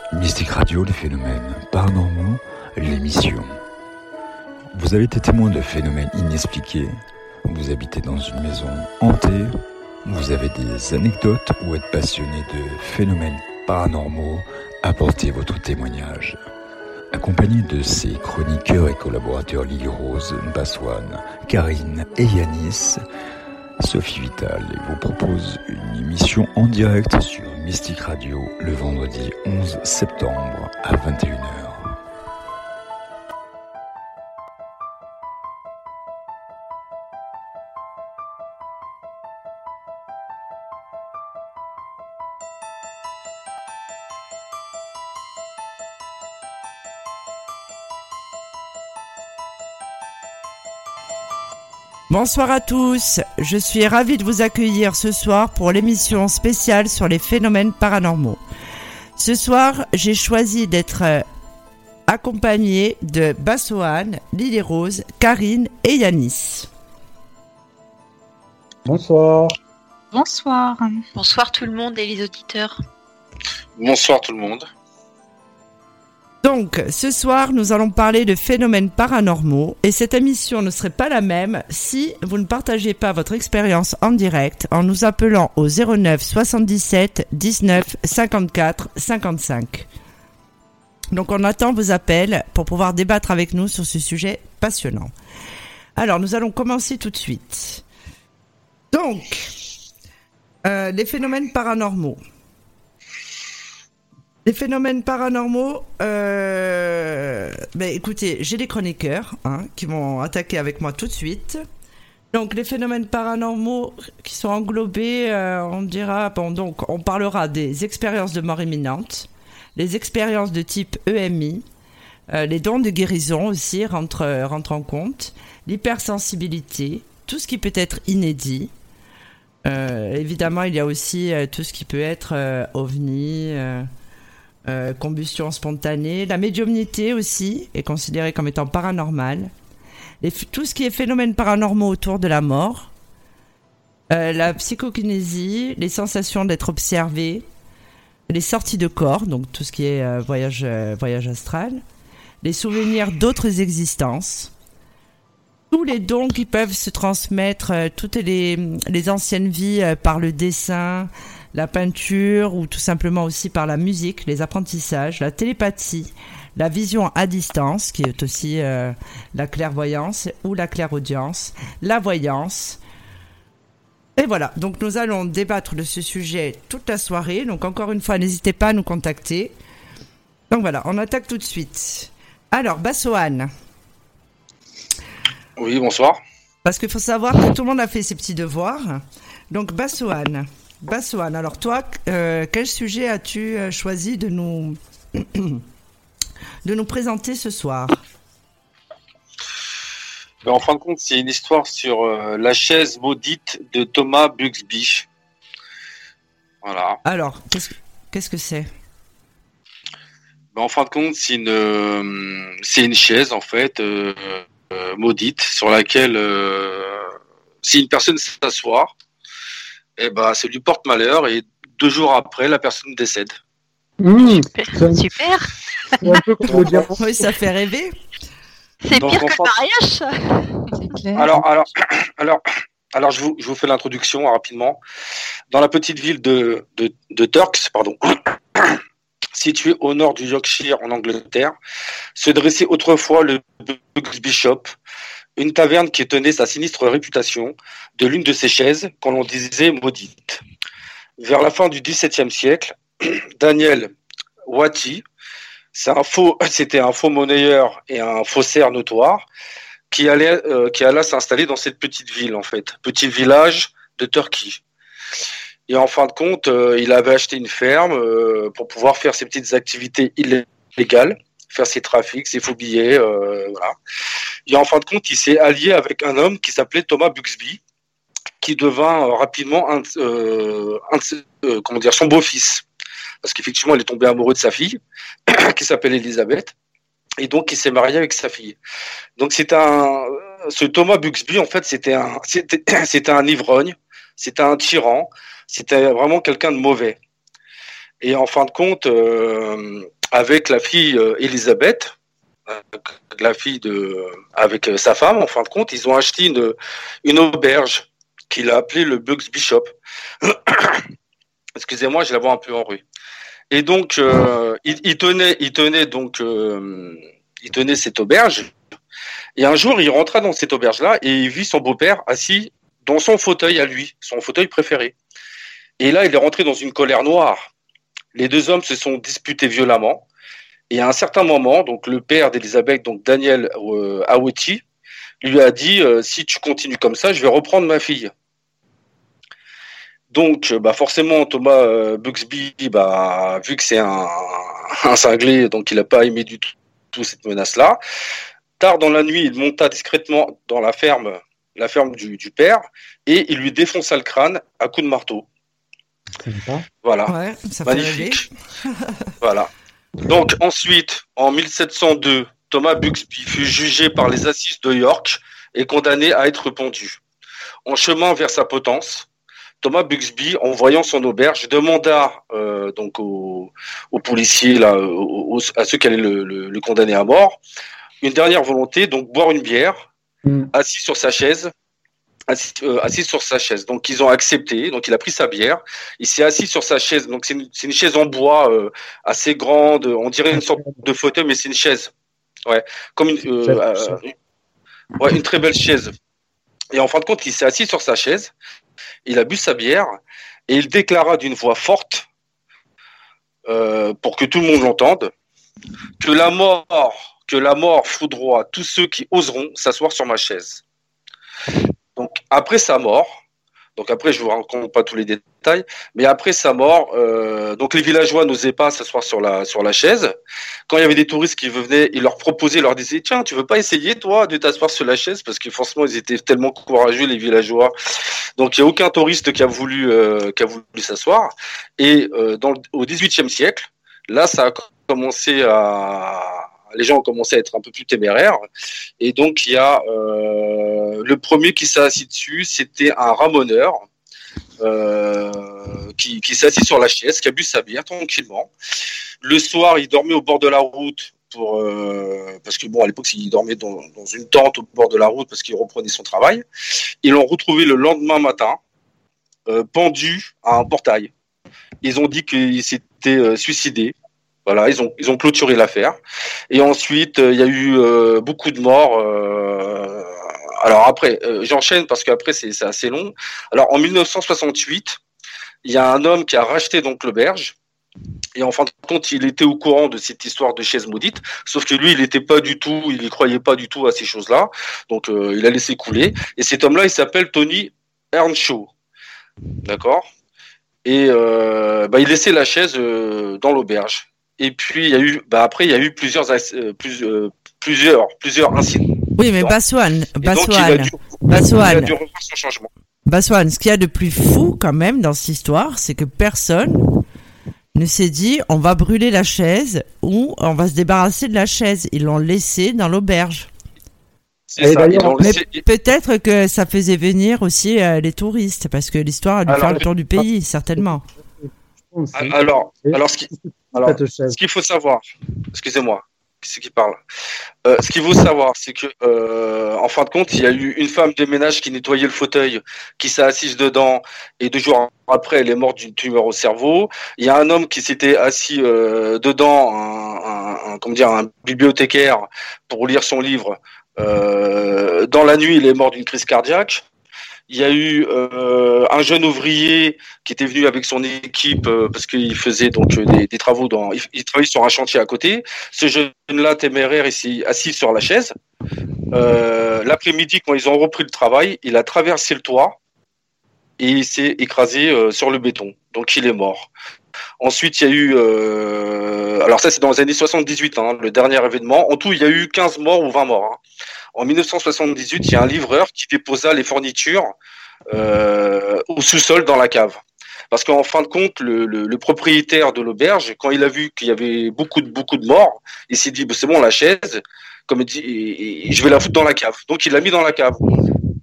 Mystique Radio, les phénomènes paranormaux, l'émission. Vous avez été témoin de phénomènes inexpliqués, vous habitez dans une maison hantée, vous avez des anecdotes ou êtes passionné de phénomènes paranormaux, apportez votre témoignage. Accompagné de ses chroniqueurs et collaborateurs Lily Rose, Baswan, Karine et Yanis, Sophie Vital vous propose une émission en direct sur Mystique Radio le vendredi 11 septembre à 21h. Bonsoir à tous, je suis ravie de vous accueillir ce soir pour l'émission spéciale sur les phénomènes paranormaux. Ce soir, j'ai choisi d'être accompagnée de Bassoane, Lily Rose, Karine et Yanis. Bonsoir. Bonsoir. Bonsoir tout le monde et les auditeurs. Bonsoir tout le monde. Donc, ce soir, nous allons parler de phénomènes paranormaux et cette émission ne serait pas la même si vous ne partagez pas votre expérience en direct en nous appelant au 09 77 19 54 55. Donc, on attend vos appels pour pouvoir débattre avec nous sur ce sujet passionnant. Alors, nous allons commencer tout de suite. Donc, les phénomènes paranormaux. Les phénomènes paranormaux, écoutez, j'ai des chroniqueurs qui vont attaquer avec moi tout de suite. Donc les phénomènes paranormaux qui sont englobés, on parlera des expériences de mort imminente, les expériences de type EMI, les dons de guérison aussi rentrent en compte, l'hypersensibilité, tout ce qui peut être inédit. Évidemment, il y a aussi tout ce qui peut être ovni. Combustion spontanée, la médiumnité aussi est considérée comme étant paranormale, tout ce qui est phénomènes paranormaux autour de la mort, la psychokinésie, les sensations d'être observé, les sorties de corps, donc tout ce qui est voyage astral, les souvenirs d'autres existences, tous les dons qui peuvent se transmettre, toutes les anciennes vies par le dessin, la peinture ou tout simplement aussi par la musique, les apprentissages, la télépathie, la vision à distance qui est aussi la clairvoyance ou la clairaudience, la voyance. Et voilà, donc nous allons débattre de ce sujet toute la soirée. Donc encore une fois, n'hésitez pas à nous contacter. Donc voilà, on attaque tout de suite. Alors, Bassoane. Oui, bonsoir. Parce qu'il faut savoir que tout le monde a fait ses petits devoirs. Donc Bassoane, alors toi, quel sujet as-tu choisi de nous présenter ce soir ? En fin de compte, c'est une histoire sur la chaise maudite de Thomas Buxby. Voilà. Alors, qu'est-ce que c'est ? En fin de compte, c'est une chaise en fait maudite sur laquelle si une personne s'assoit, ça lui porte malheur et 2 jours après, la personne décède. Super. C'est un peu comme le diamant. Oui, ça fait rêver. C'est Donc, pire que le mariage, ça. C'est clair. Alors, je vous fais l'introduction rapidement. Dans la petite ville de Turks, située au nord du Yorkshire en Angleterre, se dressait autrefois le Buxby Shop, une taverne qui tenait sa sinistre réputation de l'une de ses chaises qu'on l'on disait maudite. Vers la fin du XVIIe siècle, Daniel Watty, c'était un faux monnayeur et un faussaire notoire qui alla s'installer dans cette petite ville en fait, petit village de Turquie. Et en fin de compte, il avait acheté une ferme pour pouvoir faire ses petites activités illégales, faire ses trafics, ses faux billets, voilà. Et en fin de compte, il s'est allié avec un homme qui s'appelait Thomas Buxby, qui devint rapidement son beau-fils. Parce qu'effectivement, il est tombé amoureux de sa fille, qui s'appelle Elisabeth, et donc il s'est marié avec sa fille. Donc ce Thomas Buxby, en fait, c'était un ivrogne, c'était un tyran, c'était vraiment quelqu'un de mauvais. Et en fin de compte, avec la fille Elisabeth, la fille avec sa femme. En fin de compte, ils ont acheté une auberge qu'il a appelée le Bugs Bishop. Excusez-moi, je la vois un peu enrouée. Et donc, il tenait cette auberge. Et un jour, il rentra dans cette auberge-là et il vit son beau-père assis dans son fauteuil à lui, son fauteuil préféré. Et là, il est rentré dans une colère noire. Les deux hommes se sont disputés violemment. Et à un certain moment, donc le père d'Elisabeth, donc Daniel Aweti, lui a dit si tu continues comme ça, je vais reprendre ma fille. Donc, forcément, Thomas Bugsby, vu que c'est un cinglé, donc il n'a pas aimé du tout cette menace-là. Tard dans la nuit, il monta discrètement dans la ferme du père, et il lui défonça le crâne à coups de marteau. Voilà. Ouais, ça magnifique. Voilà. Donc ensuite, en 1702, Thomas Bugsby fut jugé par les assises de York et condamné à être pendu. En chemin vers sa potence, Thomas Bugsby, en voyant son auberge, demanda donc aux policiers, là, à ceux qui allaient le condamner à mort, une dernière volonté, donc boire une bière, assis sur sa chaise. Donc ils ont accepté. Donc il a pris sa bière. Il s'est assis sur sa chaise. Donc c'est une chaise en bois assez grande. On dirait une sorte de fauteuil, mais c'est une chaise. Ouais, comme une très belle chaise. Et en fin de compte, il s'est assis sur sa chaise. Il a bu sa bière et il déclara d'une voix forte, pour que tout le monde l'entende, que la mort foudroie tous ceux qui oseront s'asseoir sur ma chaise. Donc après sa mort, donc après je vous raconte pas tous les détails, mais après sa mort, donc les villageois n'osaient pas s'asseoir sur la chaise. Quand il y avait des touristes qui venaient, ils leur proposaient, leur disaient tiens, tu veux pas essayer toi de t'asseoir sur la chaise, parce que forcément ils étaient tellement courageux les villageois. Donc il y a aucun touriste qui a voulu s'asseoir. Et au XVIIIe siècle, là ça a commencé les gens ont commencé à être un peu plus téméraires, et donc il y a le premier qui s'est assis dessus, c'était un ramoneur qui s'est assis sur la chaise, qui a bu sa bière tranquillement. Le soir, il dormait au bord de la route parce que à l'époque, il dormait dans une tente au bord de la route parce qu'il reprenait son travail. Ils l'ont retrouvé le lendemain matin, pendu à un portail. Ils ont dit qu'il s'était suicidé. Voilà, ils ont clôturé l'affaire. Et ensuite, il y a eu beaucoup de morts. Alors après, j'enchaîne parce qu'après c'est assez long. Alors en 1968, il y a un homme qui a racheté donc l'auberge. Et en fin de compte, il était au courant de cette histoire de chaise maudite, sauf que lui, il y croyait pas du tout à ces choses-là. Donc il a laissé couler. Et cet homme-là, il s'appelle Tony Earnshaw. D'accord. Et il laissait la chaise dans l'auberge. Et puis il y a eu, après il y a eu plusieurs incidents. Oui, mais Bassoane, il a dû revoir son changement. Bassoane, ce qu'il y a de plus fou quand même dans cette histoire, c'est que personne ne s'est dit on va brûler la chaise ou on va se débarrasser de la chaise. Ils l'ont laissée dans l'auberge. C'est ça, mais peut-être que ça faisait venir aussi les touristes, parce que l'histoire a dû faire le tour du pays, certainement. Alors, ce qu'il faut savoir, excusez-moi, c'est qui parle. Ce qu'il faut savoir, c'est que, en fin de compte, il y a eu une femme de ménage qui nettoyait le fauteuil, qui s'est assise dedans, et 2 jours après, elle est morte d'une tumeur au cerveau. Il y a un homme qui s'était assis dedans, un bibliothécaire, pour lire son livre. Dans la nuit, il est mort d'une crise cardiaque. Il y a eu un jeune ouvrier qui était venu avec son équipe parce qu'il faisait donc des travaux il travaillait sur un chantier à côté. Ce jeune-là téméraire, il s'est assis sur la chaise. L'après-midi, quand ils ont repris le travail, il a traversé le toit et il s'est écrasé sur le béton. Donc il est mort. Ensuite, il y a eu... alors ça, c'est dans les années 78, le dernier événement. En tout, il y a eu 15 morts ou 20 morts. En 1978, il y a un livreur qui déposa les fournitures au sous-sol dans la cave. Parce qu'en fin de compte, le propriétaire de l'auberge, quand il a vu qu'il y avait beaucoup de morts, il s'est dit, c'est bon, la chaise, comme il dit, je vais la foutre dans la cave. Donc il l'a mis dans la cave.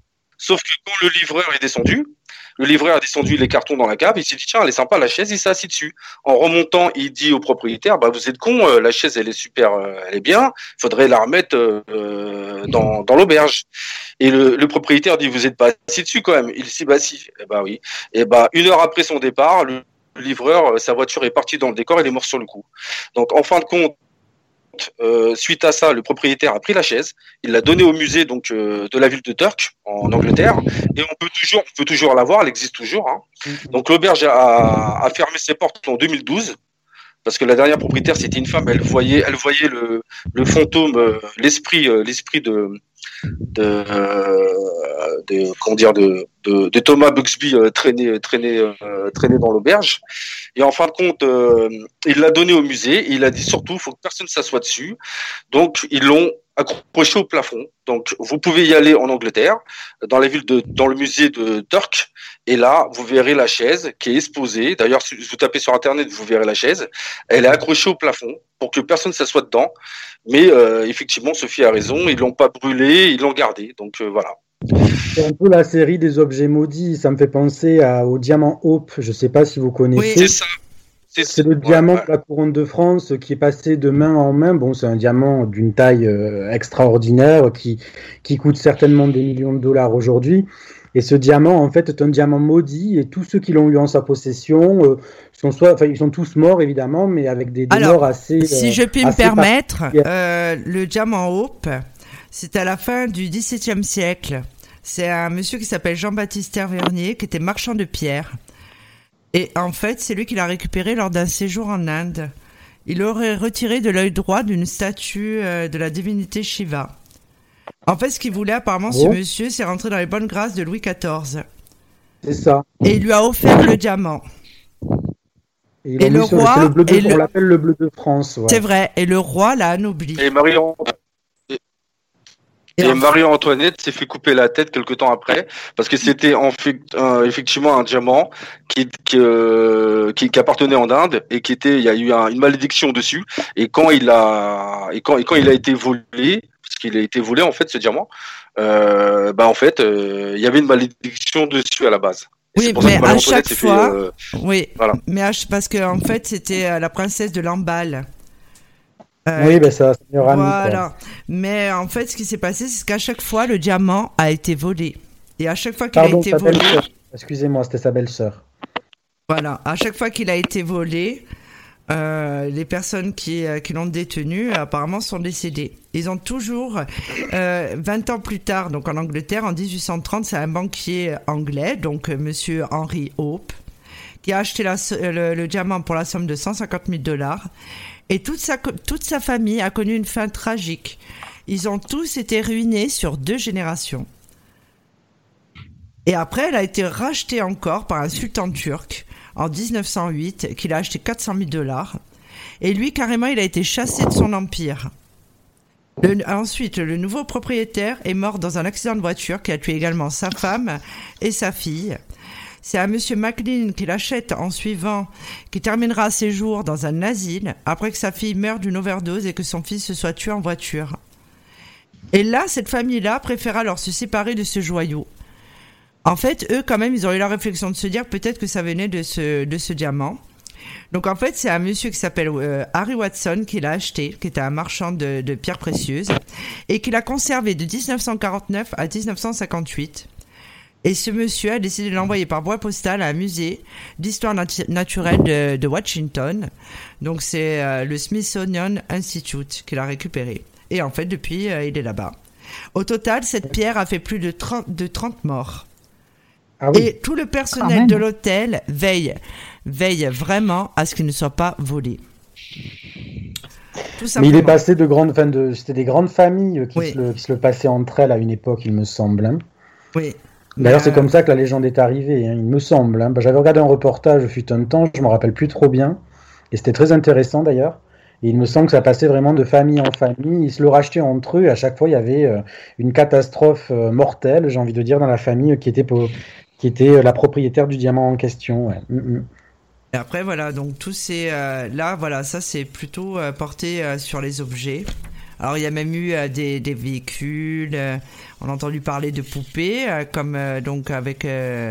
Sauf que quand le livreur est descendu, les cartons dans la cave, il s'est dit tiens, elle est sympa la chaise, il s'est assis dessus. En remontant, il dit au propriétaire bah vous êtes con, la chaise elle est super, elle est bien, faudrait la remettre dans l'auberge. Et le propriétaire dit vous êtes pas assis dessus quand même. Il dit bah si. Et bah oui. Et bah 1 heure après son départ, le livreur, sa voiture est partie dans le décor, il est mort sur le coup. Donc en fin de compte, suite à ça, le propriétaire a pris la chaise, il l'a donnée au musée donc de la ville de Turk en Angleterre, et on peut toujours la voir, elle existe toujours. Hein. Donc l'auberge a fermé ses portes en 2012 parce que la dernière propriétaire c'était une femme, elle voyait le fantôme, l'esprit de Thomas Buxby traîner dans l'auberge. Et en fin de compte, il l'a donné au musée et il a dit surtout, il faut que personne s'assoie dessus. Donc, ils l'ont accroché au plafond. Donc, vous pouvez y aller en Angleterre, dans le musée de Turk. Et là, vous verrez la chaise qui est exposée. D'ailleurs, si vous tapez sur Internet, vous verrez la chaise. Elle est accrochée au plafond pour que personne ne s'assoie dedans. Mais effectivement, Sophie a raison. Ils l'ont pas brûlé, ils l'ont gardé. Donc, voilà. C'est un peu la série des objets maudits. Ça me fait penser au diamant Hope. Je ne sais pas si vous connaissez. Oui, c'est ça. C'est le diamant de la couronne de France qui est passé de main en main. Bon, c'est un diamant d'une taille extraordinaire qui coûte certainement des millions de dollars aujourd'hui. Et ce diamant, en fait, est un diamant maudit. Et tous ceux qui l'ont eu en sa possession ils sont tous morts, évidemment, mais avec des morts assez... si je puis me permettre, le diamant Hope, c'est à la fin du XVIIe siècle. C'est un monsieur qui s'appelle Jean-Baptiste Tavernier, qui était marchand de pierres. Et en fait, c'est lui qui l'a récupéré lors d'un séjour en Inde. Il l'aurait retiré de l'œil droit d'une statue de la divinité Shiva. En fait, ce qu'il voulait apparemment, ce monsieur, c'est rentrer dans les bonnes grâces de Louis XIV. C'est ça. Et il lui a offert le diamant. Et le roi... On l'appelle le bleu de France. Ouais. C'est vrai. Et le roi l'a anobli. Et Marie-Antoinette s'est fait couper la tête quelque temps après parce que c'était effectivement un diamant qui appartenait en Inde et il y a eu une malédiction dessus et quand il a été volé, parce qu'il a été volé en fait ce diamant, il y avait une malédiction dessus à la base. Oui, mais à chaque fois, parce que en fait c'était la princesse de Lamballe. Oui, ben ça, voilà. Mais en fait, ce qui s'est passé, c'est qu'à chaque fois, le diamant a été volé. Et à chaque fois qu'il a été volé... Excusez-moi, c'était sa belle-sœur. Voilà. À chaque fois qu'il a été volé, les personnes qui l'ont détenu, apparemment, sont décédées. Ils ont toujours, 20 ans plus tard, donc en Angleterre, en 1830, c'est un banquier anglais, donc monsieur Henry Hope, qui a acheté le diamant pour la somme de $150,000. Et toute sa famille a connu une fin tragique. Ils ont tous été ruinés sur 2 générations. Et après, elle a été rachetée encore par un sultan turc en 1908, qui l'a acheté $400,000. Et lui, carrément, il a été chassé de son empire. Ensuite, le nouveau propriétaire est mort dans un accident de voiture qui a tué également sa femme et sa fille. C'est un monsieur McLean qui l'achète en suivant, qui terminera ses jours dans un asile après que sa fille meure d'une overdose et que son fils se soit tué en voiture. Et là, cette famille-là préféra alors se séparer de ce joyau. En fait, eux, quand même, ils ont eu la réflexion de se dire peut-être que ça venait de ce diamant. Donc, en fait, c'est un monsieur qui s'appelle Harry Watson qui l'a acheté, qui était un marchand de pierres précieuses, et qui l'a conservé de 1949 à 1958. Et ce monsieur a décidé de l'envoyer par voie postale à un musée d'histoire naturelle de Washington. Donc c'est le Smithsonian Institute qui l'a récupéré. Et en fait, depuis, il est là-bas. Au total, cette pierre a fait plus de 30 morts. Ah oui. Et tout le personnel de l'hôtel veille vraiment à ce qu'il ne soit pas volé. Mais il est passé c'était des grandes familles qui se le passaient entre elles à une époque, il me semble. Hein. Oui. D'ailleurs, c'est comme ça que la légende est arrivée, hein, il me semble. Hein. J'avais regardé un reportage, fut un temps, je me rappelle plus trop bien, et c'était très intéressant d'ailleurs. Et il me semble que ça passait vraiment de famille en famille. Ils se le rachetaient entre eux, et à chaque fois, il y avait une catastrophe mortelle, j'ai envie de dire, dans la famille qui était la propriétaire du diamant en question. Ouais. Et après, voilà, donc tous ces... là, voilà, ça c'est plutôt porté sur les objets. Alors il y a même eu des véhicules, on a entendu parler de poupées, comme donc avec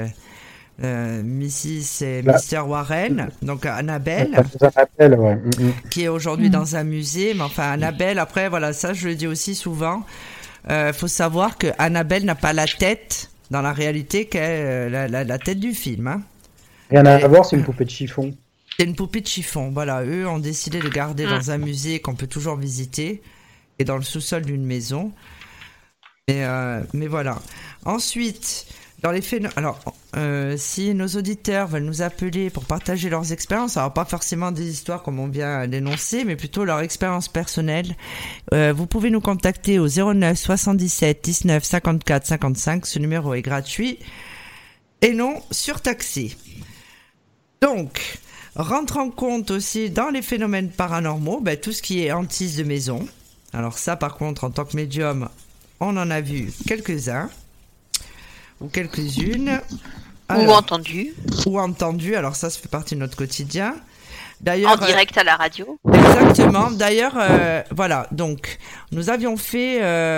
Mrs. et Mr. Warren, donc Annabelle, ouais. qui est aujourd'hui dans un musée. Mais enfin, Annabelle, après, voilà, ça je le dis aussi souvent, faut savoir que Annabelle n'a pas la tête, dans la réalité, qu'est la tête du film. Hein. Rien à voir, c'est une poupée de chiffon. C'est une poupée de chiffon, voilà. Eux ont décidé de garder dans un musée qu'on peut toujours visiter, et dans le sous-sol d'une maison. Mais voilà. Ensuite... Dans les faits, alors, si nos auditeurs veulent nous appeler pour partager leurs expériences, alors pas forcément des histoires comme on vient d'énoncer, mais plutôt leur expérience personnelle, vous pouvez nous contacter au 09 77 19 54 55. Ce numéro est gratuit et non surtaxé. Donc, rentre en compte aussi dans les phénomènes paranormaux, tout ce qui est hantise de maison. Alors ça, par contre, en tant que médium, on en a vu quelques-uns. Ou quelques-unes. Alors, ou entendu, alors ça fait partie de notre quotidien. D'ailleurs, en direct à la radio. Exactement. D'ailleurs, voilà, donc nous avions fait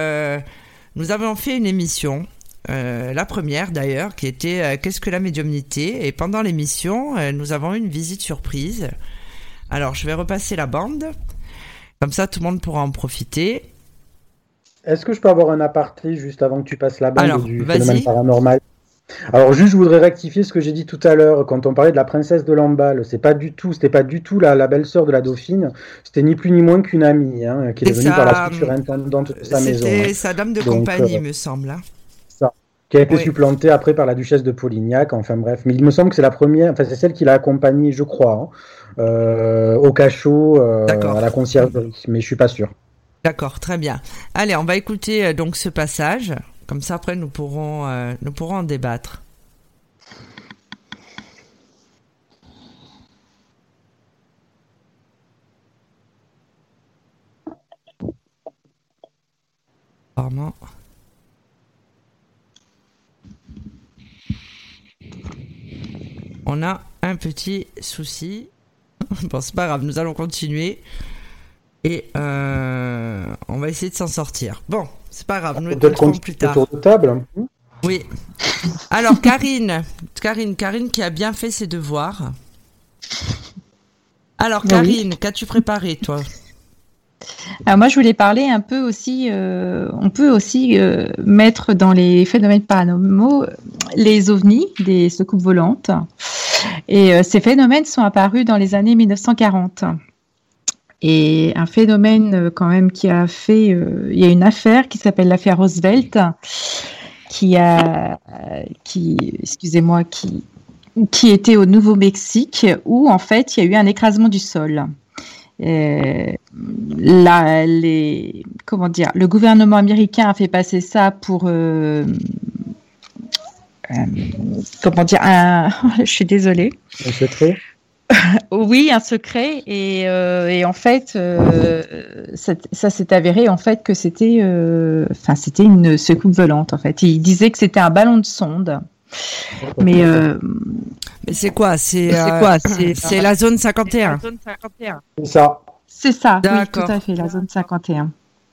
une émission, la première d'ailleurs, qui était Qu'est-ce que la médiumnité ? Et pendant l'émission, nous avons eu une visite surprise. Alors, je vais repasser la bande, comme ça tout le monde pourra en profiter. Est-ce que je peux avoir un aparté juste avant que tu passes la bande du phénomène vas-y. paranormal ? Alors juste, je voudrais rectifier ce que j'ai dit tout à l'heure quand on parlait de la princesse de Lamballe. C'était pas du tout la belle-sœur de la dauphine. C'était ni plus ni moins qu'une amie qui est devenue par la future intendante de sa maison. C'était sa dame de compagnie, me semble. Ça, qui a été supplantée après par la duchesse de Polignac. Enfin bref, mais il me semble que c'est la première. Enfin, c'est celle qui l'a accompagnée, je crois, au cachot, à la conciergerie. Mais je suis pas sûr. D'accord, très bien. Allez, on va écouter donc ce passage. Comme ça, après, nous pourrons en débattre. Apparemment. On a un petit souci. Bon, c'est pas grave, nous allons continuer. Et on va essayer de s'en sortir. Bon, c'est pas grave, nous l'écouterons plus tard. Tour de table. Oui. Alors, Karine qui a bien fait ses devoirs. Alors, Karine, qu'as-tu préparé, toi ? Alors moi, je voulais parler un peu aussi, on peut aussi mettre dans les phénomènes paranormaux les ovnis, des soucoupes volantes. Et ces phénomènes sont apparus dans les années 1940. Et un phénomène quand même qui a fait, il y a une affaire qui s'appelle l'affaire Roosevelt, qui était au Nouveau-Mexique, où en fait il y a eu un écrasement du sol. Le gouvernement américain a fait passer ça pour je suis désolée. Un secret. Oui, un secret, et en fait, ça s'est avéré en fait que c'était une secoupe volante. En fait, il disait que c'était un ballon de sonde. Mais c'est quoi ? C'est la zone 51. C'est ça. C'est ça. Oui, tout à fait, la zone 51.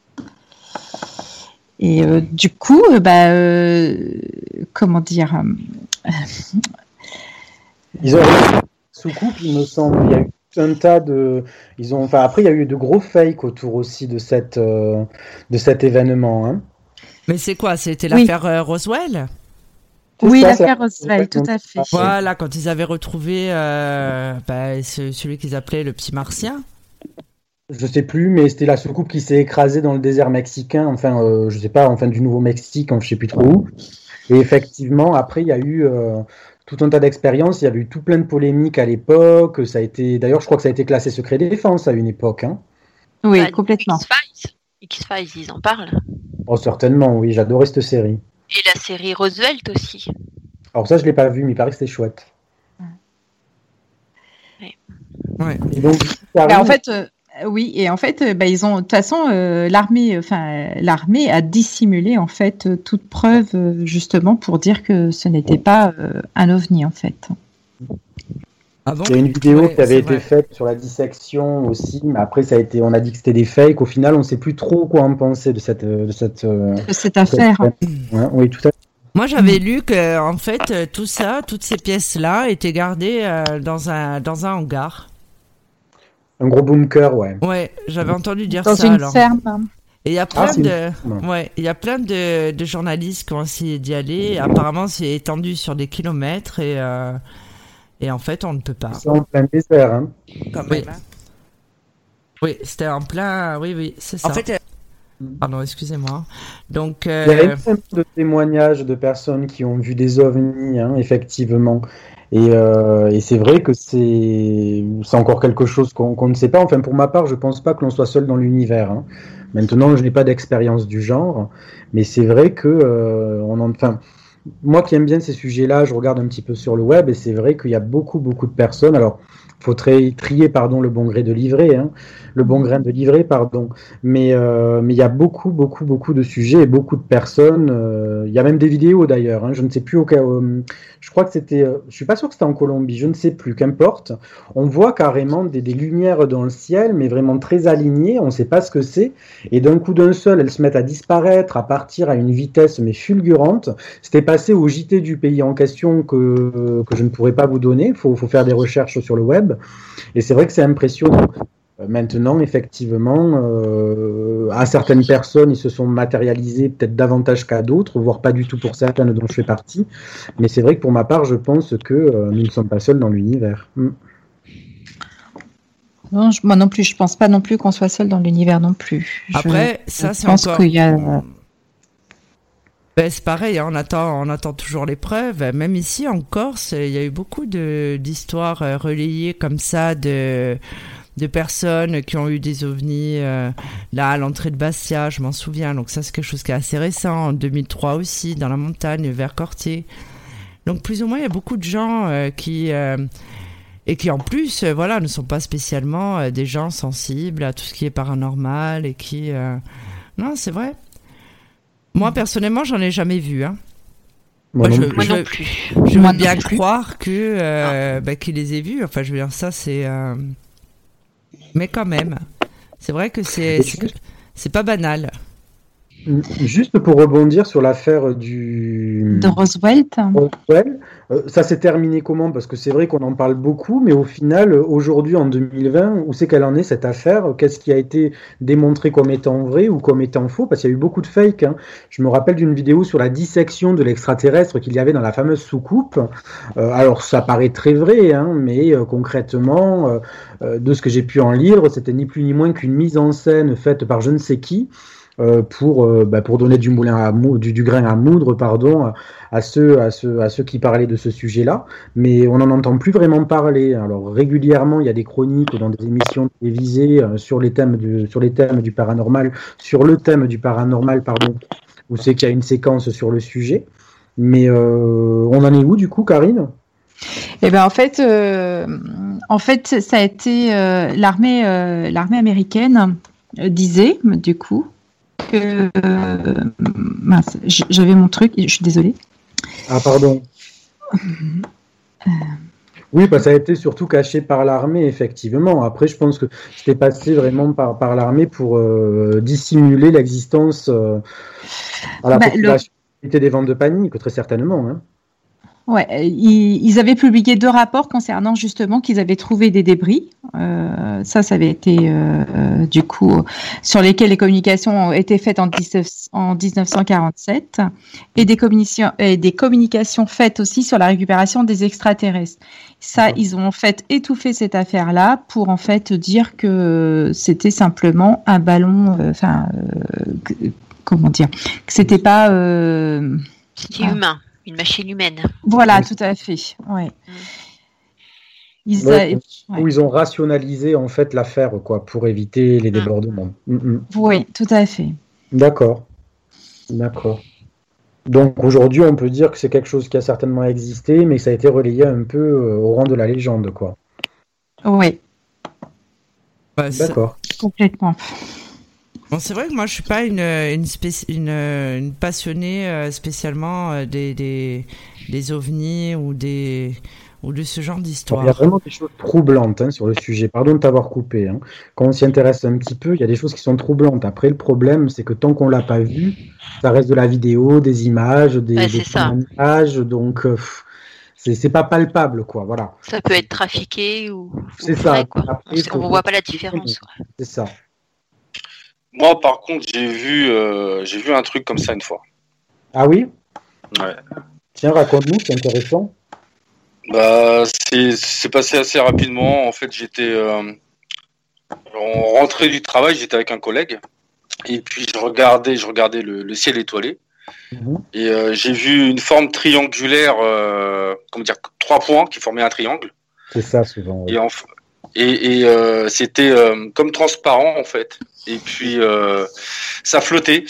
Et du coup, comment dire ils ont soucoupe, il me semble. Il y a eu un tas de. Après, il y a eu de gros fakes autour aussi de cet événement. Hein. Mais c'est quoi ? C'était l'affaire Roswell ? Oui, l'affaire Roswell, tout à fait. Voilà, quand ils avaient retrouvé celui qu'ils appelaient le petit martien. Je sais plus, mais c'était la soucoupe qui s'est écrasée dans le désert mexicain, je sais pas, du Nouveau-Mexique, je sais plus trop où. Et effectivement, après, il y a eu tout un tas d'expériences, il y avait eu tout plein de polémiques à l'époque. D'ailleurs, je crois que ça a été classé secret défense à une époque. Hein. Oui, complètement. X-Files, ils en parlent. Oh, certainement, oui, j'adorais cette série. Et la série Roosevelt aussi. Alors ça, je l'ai pas vu, mais il paraît que c'était chouette. Ouais. Et donc, en fait, oui, et en fait, ils ont de toute façon l'armée a dissimulé en fait toute preuve justement pour dire que ce n'était pas un ovni en fait. Ah bon ? Il y a une vidéo Ouais, qui avait c'est été vrai. faite sur la dissection aussi, mais après on a dit que c'était des fakes. Au final, on ne sait plus trop quoi en penser de cette Cette affaire. Ouais, oui, tout à fait. Moi, j'avais lu que, en fait, tout ça, toutes ces pièces-là étaient gardées dans un hangar. Un gros bunker, ouais. Ouais, j'avais entendu dire Dans ça une alors. ferme. Et il y a plein c'est une de, ferme. ouais, il y a plein de journalistes qui ont essayé d'y aller. Apparemment, c'est étendu sur des kilomètres et en fait, on ne peut pas. C'est en plein désert, hein. Quand même, hein. Oui, c'était en plein. Oui, c'est ça. En fait, Pardon, excusez-moi. Donc, Il y a énormément de témoignages de personnes qui ont vu des ovnis, hein, effectivement. Et c'est vrai que c'est encore quelque chose qu'on ne sait pas. Enfin, pour ma part, je pense pas que l'on soit seul dans l'univers, hein. Maintenant, je n'ai pas d'expérience du genre, mais c'est vrai que enfin, moi qui aime bien ces sujets-là, je regarde un petit peu sur le web et c'est vrai qu'il y a beaucoup de personnes. Alors, faut trier, pardon, le bon gré de livret, hein, le bon grain de livret, pardon. Mais il y a beaucoup de sujets et beaucoup de personnes. Il y a même des vidéos d'ailleurs, hein, je ne sais plus je crois que c'était, je suis pas sûr que c'était en Colombie, je ne sais plus, qu'importe. On voit carrément des lumières dans le ciel, mais vraiment très alignées. On ne sait pas ce que c'est. Et d'un coup d'un seul, elles se mettent à disparaître, à partir à une vitesse mais fulgurante. C'était passé au JT du pays en question que je ne pourrais pas vous donner. Faut faire des recherches sur le web. Et c'est vrai que c'est impressionnant. Maintenant, effectivement, à certaines personnes, ils se sont matérialisés peut-être davantage qu'à d'autres, voire pas du tout pour certaines dont je fais partie. Mais c'est vrai que pour ma part, je pense que nous ne sommes pas seuls dans l'univers. Non, moi non plus, je pense pas non plus qu'on soit seul dans l'univers non plus. après, ça, c'est pense encore. qu'il y a... Ben, c'est pareil, hein, on attend toujours les preuves. Même ici, en Corse, il y a eu beaucoup d'histoires relayées comme ça de personnes qui ont eu des ovnis là à l'entrée de Bastia, je m'en souviens. Donc ça, c'est quelque chose qui est assez récent. En 2003 aussi, dans la montagne, vers Cortier. Donc plus ou moins, il y a beaucoup de gens qui en plus, voilà, ne sont pas spécialement des gens sensibles à tout ce qui est paranormal et qui... Non, c'est vrai. Moi, personnellement, j'en ai jamais vu. Hein. Moi non plus. Je veux bien croire que qu'il les ait vus. Enfin, je veux dire, ça, c'est... Mais quand même, c'est vrai que c'est pas banal. Juste pour rebondir sur l'affaire de Roswell. Ça s'est terminé comment? Parce que c'est vrai qu'on en parle beaucoup, mais au final, aujourd'hui, en 2020, où c'est qu'elle en est, cette affaire? Qu'est-ce qui a été démontré comme étant vrai ou comme étant faux? Parce qu'il y a eu beaucoup de fake, hein. Je me rappelle d'une vidéo sur la dissection de l'extraterrestre qu'il y avait dans la fameuse soucoupe. Alors, ça paraît très vrai, hein, mais concrètement, de ce que j'ai pu en lire, c'était ni plus ni moins qu'une mise en scène faite par je ne sais qui, pour donner du grain à moudre, pardon, à ceux qui parlaient de ce sujet-là, mais on n'en entend plus vraiment parler. Alors régulièrement, il y a des chroniques dans des émissions télévisées sur le thème du paranormal, pardon, où c'est qu'il y a une séquence sur le sujet. Mais on en est où du coup, Karine? Eh ben en fait, ça a été l'armée américaine disait du coup que mince, j'avais mon truc, je suis désolée. Ah pardon. Oui, ça a été surtout caché par l'armée, effectivement. Après, je pense que c'était passé vraiment par l'armée pour dissimuler l'existence à la population. C'était des ventes de panique, très certainement. Hein. Ouais, ils avaient publié 2 rapports concernant justement qu'ils avaient trouvé des débris. Ça avait été du coup sur lesquels les communications ont été faites en 1947 et des communications faites aussi sur la récupération des extraterrestres. Ça, ils ont en fait étouffé cette affaire-là pour en fait dire que c'était simplement un ballon. Comment dire, que c'était pas. C'était humain. Une machine humaine. Voilà, tout à fait. Ouais. Ils ont rationalisé en fait l'affaire, quoi, pour éviter les débordements. Oui, tout à fait. D'accord. Donc aujourd'hui, on peut dire que c'est quelque chose qui a certainement existé, mais ça a été relayé un peu au rang de la légende, quoi. Oui. D'accord. Complètement. Bon, c'est vrai que moi je suis pas une passionnée spécialement des ovnis ou des ou de ce genre Il y a d'histoire. vraiment des choses troublantes sur le sujet. Pardon de t'avoir coupé. Quand on s'y intéresse un petit peu, il y a des choses qui sont troublantes. Après, le problème, c'est que tant qu'on l'a pas vu, ça reste de la vidéo, des images, des c'est ça. témoignages. Donc, c'est pas palpable, quoi. Voilà. Ça peut être trafiqué ou C'est vrai, ça. quoi. Après, On ne voit pas la différence. Ouais. C'est ça. Moi, par contre, j'ai vu un truc comme ça une fois. Ah oui? Ouais. Tiens, raconte-nous, c'est intéressant. Bah, c'est passé assez rapidement. En fait, on rentrait du travail, j'étais avec un collègue, et puis je regardais le ciel étoilé, et j'ai vu une forme triangulaire, comment dire, 3 points qui formaient un triangle. C'est ça, souvent. Oui. Et c'était comme transparent en fait. Et puis ça flottait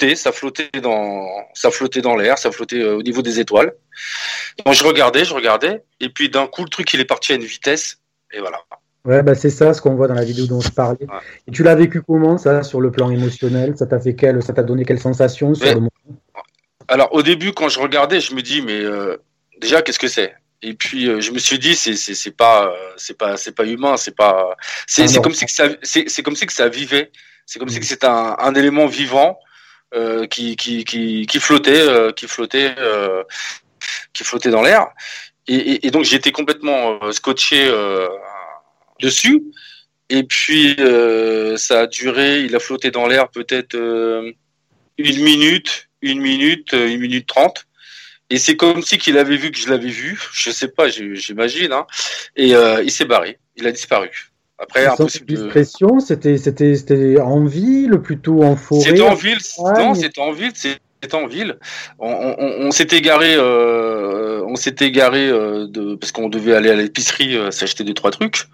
dans l'air, ça flottait au niveau des étoiles. Donc je regardais, et puis d'un coup le truc il est parti à une vitesse, et voilà. Ouais, bah c'est ça ce qu'on voit dans la vidéo dont je parlais. Ouais. Et tu l'as vécu comment ça, sur le plan émotionnel? Ça t'a donné quelle sensation sur le moment? Alors au début quand je regardais, je me dis mais déjà qu'est-ce que c'est? Et puis je me suis dit c'est pas humain, c'est comme si que ça vivait, c'est comme si que c'était un élément vivant qui flottait dans l'air, et donc j'étais complètement scotché dessus, et puis ça a duré, il a flotté dans l'air peut-être 1 minute 30. Et c'est comme si qu'il avait vu que je l'avais vu, je sais pas, j'imagine, et il s'est barré, il a disparu. Après, impossible de... Discrétion, c'était en ville, plutôt en forêt? C'était en ville, non, c'était en ville, On s'était garé, parce qu'on devait aller à l'épicerie s'acheter 2-3 trucs.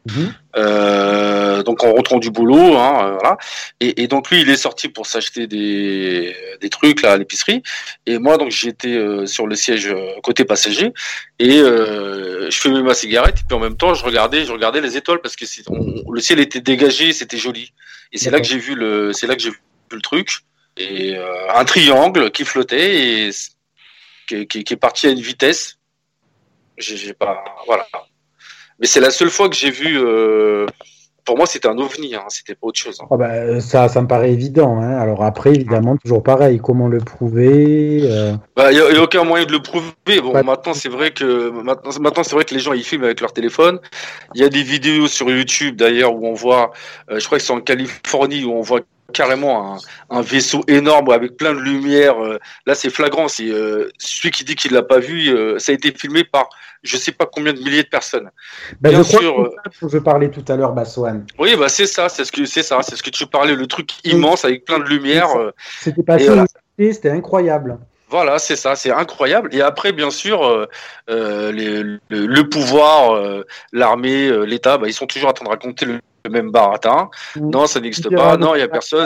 Donc en rentrant du boulot, voilà. Et donc lui, il est sorti pour s'acheter des trucs là à l'épicerie. Et moi, donc j'étais sur le siège côté passager, et je fumais ma cigarette. Et puis en même temps, je regardais les étoiles, parce que le ciel était dégagé, c'était joli. Et c'est là que j'ai vu le truc. Et un triangle qui flottait, et qui est parti à une vitesse. J'ai pas, voilà. Mais c'est la seule fois que j'ai vu. Pour moi, c'était un ovni, c'était pas autre chose. Oh bah, ça me paraît évident. Alors après, évidemment, toujours pareil. Comment le prouver? Il y a aucun moyen de le prouver. Bon, maintenant c'est vrai que les gens ils filment avec leur téléphone. Il y a des vidéos sur YouTube d'ailleurs où on voit, je crois que c'est en Californie, où on voit carrément un vaisseau énorme avec plein de lumière. Là, c'est flagrant. C'est celui qui dit qu'il l'a pas vu. Ça a été filmé par je sais pas combien de milliers de personnes. Bien sûr. Je parlais tout à l'heure, Baswan. Oui, bah c'est ça. C'est ce que tu parlais. Le truc immense avec plein de lumière. C'était passé. C'était incroyable. Voilà, c'est ça, c'est incroyable. Et après, bien sûr, le pouvoir, l'armée, l'État, ils sont toujours en train de raconter le même baratin. Non, ça n'existe pas. Non, il n'y a personne.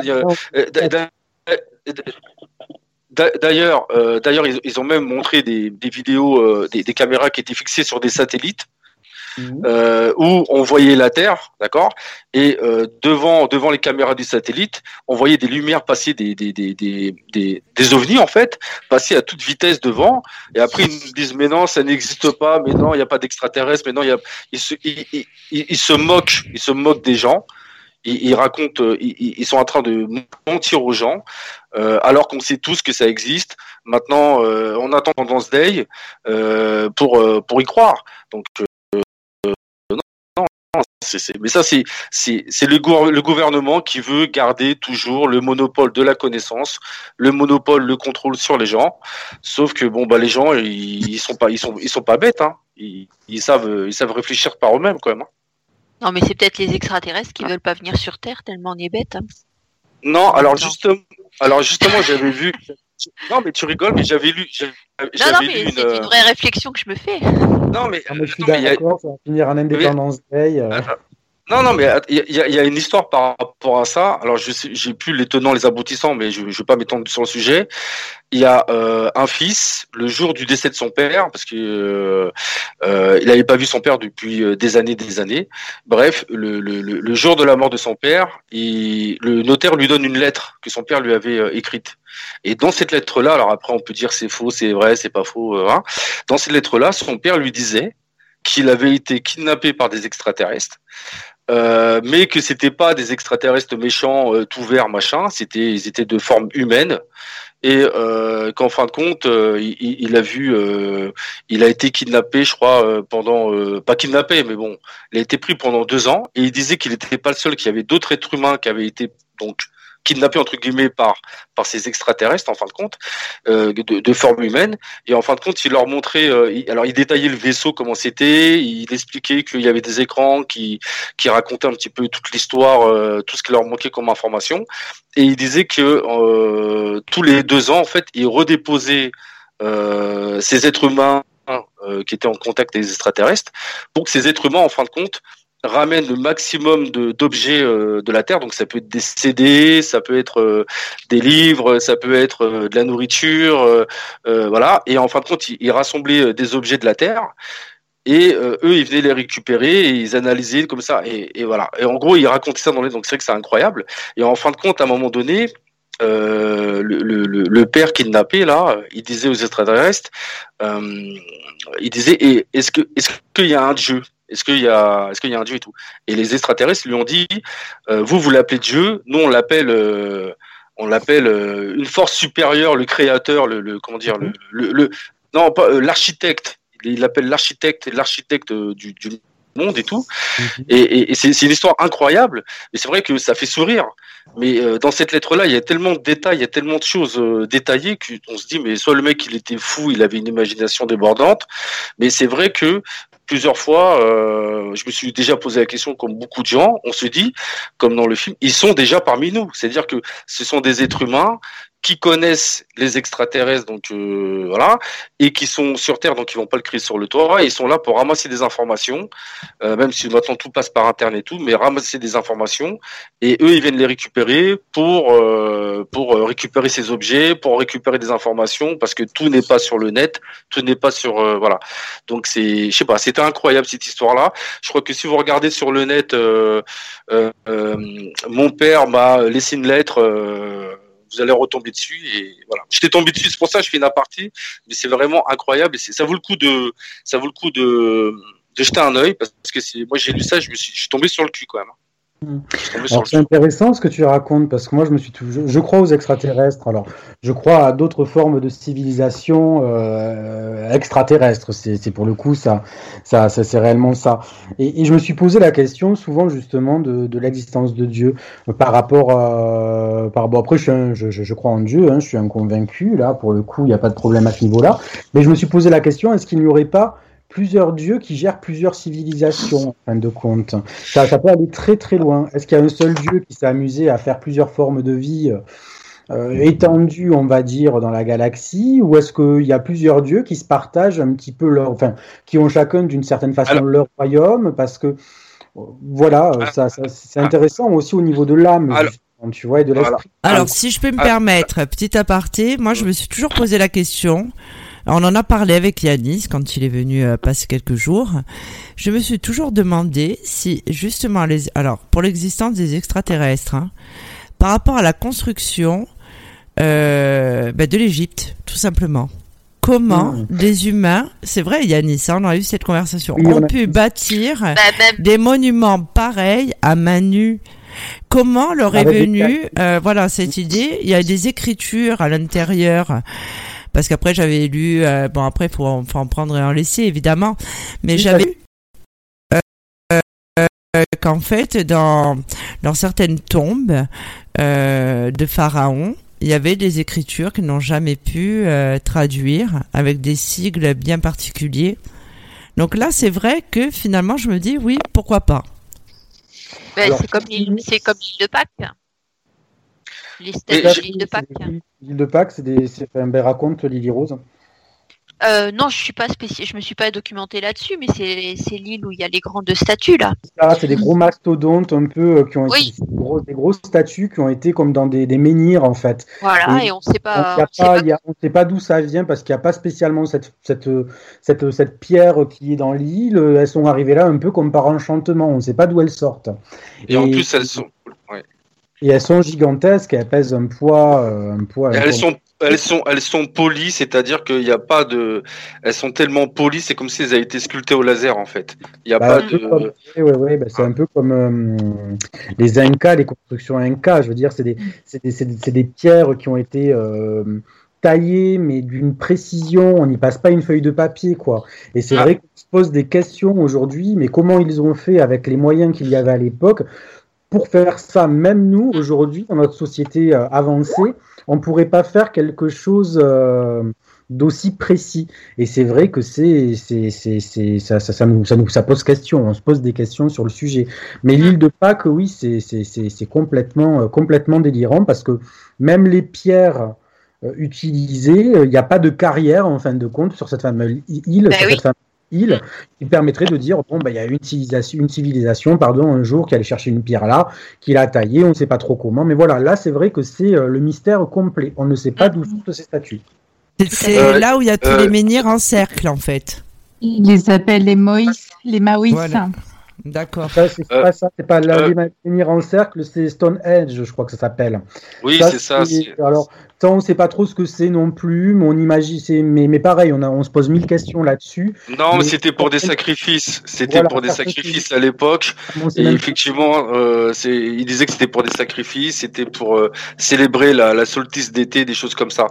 D'ailleurs, ils ont même montré des vidéos, des caméras qui étaient fixées sur des satellites, où on voyait la Terre, d'accord, et devant les caméras du satellite, on voyait des lumières passer, des ovnis en fait, passer à toute vitesse devant. Et après ils nous disent mais non, ça n'existe pas, mais non, il n'y a pas d'extraterrestres, mais non, ils se moquent des gens. Ils racontent, ils sont en train de mentir aux gens, alors qu'on sait tous que ça existe. Maintenant, on attend Tendance Day pour y croire. Donc mais ça, c'est le gouvernement qui veut garder toujours le monopole de la connaissance, le contrôle sur les gens. Sauf que les gens, ils sont pas bêtes, ils savent réfléchir par eux-mêmes quand même. Non, mais c'est peut-être les extraterrestres qui veulent pas venir sur Terre tellement on est bête. Non, alors justement, j'avais vu. Non, mais tu rigoles, mais j'avais lu. C'est une vraie réflexion que je me fais. Non, mais je suis d'accord, ça va finir en Independence Day. Non, mais il y a une histoire par rapport à ça. Alors, j'ai plus les tenants, les aboutissants, mais je vais pas m'étendre sur le sujet. Il y a un fils, le jour du décès de son père, parce que il n'avait pas vu son père depuis des années. Bref, le jour de la mort de son père, le notaire lui donne une lettre que son père lui avait écrite. Et dans cette lettre-là, alors après on peut dire c'est faux, c'est vrai, c'est pas faux. Dans cette lettre-là, son père lui disait qu'il avait été kidnappé par des extraterrestres. Mais que c'était pas des extraterrestres méchants, tout verts, machin. Ils étaient de forme humaine. Et qu'en fin de compte, il a été kidnappé, je crois, pas kidnappé, mais bon, il a été pris pendant 2 ans. Et il disait qu'il n'était pas le seul, qu'il y avait d'autres êtres humains qui avaient été donc kidnappés entre guillemets par ces extraterrestres en fin de compte, de forme humaine. Et en fin de compte, il leur montrait, il détaillait le vaisseau comment c'était, il expliquait qu'il y avait des écrans qui racontaient un petit peu toute l'histoire, tout ce qui leur manquait comme information. Et il disait que tous les 2 ans, en fait, il redéposait ces êtres humains qui étaient en contact avec les extraterrestres, pour que ces êtres humains, en fin de compte, ramènent le maximum d'objets de la Terre. Donc ça peut être des CD, ça peut être des livres, ça peut être de la nourriture, voilà. Et en fin de compte, ils rassemblaient des objets de la Terre. Et eux, ils venaient les récupérer et ils analysaient comme ça. Et voilà. Et en gros, ils racontaient ça donc c'est vrai que c'est incroyable. Et en fin de compte, à un moment donné, le père kidnappé là, il disait aux extraterrestres, il disait, est-ce qu'il y a un Dieu? Est-ce qu'il y a un Dieu et tout? Et les extraterrestres lui ont dit, vous l'appelez Dieu, nous on l'appelle une force supérieure, le créateur, non pas l'architecte. Il l'appelle l'architecte du monde et tout. Et c'est une histoire incroyable. Mais c'est vrai que ça fait sourire. Mais dans cette lettre-là, il y a tellement de détails, il y a tellement de choses détaillées qu'on se dit, mais soit le mec il était fou, il avait une imagination débordante. Mais c'est vrai que plusieurs fois, je me suis déjà posé la question, comme beaucoup de gens, on se dit, comme dans le film, ils sont déjà parmi nous. C'est-à-dire que ce sont des êtres humains qui connaissent les extraterrestres, donc voilà, et qui sont sur Terre, donc ils vont pas le crier sur le toit, et ils sont là pour ramasser des informations, même si maintenant tout passe par Internet et tout, mais ramasser des informations, et eux ils viennent les récupérer pour récupérer ces objets, pour récupérer des informations, parce que tout n'est pas sur le net, tout n'est pas sur voilà. Donc je sais pas, c'était incroyable cette histoire-là. Je crois que si vous regardez sur le net, mon père m'a laissé une lettre. Vous allez retomber dessus et voilà. J'étais tombé dessus, c'est pour ça que je fais une aparté, mais c'est vraiment incroyable et ça vaut le coup de jeter un œil parce que moi j'ai lu ça, je suis tombé sur le cul quand même. Alors, c'est intéressant ce que tu racontes parce que moi je crois aux extraterrestres. Alors je crois à d'autres formes de civilisation extraterrestres. C'est pour le coup ça c'est réellement ça. Et je me suis posé la question souvent justement de l'existence de Dieu par rapport bon, après je crois en Dieu, hein, je suis un convaincu là pour le coup il n'y a pas de problème à ce niveau-là. Mais je me suis posé la question, est-ce qu'il n'y aurait pas plusieurs dieux qui gèrent plusieurs civilisations, en fin de compte. Ça peut aller très très loin. Est-ce qu'il y a un seul dieu qui s'est amusé à faire plusieurs formes de vie étendues, on va dire, dans la galaxie, ou est-ce qu'il y a plusieurs dieux qui se partagent un petit peu qui ont chacun d'une certaine façon leur royaume, parce que voilà, c'est intéressant aussi au niveau de l'âme. Tu vois, et de l'esprit. Alors, si je peux me permettre, petit aparté, moi je me suis toujours posé la question. On en a parlé avec Yanis quand il est venu passer quelques jours. Je me suis toujours demandé si justement pour l'existence des extraterrestres, hein, par rapport à la construction de l'Égypte, tout simplement. Comment des humains, c'est vrai Yanis, hein, on a eu cette conversation, ont pu bâtir des monuments pareils à main nue. Comment leur est venue cette idée? Il y a des écritures à l'intérieur. Parce qu'après j'avais lu, après faut en prendre et en laisser évidemment, mais j'avais lu qu'en fait dans certaines tombes de pharaons, il y avait des écritures qui n'ont jamais pu traduire avec des sigles bien particuliers. Donc là c'est vrai que finalement je me dis oui, pourquoi pas. C'est comme l'île de Pâques. L'île de Pâques. L'île de Pâques, raconte Lily Rose. Non, je me suis pas documentée là-dessus, mais c'est l'île où il y a les grandes statues là. C'est des gros mastodontes un peu qui ont été des grosses statues qui ont été comme dans des menhirs en fait. Voilà, et on sait pas. On sait pas d'où ça vient parce qu'il n'y a pas spécialement cette pierre qui est dans l'île. Elles sont arrivées là un peu comme par enchantement. On ne sait pas d'où elles sortent. Et en plus elles sont. Et elles sont gigantesques, elles pèsent un poids. elles sont polies, c'est-à-dire qu'il n'y a pas de, elles sont tellement polies, c'est comme si elles avaient été sculptées au laser en fait. Il n'y a pas de. C'est un peu comme les Incas, les constructions Incas. Je veux dire, c'est des pierres qui ont été taillées, mais d'une précision. On n'y passe pas une feuille de papier, quoi. Et c'est vrai qu'on se pose des questions aujourd'hui, mais comment ils ont fait avec les moyens qu'il y avait à l'époque pour faire ça? Même nous, aujourd'hui, dans notre société avancée, on ne pourrait pas faire quelque chose d'aussi précis. Et c'est vrai que ça pose question. On se pose des questions sur le sujet. Mais l'île de Pâques, oui, c'est complètement délirant parce que même les pierres utilisées, il n'y a pas de carrière en fin de compte sur cette fameuse île. Qui permettrait de dire il y a une civilisation un jour qui allait chercher une pierre là, qui l'a taillée, on ne sait pas trop comment, mais voilà, là c'est vrai que c'est le mystère complet, on ne sait pas d'où sortent ces statues. C'est là où il y a tous les menhirs en cercle en fait. Ils les appellent les Maoïs. Voilà. D'accord. C'est pas les menhirs en cercle, c'est Stonehenge, je crois que ça s'appelle. Oui, c'est ça. Alors, ça, on ne sait pas trop ce que c'est non plus, mais on imagine, mais pareil, on se pose 1000 questions là-dessus. Non, mais c'était pour des sacrifices. C'était pour des sacrifices à l'époque. Et effectivement, il disait que c'était pour des sacrifices, c'était pour célébrer la solstice d'été, des choses comme ça.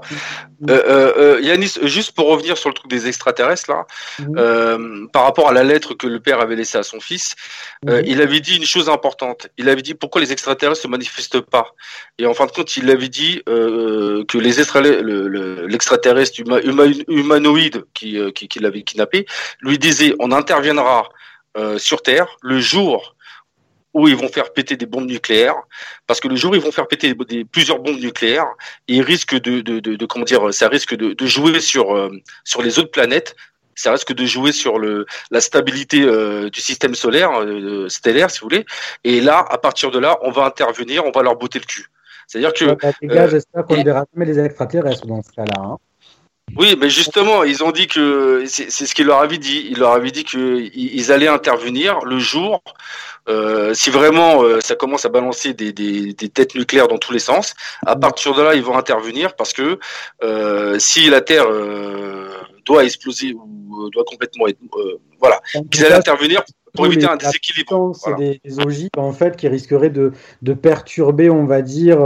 Yanis, juste pour revenir sur le truc des extraterrestres, là, par rapport à la lettre que le père avait laissée à son fils, il avait dit une chose importante. Il avait dit pourquoi les extraterrestres ne se manifestent pas. Et en fin de compte, il avait dit que l'extraterrestre humanoïde qui l'avait kidnappé lui disait on interviendra sur Terre le jour où ils vont faire péter des bombes nucléaires, parce que le jour où ils vont faire péter plusieurs bombes nucléaires, ils risquent ça risque de jouer sur les autres planètes. Ça risque de jouer sur la stabilité du système solaire, stellaire, si vous voulez. Et là, à partir de là, on va intervenir, on va leur botter le cul. C'est-à-dire que. Les gars, j'espère qu'on ne verra jamais les extraterrestres dans ce cas-là. Hein. Oui, mais justement, ils ont dit que c'est ce qu'il leur avait dit. Il leur avait dit qu'ils allaient intervenir le jour. Si vraiment ça commence à balancer des têtes nucléaires dans tous les sens, à partir de là, ils vont intervenir parce que si la Terre doit exploser ou doit complètement être, voilà, qu'ils allaient intervenir pour éviter un déséquilibre. C'est des ogives en fait qui risqueraient de perturber, on va dire,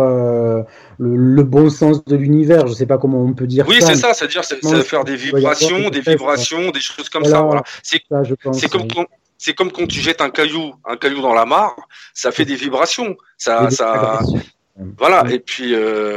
le bon sens de l'univers. Je ne sais pas comment on peut dire ça. Oui, c'est ça. C'est-à-dire, ça va faire des vibrations, des choses comme ça. Voilà. C'est comme quand tu jettes un caillou dans la mare, ça fait des vibrations. Voilà. Et puis,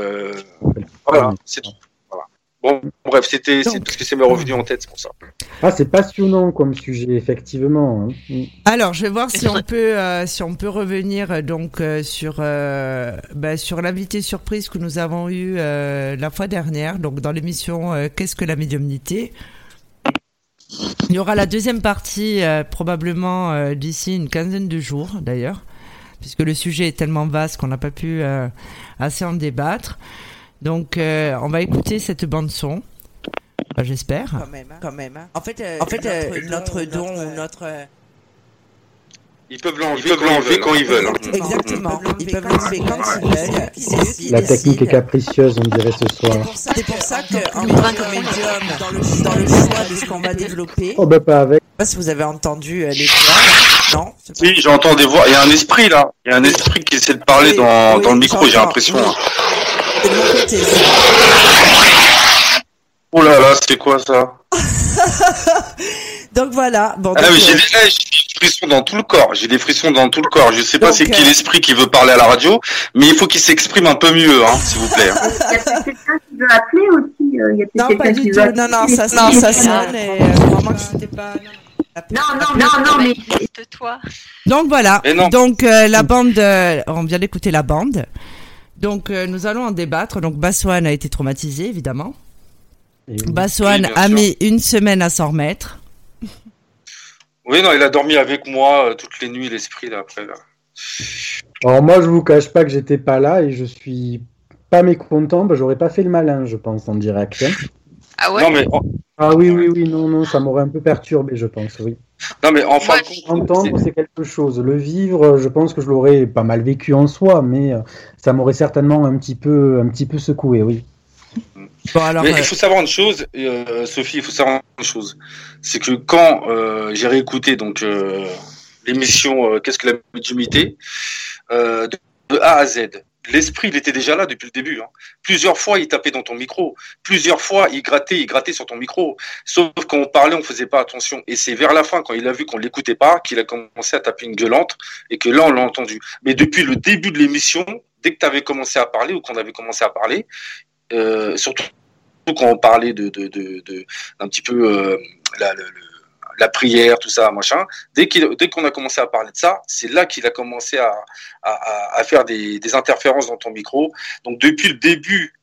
voilà, c'est tout. Voilà. Bon, bref, c'est parce que c'est m'est revenu en tête, c'est pour ça. Ah, c'est passionnant comme sujet, effectivement. Alors, je vais voir si on peut revenir donc sur l'invité surprise que nous avons eu la fois dernière, donc dans l'émission Qu'est-ce que la médiumnité ? Il y aura la deuxième partie probablement d'ici une quinzaine de jours d'ailleurs, puisque le sujet est tellement vaste qu'on n'a pas pu assez en débattre. Donc on va écouter cette bande son. J'espère. Quand même. En fait, notre don, notre Ils peuvent l'enlever quand ils veulent. Exactement. Ils peuvent l'enlever quand ils veulent. La technique est capricieuse, on dirait ce soir. C'est pour ça qu'en tant que médium, dans le choix de ce qu'on va développer, oh, pas avec. Je sais pas si vous avez entendu les voix. Non. Si, j'entends des voix. Il y a un esprit là. Il y a un esprit qui essaie de parler dans le micro, j'ai l'impression. Oui. C'est de mon côté, ça. Oh là là, c'est quoi ça? Donc voilà. Bon, j'ai des frissons dans tout le corps. Je sais pas c'est qui l'esprit qui veut parler à la radio, mais il faut qu'il s'exprime un peu mieux, s'il vous plaît. Il y a peut-être quelqu'un qui veut appeler aussi. Non, pas du tout. Non, ça sonne. Vraiment que c'était pas. Non, mais de toi. Donc voilà. Donc la bande, on vient d'écouter la bande. Donc nous allons en débattre. Donc Bassoane a été traumatisé évidemment. Bassoane a mis une semaine à s'en remettre. Oui, non, il a dormi avec moi toutes les nuits, l'esprit là après. Là. Alors moi, je vous cache pas que j'étais pas là et je suis pas mécontent. J'aurais pas fait le malin, je pense, en direct. Ah ouais. Non, mais... Ah oui, non, ça m'aurait un peu perturbé, je pense, oui. Non, mais enfin, entendre, c'est quelque chose. Le vivre, je pense que je l'aurais pas mal vécu en soi, mais ça m'aurait certainement un petit peu secoué, oui. Bon, alors, Mais il faut savoir une chose, Sophie, il faut savoir une chose. C'est que quand j'ai réécouté donc l'émission Qu'est-ce que la médiumnité de A à Z, l'esprit, il était déjà là depuis le début. Hein. Plusieurs fois, il tapait dans ton micro. Plusieurs fois, il grattait sur ton micro. Sauf quand on parlait, on faisait pas attention. Et c'est vers la fin, quand il a vu qu'on l'écoutait pas, qu'il a commencé à taper une gueulante et que là, on l'a entendu. Mais depuis le début de l'émission, dès que tu avais commencé à parler ou qu'on avait commencé à parler, surtout quand on parlait d'un petit peu la prière, tout ça, machin. Dès qu'on a commencé à parler de ça, c'est là qu'il a commencé à faire des interférences dans ton micro. Donc depuis le début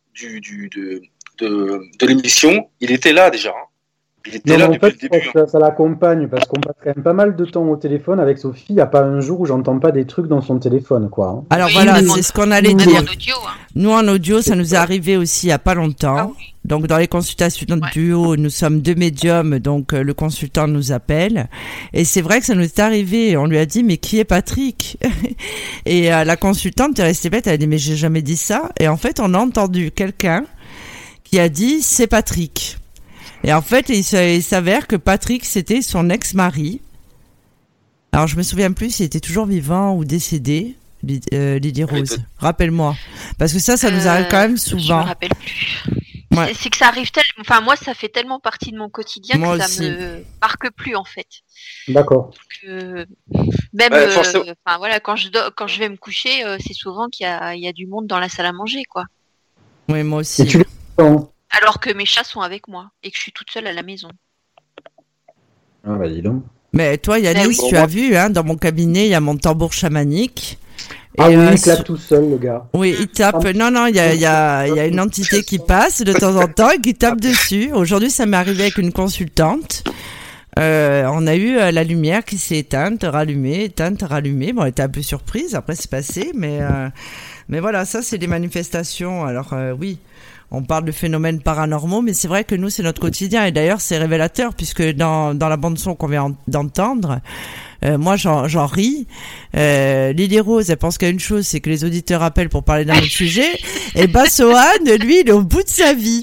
de l'émission, il était là déjà. Hein. Il était là depuis le début. Ça l'accompagne parce qu'on passe quand même pas mal de temps au téléphone avec Sophie. Il n'y a pas un jour où j'entends pas des trucs dans son téléphone, quoi. Hein. Alors voilà, c'est ce qu'on allait dire. Nous en audio, ça nous est arrivé aussi il y a pas longtemps. Donc dans les consultations de duo, nous sommes 2 médiums, donc le consultant nous appelle. Et c'est vrai que ça nous est arrivé. On lui a dit mais qui est Patrick? Et la consultante est restée bête. Elle a dit mais j'ai jamais dit ça. Et en fait, on a entendu quelqu'un qui a dit c'est Patrick. Et en fait, il s'avère que Patrick, c'était son ex-mari. Alors, je me souviens plus s'il était toujours vivant ou décédé, Lydie Rose. Rappelle-moi. Parce que ça nous arrive quand même souvent. Je me rappelle plus. Ouais. C'est que ça arrive tellement... Enfin, moi, ça fait tellement partie de mon quotidien que ça me marque plus, en fait. D'accord. Même, voilà, quand je vais me coucher, c'est souvent qu'il y a du monde dans la salle à manger, quoi. Oui, moi aussi. Et tu alors que mes chats sont avec moi et que je suis toute seule à la maison. Ah bah dis donc. Mais toi, Yanis, tu as vu, hein, dans mon cabinet, il y a mon tambour chamanique. Ah oui, il clappe tout seul, le gars. Oui, il tape. Non, il y a une entité qui passe de temps en temps et qui tape dessus. Aujourd'hui, ça m'est arrivé avec une consultante. On a eu la lumière qui s'est éteinte, rallumée. Bon, elle était un peu surprise. Après, c'est passé, mais voilà, ça, c'est des manifestations. Alors, oui. On parle de phénomènes paranormaux, mais c'est vrai que nous, c'est notre quotidien. Et d'ailleurs, c'est révélateur, puisque dans la bande-son qu'on vient d'entendre, moi, j'en ris. Lily Rose, elle pense qu'à une chose, c'est que les auditeurs appellent pour parler d'un autre sujet. Et Sohan, lui, il est au bout de sa vie.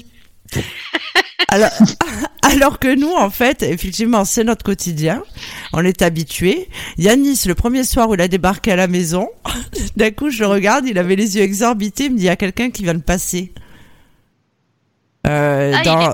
Alors que nous, en fait, effectivement, c'est notre quotidien. On est habitués. Yanis, le premier soir où il a débarqué à la maison, d'un coup, je le regarde, il avait les yeux exorbités, il me dit, il y a quelqu'un qui vient de passer. Dans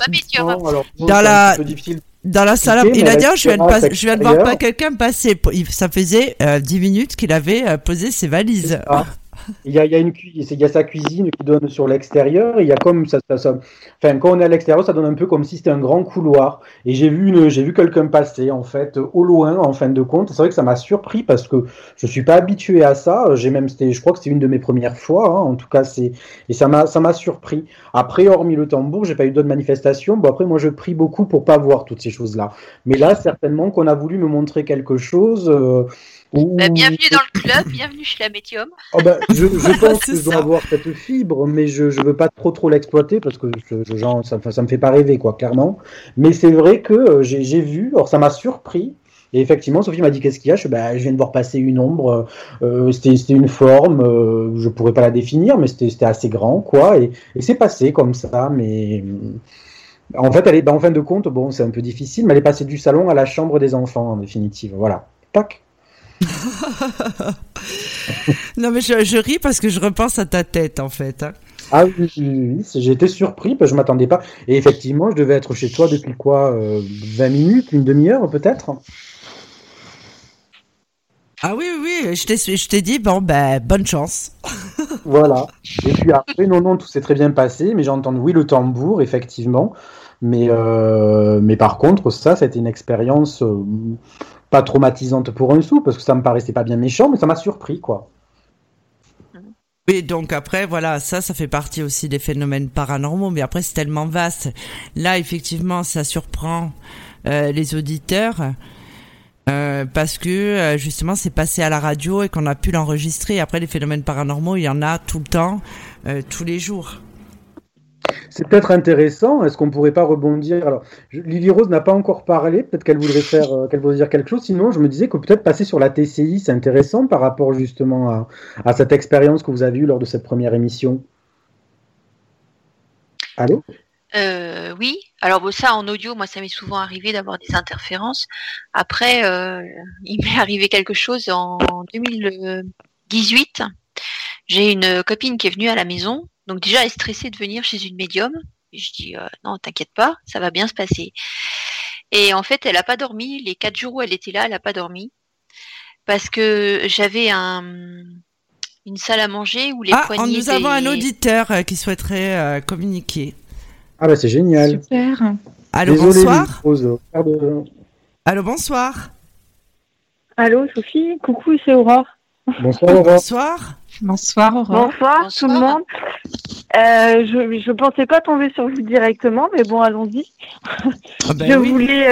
la salle, il a dit je viens de voir quelqu'un passer. Ça faisait 10 minutes qu'il avait posé ses valises. Il y a sa cuisine qui donne sur l'extérieur. Il y a comme ça. Enfin, quand on est à l'extérieur, ça donne un peu comme si c'était un grand couloir. Et j'ai vu quelqu'un passer en fait au loin, en fin de compte. C'est vrai que ça m'a surpris parce que je suis pas habitué à ça. Je crois que c'était une de mes premières fois. Hein, en tout cas, et ça m'a surpris. Après, hormis le tambour, j'ai pas eu d'autres manifestations. Bon, après, moi, je prie beaucoup pour pas voir toutes ces choses-là. Mais là, certainement qu'on a voulu me montrer quelque chose. Bienvenue dans le club, bienvenue chez la médium. Oh bah, je pense que je dois avoir cette fibre, mais je veux pas trop l'exploiter parce que ça me fait pas rêver, quoi, clairement. Mais c'est vrai que j'ai vu, alors ça m'a surpris. Et effectivement, Sophie m'a dit qu'est-ce qu'il y a. Je viens de voir passer une ombre. C'était une forme. Je pourrais pas la définir, mais c'était assez grand, quoi. Et c'est passé comme ça, mais. En fait, en fin de compte, bon, c'est un peu difficile, mais elle est passée du salon à la chambre des enfants, en définitive. Voilà. Tac. Non mais je ris parce que je repense à ta tête en fait. Hein. Ah oui, j'ai été surpris parce que je m'attendais pas. Et effectivement, je devais être chez toi depuis quoi 20 minutes, une demi-heure peut-être. Ah oui, je t'ai dit bonne chance. Voilà. Et puis après, non, tout s'est très bien passé, mais j'ai entendu le tambour effectivement, mais par contre ça a été une expérience. Pas traumatisante pour un sou, parce que ça me paraissait pas bien méchant, mais ça m'a surpris, quoi. Oui, donc après, voilà, ça fait partie aussi des phénomènes paranormaux, mais après, c'est tellement vaste. Là, effectivement, ça surprend les auditeurs, parce que, justement, c'est passé à la radio et qu'on a pu l'enregistrer. Après, les phénomènes paranormaux, il y en a tout le temps, tous les jours. C'est peut-être intéressant. Est-ce qu'on pourrait pas rebondir? Alors, Lily Rose n'a pas encore parlé. Peut-être qu'elle voudrait dire quelque chose. Sinon, je me disais que peut-être passer sur la TCI, c'est intéressant par rapport justement à cette expérience que vous avez eue lors de cette première émission. Allô? Oui. Alors bon, ça en audio, moi ça m'est souvent arrivé d'avoir des interférences. Après, il m'est arrivé quelque chose en 2018. J'ai une copine qui est venue à la maison. Donc déjà, elle est stressée de venir chez une médium. Et je dis non, t'inquiète pas, ça va bien se passer. Et en fait, elle n'a pas dormi. Les 4 jours où elle était là, elle n'a pas dormi. Parce que j'avais une salle à manger où les poignées nous avons un auditeur qui souhaiterait communiquer. Ah bah c'est génial. Super. Allô, Désolé, bonsoir. je vous pose, pardon. Allô, bonsoir. Allô, Sophie. Coucou, c'est Aurore. Bonsoir, Aurore. Bonsoir. Bonsoir, Aurore. Bonsoir, tout le monde. Je pensais pas tomber sur vous directement, mais bon, allons-y. Je voulais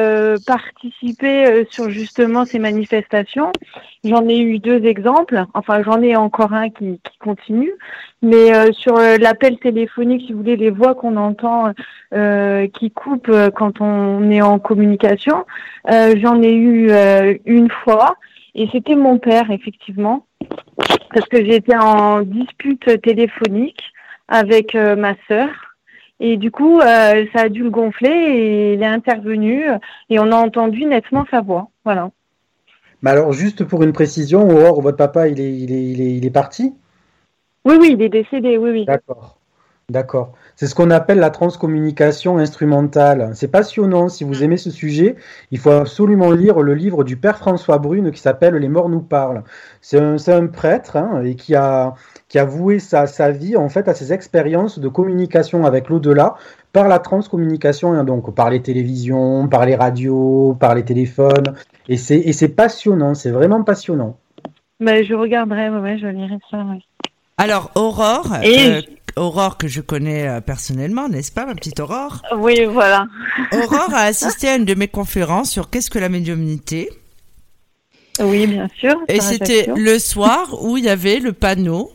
participer sur justement ces manifestations. J'en ai eu 2 exemples. Enfin, j'en ai encore un qui continue. Mais sur l'appel téléphonique, si vous voulez, les voix qu'on entend qui coupent quand on est en communication, j'en ai eu une fois. Et c'était mon père, effectivement. Parce que j'étais en dispute téléphonique avec ma sœur. Et du coup, ça a dû le gonfler et il est intervenu et on a entendu nettement sa voix. Voilà. Mais alors, juste pour une précision, Aurore, votre papa, il est parti? Oui, il est décédé, oui. D'accord. C'est ce qu'on appelle la transcommunication instrumentale. C'est passionnant. Si vous aimez ce sujet, il faut absolument lire le livre du père François Brune qui s'appelle Les morts nous parlent. C'est un prêtre et qui a voué sa vie en fait à ses expériences de communication avec l'au-delà par la transcommunication, donc par les télévisions, par les radios, par les téléphones. Et c'est passionnant. C'est vraiment passionnant. Mais je regarderai, je lirai ça. Ouais. Alors, Aurore, Aurore que je connais personnellement, n'est-ce pas, ma petite Aurore? Oui, voilà. Aurore a assisté à une de mes conférences sur qu'est-ce que la médiumnité. Oui, bien sûr. Et c'était le soir où il y avait le panneau,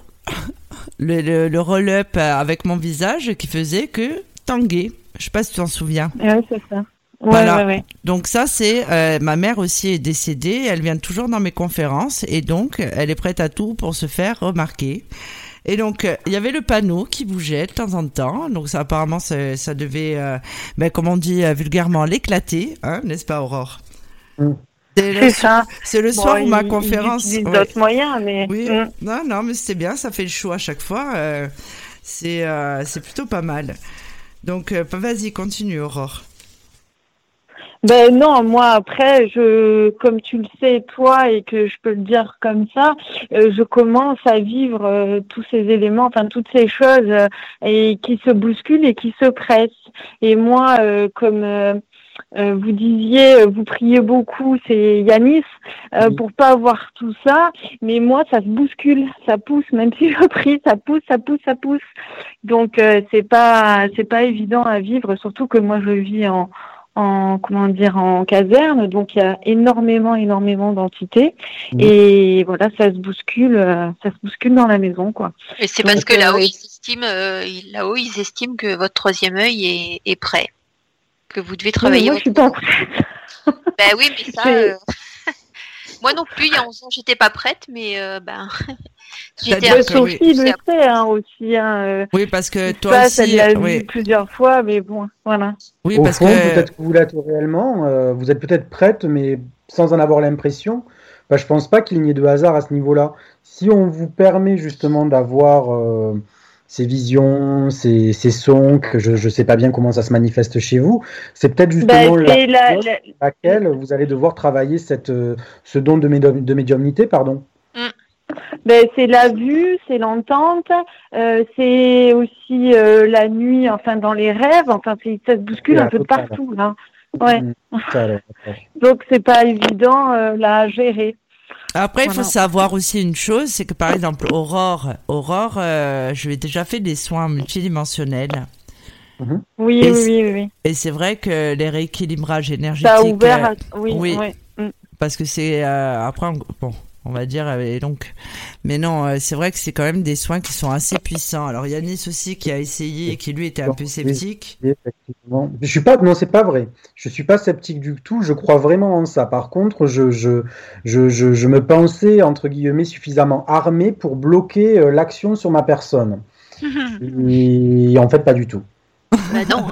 le roll-up avec mon visage qui faisait que Tanguay. Je sais pas si tu t'en souviens. Oui, c'est ça. Voilà. Ouais. Donc ça, c'est ma mère aussi est décédée. Elle vient toujours dans mes conférences et donc elle est prête à tout pour se faire remarquer. Et donc il y avait le panneau qui bougeait de temps en temps. Donc ça apparemment ça devait, comme on dit vulgairement, l'éclater, hein, n'est-ce pas, Aurore? C'est ça. C'est le soir où ma conférence. Il utilise d'autres moyens, mais. Oui. Non, mais c'était bien. Ça fait le show à chaque fois. C'est plutôt pas mal. Donc vas-y, continue, Aurore. Ben non, moi après, comme tu le sais toi et que je peux le dire comme ça, je commence à vivre tous ces éléments, enfin toutes ces choses et qui se bousculent et qui se pressent. Et moi, comme vous disiez, vous priez beaucoup, c'est Yanis, pour pas avoir tout ça. Mais moi, ça se bouscule, ça pousse. Même si je prie, ça pousse. Donc c'est pas évident à vivre, surtout que moi je vis en caserne, donc il y a énormément d'entités et voilà, ça se bouscule dans la maison, quoi. Et c'est parce que là-haut ils estiment que votre 3e œil est prêt, que vous devez travailler. Moi, je suis pas prête. Ben oui, mais ça moi non plus, il y a 11 ans, j'étais pas prête, mais j'étais Sophie le sait aussi. Oui, parce que toi aussi, elle l'a vu plusieurs fois, mais bon, voilà. Oui, Au fond, peut-être que vous l'êtes réellement. Vous êtes peut-être prête, mais sans en avoir l'impression. Je pense pas qu'il n'y ait de hasard à ce niveau-là. Si on vous permet justement d'avoir ces visions, ces sons, que je sais pas bien comment ça se manifeste chez vous, c'est peut-être justement laquelle vous allez devoir travailler ce don de médiumnité, pardon. C'est la vue, c'est l'entente, c'est aussi la nuit, enfin dans les rêves, enfin ça se bouscule un peu de partout là. Ouais. Donc c'est pas évident là à gérer. Après, il faut savoir aussi une chose, c'est que par exemple, Aurore, je lui ai déjà fait des soins multidimensionnels. Oui. Et c'est vrai que les rééquilibrages énergétiques. Ça a ouvert, oui. Parce que c'est après, on va dire, et donc, mais non, c'est vrai que c'est quand même des soins qui sont assez puissants. Alors Yanis aussi qui a essayé et qui lui était un peu sceptique. Effectivement. Non, c'est pas vrai. Je suis pas sceptique du tout. Je crois vraiment en ça. Par contre, je me pensais entre guillemets suffisamment armé pour bloquer l'action sur ma personne. Et en fait, pas du tout. Bah non.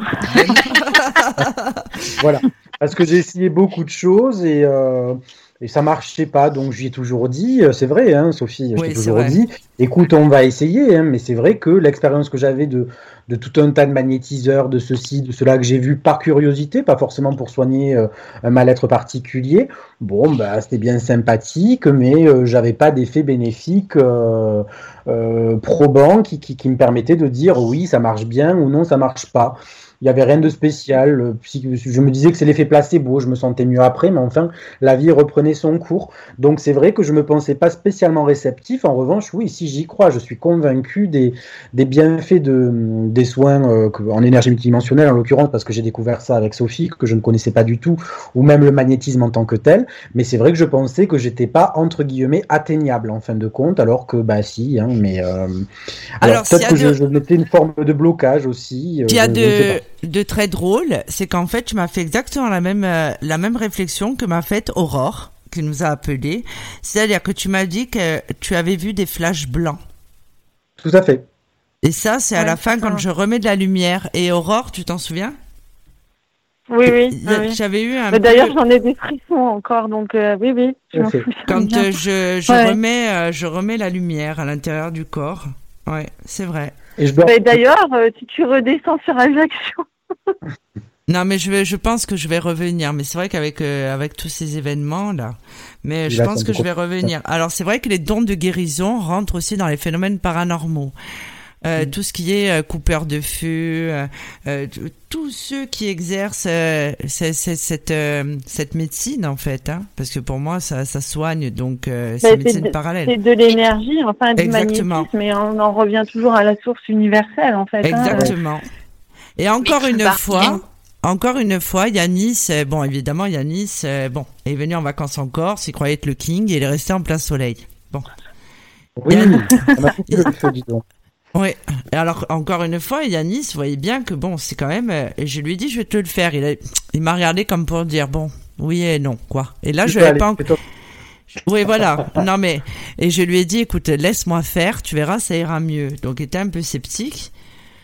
Voilà. Parce que j'ai essayé beaucoup de choses et ça marchait pas. Donc, j'y ai toujours dit, c'est vrai, hein, Sophie, je Oui, t'ai c'est toujours vrai. dit, écoute, on va essayer, hein, mais c'est vrai que l'expérience que j'avais de tout un tas de magnétiseurs, de ceci, de cela que j'ai vu par curiosité, pas forcément pour soigner un mal-être particulier, bon, bah, c'était bien sympathique, mais j'avais pas d'effet bénéfique probant qui me permettait de dire oui, ça marche bien ou non, ça marche pas. Il n'y avait rien de spécial. Je me disais que c'est l'effet placebo, je me sentais mieux après, mais enfin, la vie reprenait son cours. Donc c'est vrai que je ne me pensais pas spécialement réceptif. En revanche, oui, si j'y crois, je suis convaincu des bienfaits des soins en énergie multidimensionnelle, en l'occurrence, parce que j'ai découvert ça avec Sophie, que je ne connaissais pas du tout, ou même le magnétisme en tant que tel. Mais c'est vrai que je pensais que j'étais pas, entre guillemets, atteignable en fin de compte, alors que, bah si, hein, mais... alors peut-être que je mettais une forme de blocage aussi. Il y a de très drôle, c'est qu'en fait, tu m'as fait exactement la même réflexion que m'a faite Aurore, qui nous a appelés. C'est-à-dire que tu m'as dit que tu avais vu des flashs blancs. Tout à fait. Et ça, c'est à la fin quand je remets de la lumière. Et Aurore, tu t'en souviens ? Oui. J'avais eu un. D'ailleurs, j'en ai des frissons encore, donc oui. Quand je remets la lumière à l'intérieur du corps. Ouais, c'est vrai. D'ailleurs, si tu redescends sur Ajaccio. Non, mais je pense que je vais revenir. Mais c'est vrai qu'avec avec tous ces événements là, mais je pense que je vais revenir. Alors c'est vrai que les dons de guérison rentrent aussi dans les phénomènes paranormaux. Tout ce qui est coupeur de feu, tous ceux qui exercent cette médecine en fait, hein, parce que pour moi ça soigne, donc c'est une médecine parallèle. C'est de l'énergie, enfin du Exactement. magnétisme, mais on en revient toujours à la source universelle en fait. Exactement. Et encore une fois, Yanis, bon évidemment Yanis, est venu en vacances en Corse, il croyait être le king et il est resté en plein soleil. Bon. Oui, ça m'a fait le feu, dis donc. Oui, et alors encore une fois, Yanis voyait bien que bon, c'est quand même. Et je lui ai dit, je vais te le faire. Il m'a regardé comme pour dire bon, oui et non, quoi. Et là, je l'avais pas encore. Oui, voilà. Non mais, et je lui ai dit, écoute, laisse-moi faire, tu verras, ça ira mieux. Donc, il était un peu sceptique.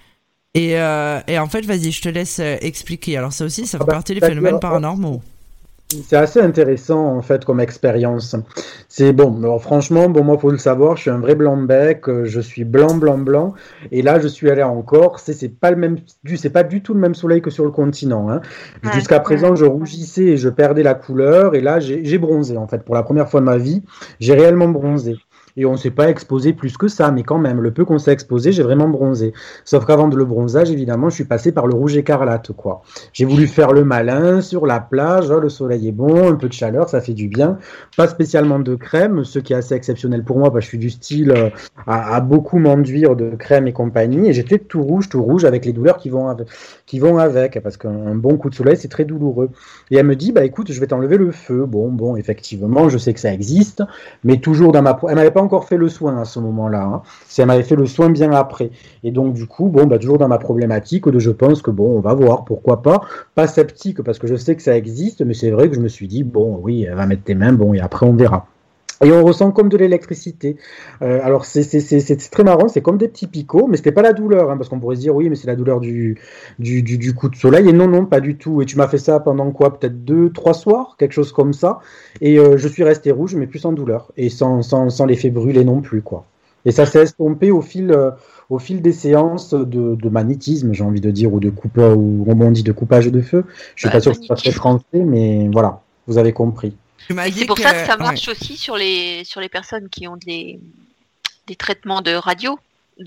Et en fait, vas-y, je te laisse expliquer. Alors ça aussi, ça fait partie des phénomènes paranormaux. C'est assez intéressant en fait comme expérience. C'est bon, alors franchement, bon moi faut le savoir, je suis un vrai blanc-bec, je suis blanc, et là je suis allé en Corse, c'est pas du tout le même soleil que sur le continent. Hein. Jusqu'à présent, je rougissais et je perdais la couleur, et là j'ai bronzé en fait pour la première fois de ma vie, j'ai réellement bronzé. Et on ne s'est pas exposé plus que ça, mais quand même, le peu qu'on s'est exposé, j'ai vraiment bronzé. Sauf qu'avant le bronzage, évidemment, je suis passé par le rouge écarlate, quoi. J'ai voulu faire le malin sur la plage, le soleil est bon, un peu de chaleur, ça fait du bien. Pas spécialement de crème, ce qui est assez exceptionnel pour moi, parce que je suis du style à beaucoup m'enduire de crème et compagnie, et j'étais tout rouge, avec les douleurs qui vont avec, parce qu'un bon coup de soleil, c'est très douloureux. Et elle me dit, bah écoute, je vais t'enlever le feu. Bon, effectivement, je sais que ça existe, mais toujours dans elle m'avait pas encore fait le soin à ce moment-là. Hein. Elle m'avait fait le soin bien après. Et donc, du coup, toujours dans ma problématique je pense que on va voir, pourquoi pas. Pas sceptique, parce que je sais que ça existe, mais c'est vrai que je me suis dit, oui, elle va mettre tes mains, et après on verra. Et on ressent comme de l'électricité. Alors c'est très marrant, c'est comme des petits picots, mais c'était pas la douleur, hein, parce qu'on pourrait se dire oui, mais c'est la douleur du coup de soleil. Et non, pas du tout. Et tu m'as fait ça pendant quoi, peut-être 2-3 soirs, quelque chose comme ça. Et je suis resté rouge, mais plus sans douleur et sans l'effet brûlé non plus, quoi. Et ça s'est estompé au fil des séances de magnétisme, j'ai envie de dire, ou de coupage, ou on dit de coupage de feu. Je suis pas sûr que ce soit très français, mais voilà, vous avez compris. C'est pour ça que ça marche aussi sur les personnes qui ont des traitements de radio,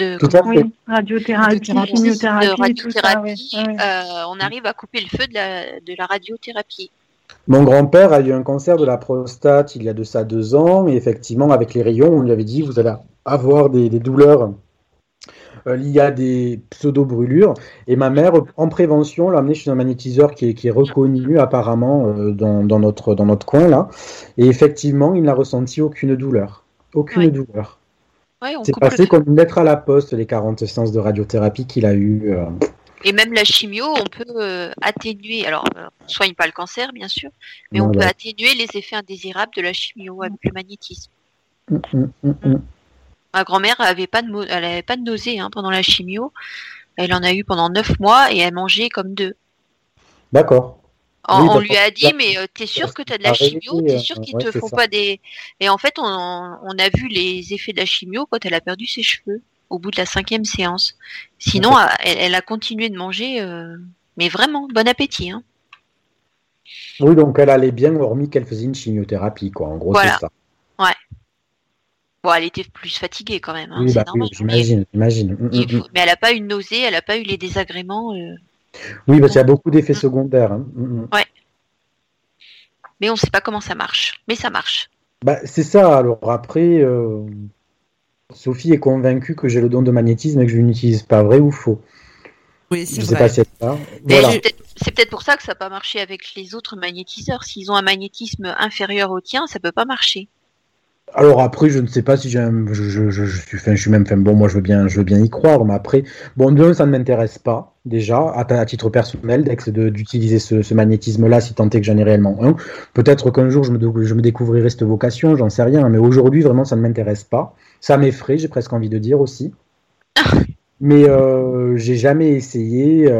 radiothérapie, chimiothérapie, tout ça. On arrive à couper le feu de la radiothérapie. Mon grand-père a eu un cancer de la prostate il y a de ça 2 ans, et effectivement, avec les rayons, on lui avait dit, vous allez avoir des douleurs liées à des pseudo-brûlures. Et ma mère, en prévention, l'a amené chez un magnétiseur qui est reconnu apparemment dans notre coin là. Et effectivement, il n'a ressenti aucune douleur. Douleur. Ouais, c'est passé comme une lettre à la poste, les 40 séances de radiothérapie qu'il a eues. Et même la chimio, on peut atténuer, alors on ne soigne pas le cancer bien sûr, mais on peut atténuer les effets indésirables de la chimio avec le magnétisme. Ma grand-mère n'avait pas de nausée pendant la chimio, Elle en a eu pendant 9 mois et elle mangeait comme 2. D'accord. Oui, On parce lui a que dit, mais t'es sûr que t'as de la chimio? T'es sûr qu'ils ouais, te c'est font ça. pas des... Et en fait, on a vu les effets de la chimio quand elle a perdu ses cheveux, au bout de la 5e séance. Sinon, D'accord. elle a continué de manger, mais vraiment, bon appétit. Hein. Oui, donc elle allait bien, hormis qu'elle faisait une chimiothérapie, quoi. En gros, c'est Voilà, ça. ouais. Bon, elle était plus fatiguée quand même, hein, Oui, c'est bah oui, normal. j'imagine, j'imagine. Mais elle a pas eu de nausée, elle a pas eu les désagréments. Oui, parce qu'il y a Donc, beaucoup d'effets secondaires. Hein. ouais. Mais on sait pas comment ça marche. Mais ça marche. Bah, c'est ça. Alors après, Sophie est convaincue que j'ai le don de magnétisme et que je n'utilise pas. Vrai ou faux? Oui, Je c'est sais pas vrai. si c'est ça. Mais Voilà. c'est peut-être pour ça que ça n'a pas marché avec les autres magnétiseurs. S'ils ont un magnétisme inférieur au tien, ça peut pas marcher. Alors après, je ne sais pas si j'ai un... je suis même... Enfin, bon, moi, je veux bien y croire, mais après... Bon, d'un, ça ne m'intéresse pas, déjà, à titre personnel, d'utiliser ce magnétisme-là, si tant est que j'en ai réellement un. Peut-être qu'un jour, je me découvrirai cette vocation, j'en sais rien, mais aujourd'hui, vraiment, ça ne m'intéresse pas. Ça m'effraie, j'ai presque envie de dire aussi. Mais j'ai jamais essayé...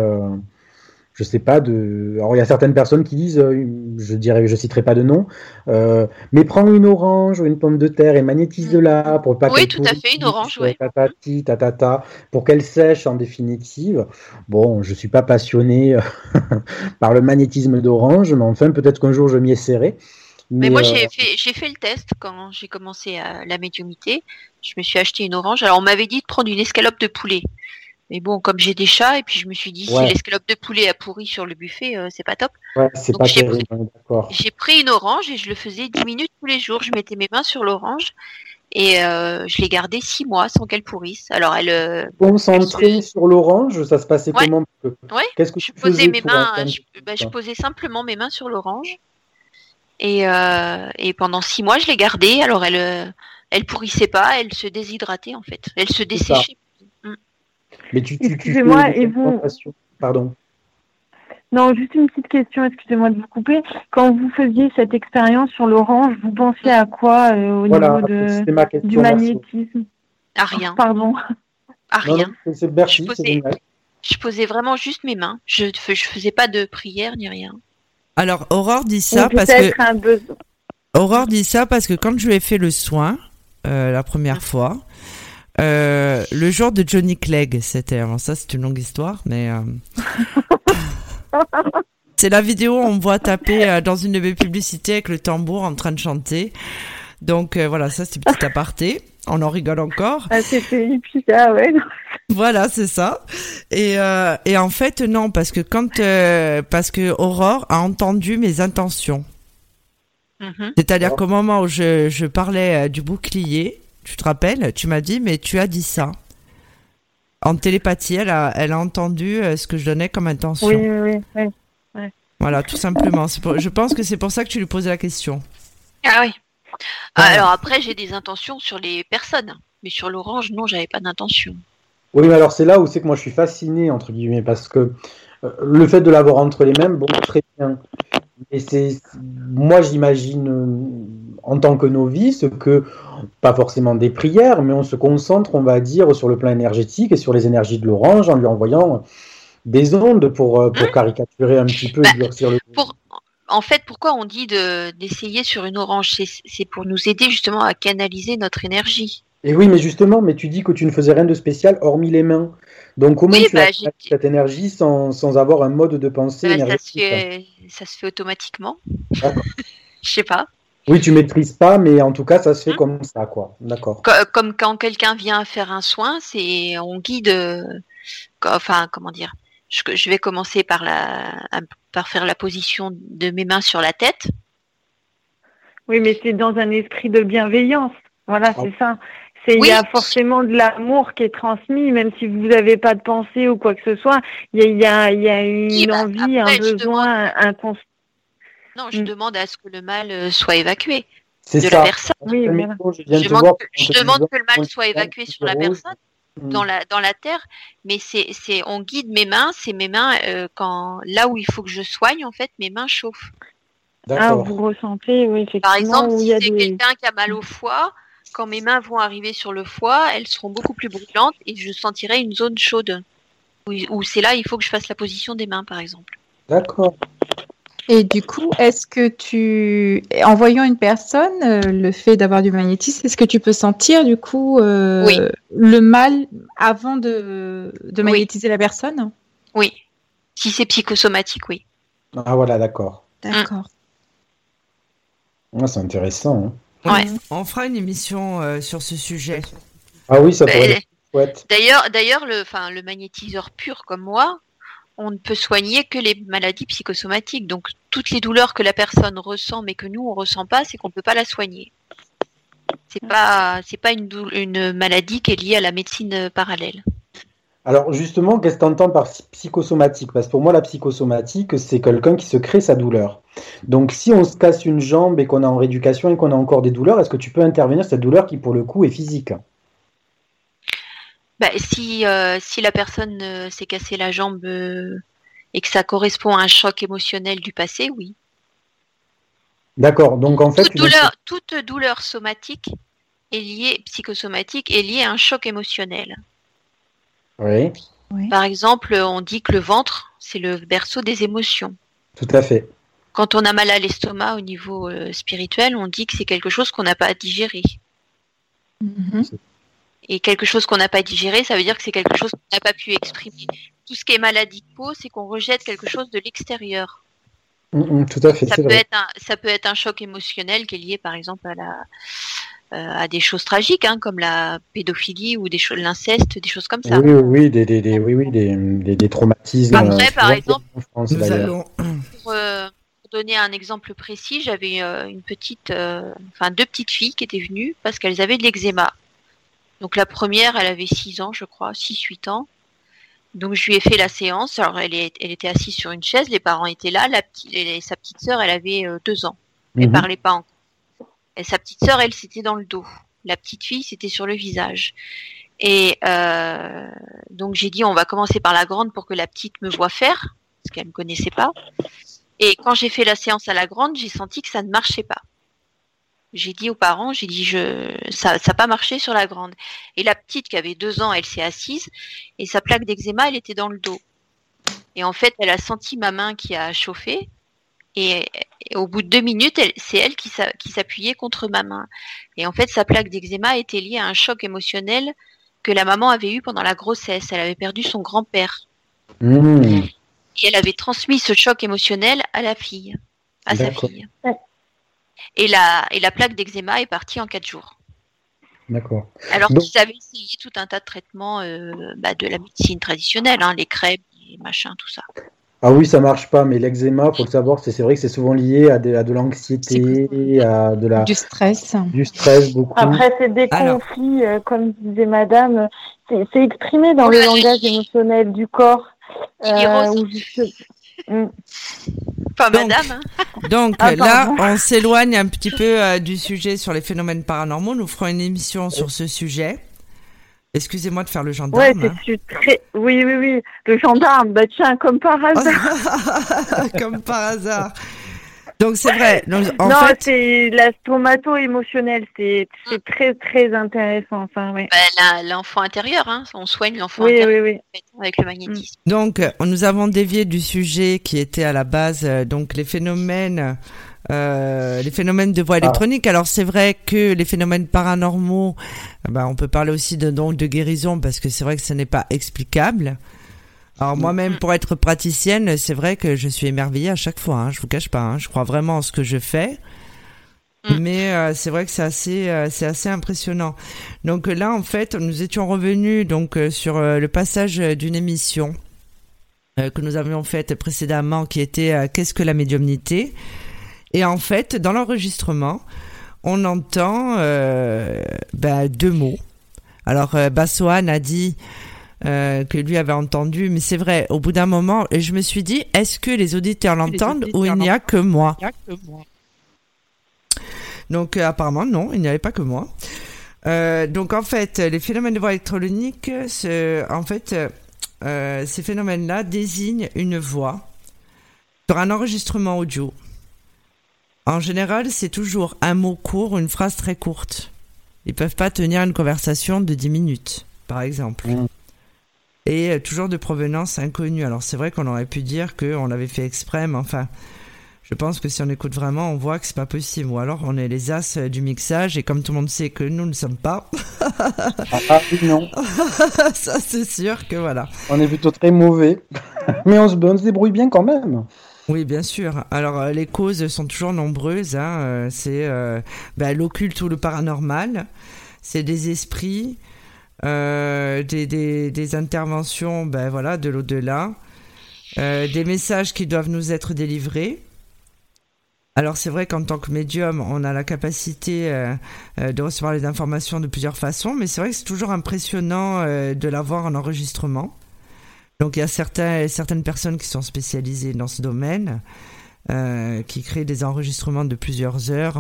je sais pas de. Alors il y a certaines personnes qui disent, je citerai pas de nom, mais prends une orange ou une pomme de terre et magnétise-la pour pas Oui, qu'elle tout à fait, une orange, pourrisse, ouais. tatati, tatata, pour qu'elle sèche en définitive. Bon, je suis pas passionné par le magnétisme d'orange, mais enfin peut-être qu'un jour je m'y essaierai. Mais Mais moi, j'ai fait le test quand j'ai commencé la médiumité. Je me suis acheté une orange. Alors, on m'avait dit de prendre une escalope de poulet. Mais bon, comme j'ai des chats, et puis je me suis dit, si ouais, l'escalope de poulet a pourri sur le buffet, c'est pas top. ouais, c'est Donc, pas terrible, d'accord. j'ai pris une orange et je le faisais 10 minutes tous les jours. Je mettais mes mains sur l'orange et je l'ai gardée 6 mois sans qu'elle pourrisse. Alors, Concentré sur l'orange, ça se passait ouais, comment? ouais. Qu'est-ce que Je tu posais faisais mes pour mains, atteindre je ça? posais simplement mes mains sur l'orange. Et pendant 6 mois, je l'ai gardée. Alors, elle pourrissait pas, elle se déshydratait en fait. Elle se C'est ça. desséchait. Mm. Mais tu Excusez-moi, fais et des vous... concentrations. Pardon. Non, juste une petite question, excusez-moi de vous couper. Quand vous faisiez cette expérience sur l'orange, vous pensiez à quoi au Voilà, niveau c'était ma question. du Merci. magnétisme? À rien. Pardon. À Non, rien. non, c'est merci, c'est génial. Je posais vraiment juste mes mains. Je faisais pas de prière ni rien. Alors, Aurore dit ça Donc, parce peut-être que un besoin. Aurore dit ça parce que quand je lui ai fait le soin la première fois, le jour de Johnny Clegg, c'était. Alors ça, c'est une longue histoire, mais c'est la vidéo où on me voit taper dans une de mes publicités avec le tambour en train de chanter. Donc voilà, ça c'est petit aparté. On en rigole encore. Ah, c'était hippie, ah ouais. Non. Voilà, c'est ça. Et en fait, non, parce que parce que Aurore a entendu mes intentions. Mm-hmm. C'est-à-dire qu'au moment où je parlais du bouclier, tu te rappelles, tu m'as dit, mais tu as dit ça. En télépathie, elle a entendu ce que je donnais comme intention. Oui. Voilà, tout simplement. Je pense que c'est pour ça que tu lui posais la question. Ah oui. Ouais. Alors après, j'ai des intentions sur les personnes. Mais sur l'orange, non, j'avais pas d'intention. Oui, mais alors c'est là où c'est que moi je suis fasciné, entre guillemets, parce que le fait de l'avoir entre les mains, bon, très bien. Et moi j'imagine, en tant que novice, que, pas forcément des prières, mais on se concentre, on va dire, sur le plan énergétique et sur les énergies de l'orange en lui envoyant des ondes pour caricaturer un petit peu et durcir le... En fait, pourquoi on dit d'essayer sur une orange? C'est pour nous aider justement à canaliser notre énergie. Et oui, mais justement, mais tu dis que tu ne faisais rien de spécial hormis les mains. Donc comment tu as cette énergie sans avoir un mode de pensée énergétique? Ça se fait automatiquement. D'accord. Je sais pas. Oui, tu maîtrises pas, mais en tout cas, ça se fait comme ça, quoi. D'accord. Comme quand quelqu'un vient faire un soin, on guide. Enfin, comment dire? Je vais commencer par faire la position de mes mains sur la tête. Oui, mais c'est dans un esprit de bienveillance. Voilà, c'est ça. Il y a forcément de l'amour qui est transmis, même si vous n'avez pas de pensée ou quoi que ce soit. Il y a une envie, après, un besoin, un constat. Non, je demande à ce que le mal soit évacué de la personne. Oui, voilà. Je demande que le mal soit évacué sur la personne, dans la terre, mais on guide mes mains, c'est mes mains, là où il faut que je soigne, en fait, mes mains chauffent. Ah, vous ressentez, oui, effectivement. Par exemple, si c'est quelqu'un qui a mal au foie, quand mes mains vont arriver sur le foie, elles seront beaucoup plus brûlantes et je sentirai une zone chaude. Ou c'est là, il faut que je fasse la position des mains, par exemple. D'accord. Et du coup, est-ce que en voyant une personne, le fait d'avoir du magnétisme, est-ce que tu peux sentir du coup Oui. le mal avant de magnétiser la personne? Oui. Si c'est psychosomatique, oui. Ah voilà, d'accord. D'accord. Ah, c'est intéressant. Hein. Ouais. On fera une émission sur ce sujet. Ah oui, ça pourrait être chouette. D'ailleurs, le magnétiseur pur comme moi, on ne peut soigner que les maladies psychosomatiques. Donc, toutes les douleurs que la personne ressent, mais que nous, on ressent pas, c'est qu'on ne peut pas la soigner. C'est pas une maladie qui est liée à la médecine parallèle. Alors justement, qu'est-ce que tu entends par psychosomatique? Parce que pour moi, la psychosomatique, c'est quelqu'un qui se crée sa douleur. Donc si on se casse une jambe et qu'on est en rééducation et qu'on a encore des douleurs, est-ce que tu peux intervenir sur cette douleur qui, pour le coup, est physique? Si la personne s'est cassé la jambe et que ça correspond à un choc émotionnel du passé, oui. D'accord. Donc en fait, toute douleur somatique psychosomatique est liée à un choc émotionnel. Oui. Par exemple, on dit que le ventre, c'est le berceau des émotions. Tout à fait. Quand on a mal à l'estomac au niveau spirituel, on dit que c'est quelque chose qu'on n'a pas à digérer. Mm-hmm. Et quelque chose qu'on n'a pas digéré, ça veut dire que c'est quelque chose qu'on n'a pas pu exprimer. Tout ce qui est maladie de peau, c'est qu'on rejette quelque chose de l'extérieur. Tout à fait. Ça peut être un choc émotionnel qui est lié, par exemple, à des choses tragiques, hein, comme la pédophilie ou l'inceste, des choses comme ça. Oui, des traumatismes. Après, par exemple, Nous pour donner un exemple précis, j'avais deux petites filles qui étaient venues parce qu'elles avaient de l'eczéma. Donc la première, elle avait 6 ans, je crois, 6-8 ans. Donc je lui ai fait la séance. Alors elle était assise sur une chaise, les parents étaient là. Sa petite sœur, elle avait 2 ans. Elle parlait pas encore. Et sa petite sœur, elle, c'était dans le dos. La petite fille, c'était sur le visage. Et donc j'ai dit, on va commencer par la grande pour que la petite me voie faire, parce qu'elle me connaissait pas. Et quand j'ai fait la séance à la grande, j'ai senti que ça ne marchait pas. J'ai dit aux parents, ça n'a pas marché sur la grande. Et la petite qui avait 2 ans, elle s'est assise et sa plaque d'eczéma, elle était dans le dos. Et en fait, elle a senti ma main qui a chauffé et au bout de 2 minutes, c'est elle qui s'appuyait contre ma main. Et en fait, sa plaque d'eczéma était liée à un choc émotionnel que la maman avait eu pendant la grossesse. Elle avait perdu son grand-père. Et elle avait transmis ce choc émotionnel à sa fille. Et la plaque d'eczéma est partie en 4 jours. D'accord. Alors qu'ils avaient essayé tout un tas de traitements de la médecine traditionnelle, hein, les crèmes, les machins, tout ça. Ah oui, ça marche pas, mais l'eczéma, faut le savoir, c'est vrai que c'est souvent lié à de l'anxiété, à du stress. Du stress, beaucoup. Après, c'est des conflits, comme disait madame, c'est exprimé dans le langage émotionnel du corps. Pas madame. Donc là, on s'éloigne un petit peu du sujet sur les phénomènes paranormaux. Nous ferons une émission sur ce sujet. Excusez-moi de faire le gendarme. Oui, le gendarme. Bah tiens, comme par hasard. Comme par hasard. Donc c'est vrai. C'est la stomato-émotionnelle. C'est très très intéressant. Enfin, oui. L'enfant intérieur, hein. On soigne l'enfant intérieur avec le magnétisme. Donc nous avons dévié du sujet qui était à la base donc les phénomènes de voix électronique. Alors c'est vrai que les phénomènes paranormaux, on peut parler aussi de guérison parce que c'est vrai que ce n'est pas explicable. Alors moi-même, pour être praticienne, c'est vrai que je suis émerveillée à chaque fois, hein, je vous cache pas, hein, je crois vraiment en ce que je fais. Mais c'est vrai que c'est assez impressionnant. Donc là, en fait, nous étions revenus donc sur le passage d'une émission que nous avions faite précédemment qui était Qu'est-ce que la médiumnité ? Et en fait, dans l'enregistrement, on entend 2 mots. Alors, Bassoane a dit que lui avait entendu, mais c'est vrai, au bout d'un moment, et je me suis dit, est-ce que les auditeurs l'entendent ou il n'y a que moi ? Donc, apparemment, non, il n'y avait pas que moi. Donc, en fait, les phénomènes de voix électronique, ces phénomènes-là désignent une voix sur un enregistrement audio. En général, c'est toujours un mot court ou une phrase très courte. Ils peuvent pas tenir une conversation de 10 minutes, par exemple. et toujours de provenance inconnue. Alors c'est vrai qu'on aurait pu dire qu'on l'avait fait exprès, mais enfin, je pense que si on écoute vraiment, on voit que c'est pas possible. Ou alors on est les as du mixage, et comme tout le monde sait que nous ne sommes pas. Oui, non. Ça c'est sûr que voilà. On est plutôt très mauvais, mais on se débrouille bien quand même. Oui, bien sûr. Alors, les causes sont toujours nombreuses. C'est l'occulte ou le paranormal. C'est des esprits, des interventions de l'au-delà, des messages qui doivent nous être délivrés. Alors, c'est vrai qu'en tant que médium, on a la capacité de recevoir les informations de plusieurs façons, mais c'est vrai que c'est toujours impressionnant de l'avoir en enregistrement. Donc il y a certaines personnes qui sont spécialisées dans ce domaine, qui créent des enregistrements de plusieurs heures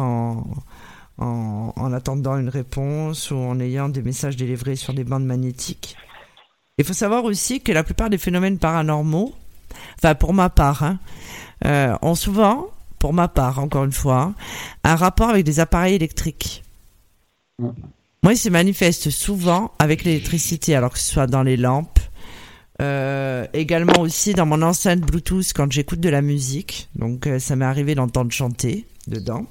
en attendant une réponse ou en ayant des messages délivrés sur des bandes magnétiques. Il faut savoir aussi que la plupart des phénomènes paranormaux, enfin pour ma part, ont souvent, pour ma part encore une fois, un rapport avec des appareils électriques. Moi, il se manifeste souvent avec l'électricité, alors que ce soit dans les lampes, également aussi dans mon enceinte Bluetooth quand j'écoute de la musique, donc ça m'est arrivé d'entendre chanter dedans.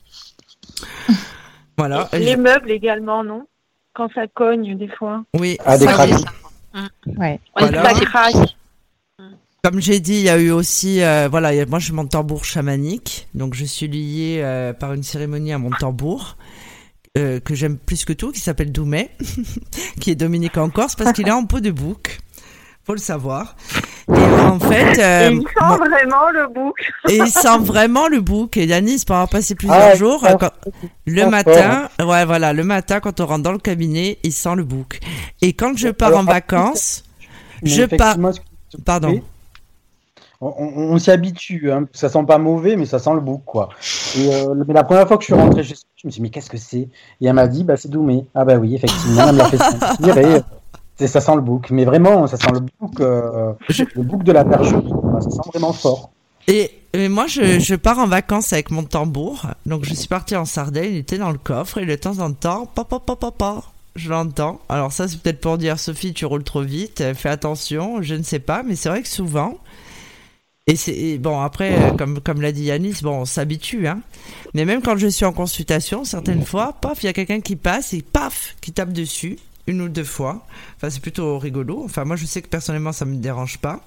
Voilà. Les meubles également, non? Quand ça cogne des fois. Oui. Des craques. Ouais. Voilà. Ça craque. Comme j'ai dit, il y a eu aussi, moi j'ai mon tambour chamanique, donc je suis liée par une cérémonie à mon tambour. Que j'aime plus que tout, qui s'appelle Doumet, qui est dominicain en Corse, parce qu'il est en peau de bouc. Faut le savoir. Et en fait, et il sent vraiment le bouc. Et il sent vraiment le bouc. Et Yanis, pour avoir passé plusieurs jours, le matin, le matin, quand on rentre dans le cabinet, il sent le bouc. Et quand je pars en vacances, Pardon. On s'y habitue, hein. Ça sent pas mauvais, mais ça sent le bouc, quoi. Mais la première fois que je suis rentré chez moi, je me suis dit, mais qu'est-ce que c'est? Et elle m'a dit, c'est Doumé. Ah bah oui, effectivement, elle me l'a fait sentir et ça sent le bouc. Mais vraiment, ça sent le bouc de la bergerie. Ça sent vraiment fort. Et moi, je pars en vacances avec mon tambour. Donc, je suis partie en Sardaigne, il était dans le coffre, et de temps en temps, je l'entends. Alors ça, c'est peut-être pour dire, Sophie, tu roules trop vite, fais attention, je ne sais pas, mais c'est vrai que souvent... Et bon, après, comme l'a dit Yanis, on s'habitue, hein. Mais même quand je suis en consultation, certaines fois, paf, il y a quelqu'un qui passe et paf, qui tape dessus, une ou deux fois. Enfin, c'est plutôt rigolo. Enfin, moi, je sais que personnellement, ça me dérange pas.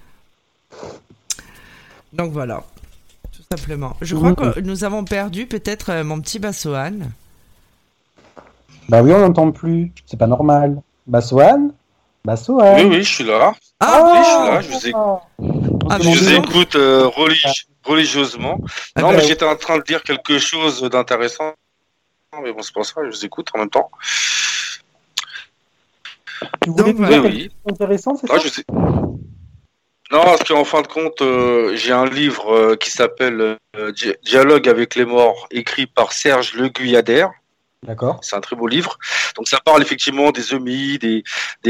Donc voilà, tout simplement. Je crois que nous avons perdu peut-être mon petit Bassoane. Bah oui, on l'entend plus. C'est pas normal. Bassoane. Oui, je suis là. Oui, je suis là. Je vous écoute religieusement. Non, mais j'étais en train de dire quelque chose d'intéressant. Mais bon, c'est pas ça, je vous écoute en même temps. Tu voulais nous dire quelque chose d'intéressant, c'est ça? Je sais. Non, parce qu'en fin de compte, j'ai un livre qui s'appelle Dialogue avec les morts, écrit par Serge Le Guyader. D'accord. C'est un très beau livre. Donc ça parle effectivement des EMI, des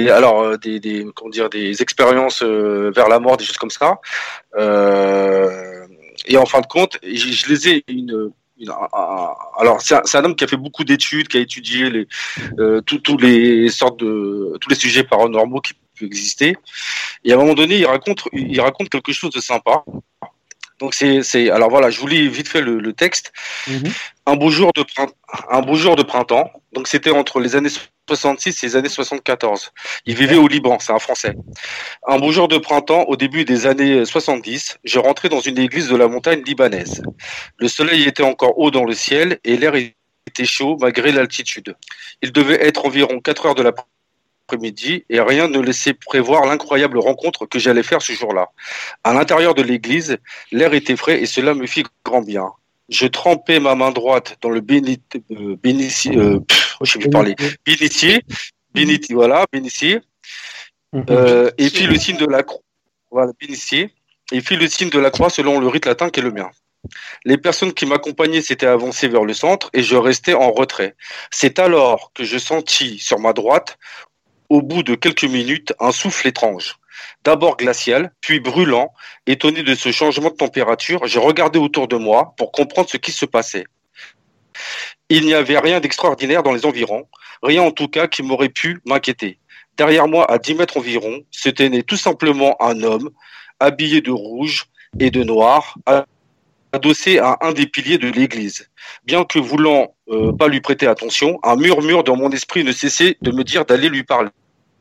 expériences vers la mort, des choses comme ça. Et en fin de compte, je les ai alors c'est un homme qui a fait beaucoup d'études, qui a étudié tous les sujets paranormaux qui peuvent exister. Et à un moment donné, il raconte quelque chose de sympa. Donc alors voilà, je vous lis vite fait le texte. Un beau jour de printemps. Donc c'était entre les années 66 et les années 74. Il vivait au Liban, c'est un Français. Un beau jour de printemps, au début des années 70, je rentrais dans une église de la montagne libanaise. Le soleil était encore haut dans le ciel et l'air était chaud malgré l'altitude. Il devait être environ 4 heures de l'après-midi et rien ne laissait prévoir l'incroyable rencontre que j'allais faire ce jour-là. À l'intérieur de l'église, l'air était frais et cela me fit grand bien. Je trempais ma main droite dans le bénitier, et puis le signe de la croix, voilà, bénitier, et puis le signe de la croix selon le rite latin qui est le mien. Les personnes qui m'accompagnaient s'étaient avancées vers le centre et je restais en retrait. C'est alors que je sentis sur ma droite, au bout de quelques minutes, un souffle étrange. D'abord glacial, puis brûlant. Étonné de ce changement de température, j'ai regardé autour de moi pour comprendre ce qui se passait. Il n'y avait rien d'extraordinaire dans les environs, rien en tout cas qui m'aurait pu m'inquiéter. Derrière moi, à 10 mètres environ, se tenait tout simplement un homme, habillé de rouge et de noir, adossé à un des piliers de l'église. Bien que voulant pas lui prêter attention, un murmure dans mon esprit ne cessait de me dire d'aller lui parler.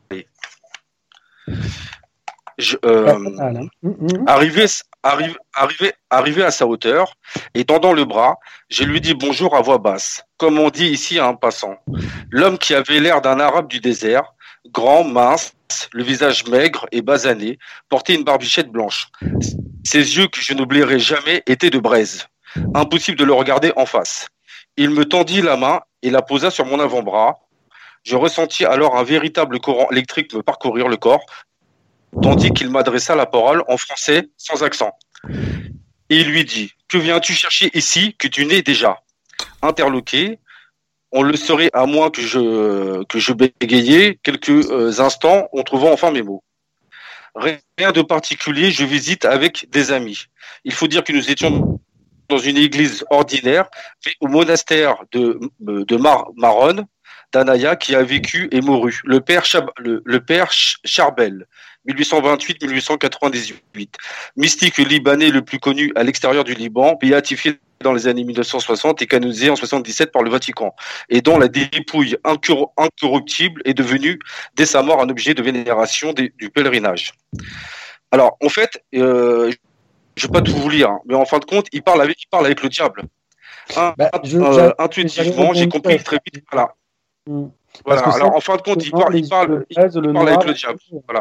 Arrivé à sa hauteur et tendant le bras, je lui dis bonjour à voix basse, comme on dit ici à un passant. L'homme qui avait l'air d'un arabe du désert, grand, mince, le visage maigre et basané, portait une barbichette blanche. Ses yeux, que je n'oublierai jamais, étaient de braise. Impossible de le regarder en face. Il me tendit la main et la posa sur mon avant-bras. Je ressentis alors un véritable courant électrique me parcourir le corps, tandis qu'il m'adressa la parole en français sans accent. Et il lui dit « Que viens-tu chercher ici que tu n'es déjà ?» Interloqué, on le saurait à moins que je bégayais quelques instants en trouvant enfin mes mots. Rien de particulier, je visite avec des amis. Il faut dire que nous étions dans une église ordinaire, mais au monastère de Maronne, d'Anaya, qui a vécu et mouru, le père Charbel, 1828-1898, mystique libanais le plus connu à l'extérieur du Liban, béatifié dans les années 1960 et canonisé en 77 par le Vatican, et dont la dépouille incorruptible est devenue, dès sa mort, un objet de vénération du pèlerinage. Alors, en fait, je ne vais pas tout vous lire, mais en fin de compte, il parle avec le diable. Intuitivement, j'ai compris très vite. Voilà. Voilà. Alors, en fin de compte, il parle avec le diable. Voilà.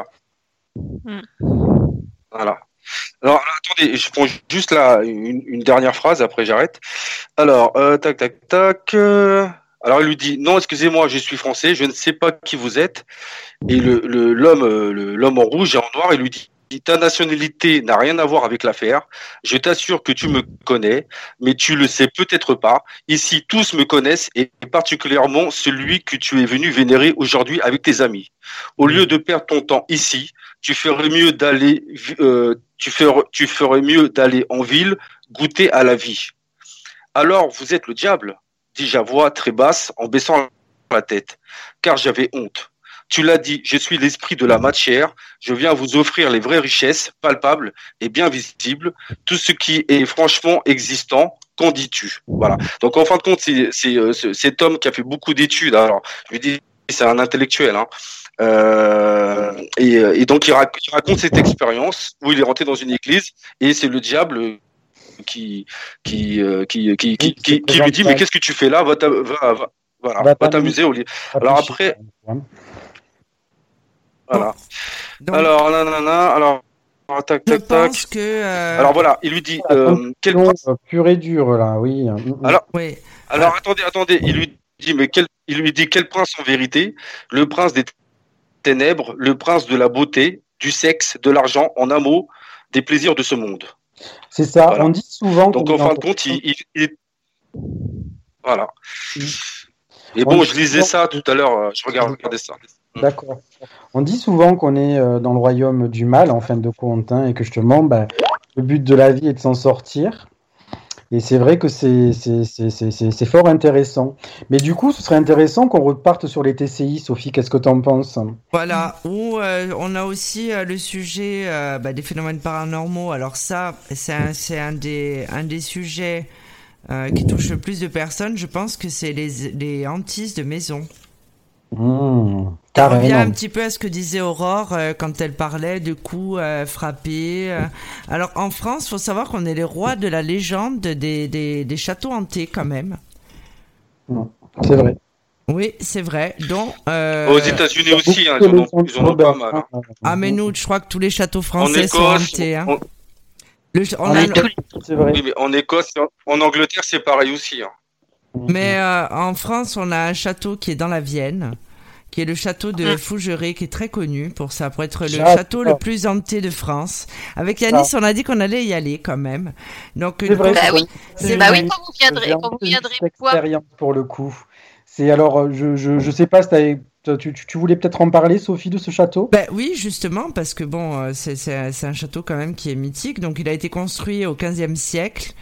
Voilà. Alors, attendez, je prends juste là une dernière phrase, après j'arrête. Alors, tac. Alors, il lui dit, non, excusez-moi, je suis français, je ne sais pas qui vous êtes. Et l'homme en rouge et en noir, il lui dit, ta nationalité n'a rien à voir avec l'affaire. Je t'assure que tu me connais, mais tu le sais peut-être pas. Ici, tous me connaissent, et particulièrement celui que tu es venu vénérer aujourd'hui avec tes amis. Au lieu de perdre ton temps ici, tu ferais mieux d'aller en ville, goûter à la vie. Alors, vous êtes le diable, dis-je à voix très basse en baissant la tête, car j'avais honte. Tu l'as dit, je suis l'esprit de la matière, je viens vous offrir les vraies richesses, palpables et bien visibles, tout ce qui est franchement existant, qu'en dis-tu? Voilà. Donc en fin de compte, c'est cet homme qui a fait beaucoup d'études, alors je lui dis, c'est un intellectuel, hein. Et donc il raconte cette expérience où il est rentré dans une église et c'est le diable qui lui dit, mais qu'est-ce que tu fais là? Va t'amuser au lit. Alors après... Voilà. Donc, alors, tac. Alors voilà, il lui dit quel prince pur et dur là, oui. Alors attendez, il lui dit quel prince en vérité? Le prince des ténèbres, le prince de la beauté, du sexe, de l'argent, en un mot, des plaisirs de ce monde. C'est ça. Voilà. On dit souvent. Donc en fin de compte, voilà. Et bon, je lisais ça tout à l'heure. Je regardais ça. D'accord. On dit souvent qu'on est dans le royaume du mal, en fin de compte, hein, et que justement, le but de la vie est de s'en sortir. Et c'est vrai que c'est fort intéressant. Mais du coup, ce serait intéressant qu'on reparte sur les TCI. Sophie, qu'est-ce que tu en penses? Voilà, où on a aussi le sujet des phénomènes paranormaux. Alors ça, c'est un des sujets qui touche le plus de personnes. Je pense que c'est les hantises de maison. Ça revient un petit peu à ce que disait Aurore quand elle parlait de coups frappés. Alors en France, il faut savoir qu'on est les rois de la légende des châteaux hantés quand même. C'est vrai. Oui, c'est vrai. Donc, aux États-Unis aussi, hein, ils en ont pas mal. Hein. Ah mais nous, je crois que tous les châteaux français sont hantés. Hein. C'est vrai. Oui, mais en Écosse, en Angleterre, c'est pareil aussi. Hein. Mais en France, on a un château qui est dans la Vienne, qui est le château de Fougeray, qui est très connu pour ça, pour être le château le plus hanté de France. Avec Yanis, on a dit qu'on allait y aller quand même. Donc, c'est vrai. Oui, quand vous viendrez expérience pour le coup. C'est alors, je sais pas si tu voulais peut-être en parler, Sophie, de ce château? Oui, justement, parce que bon, c'est un château quand même qui est mythique. Donc, il a été construit au XVe siècle.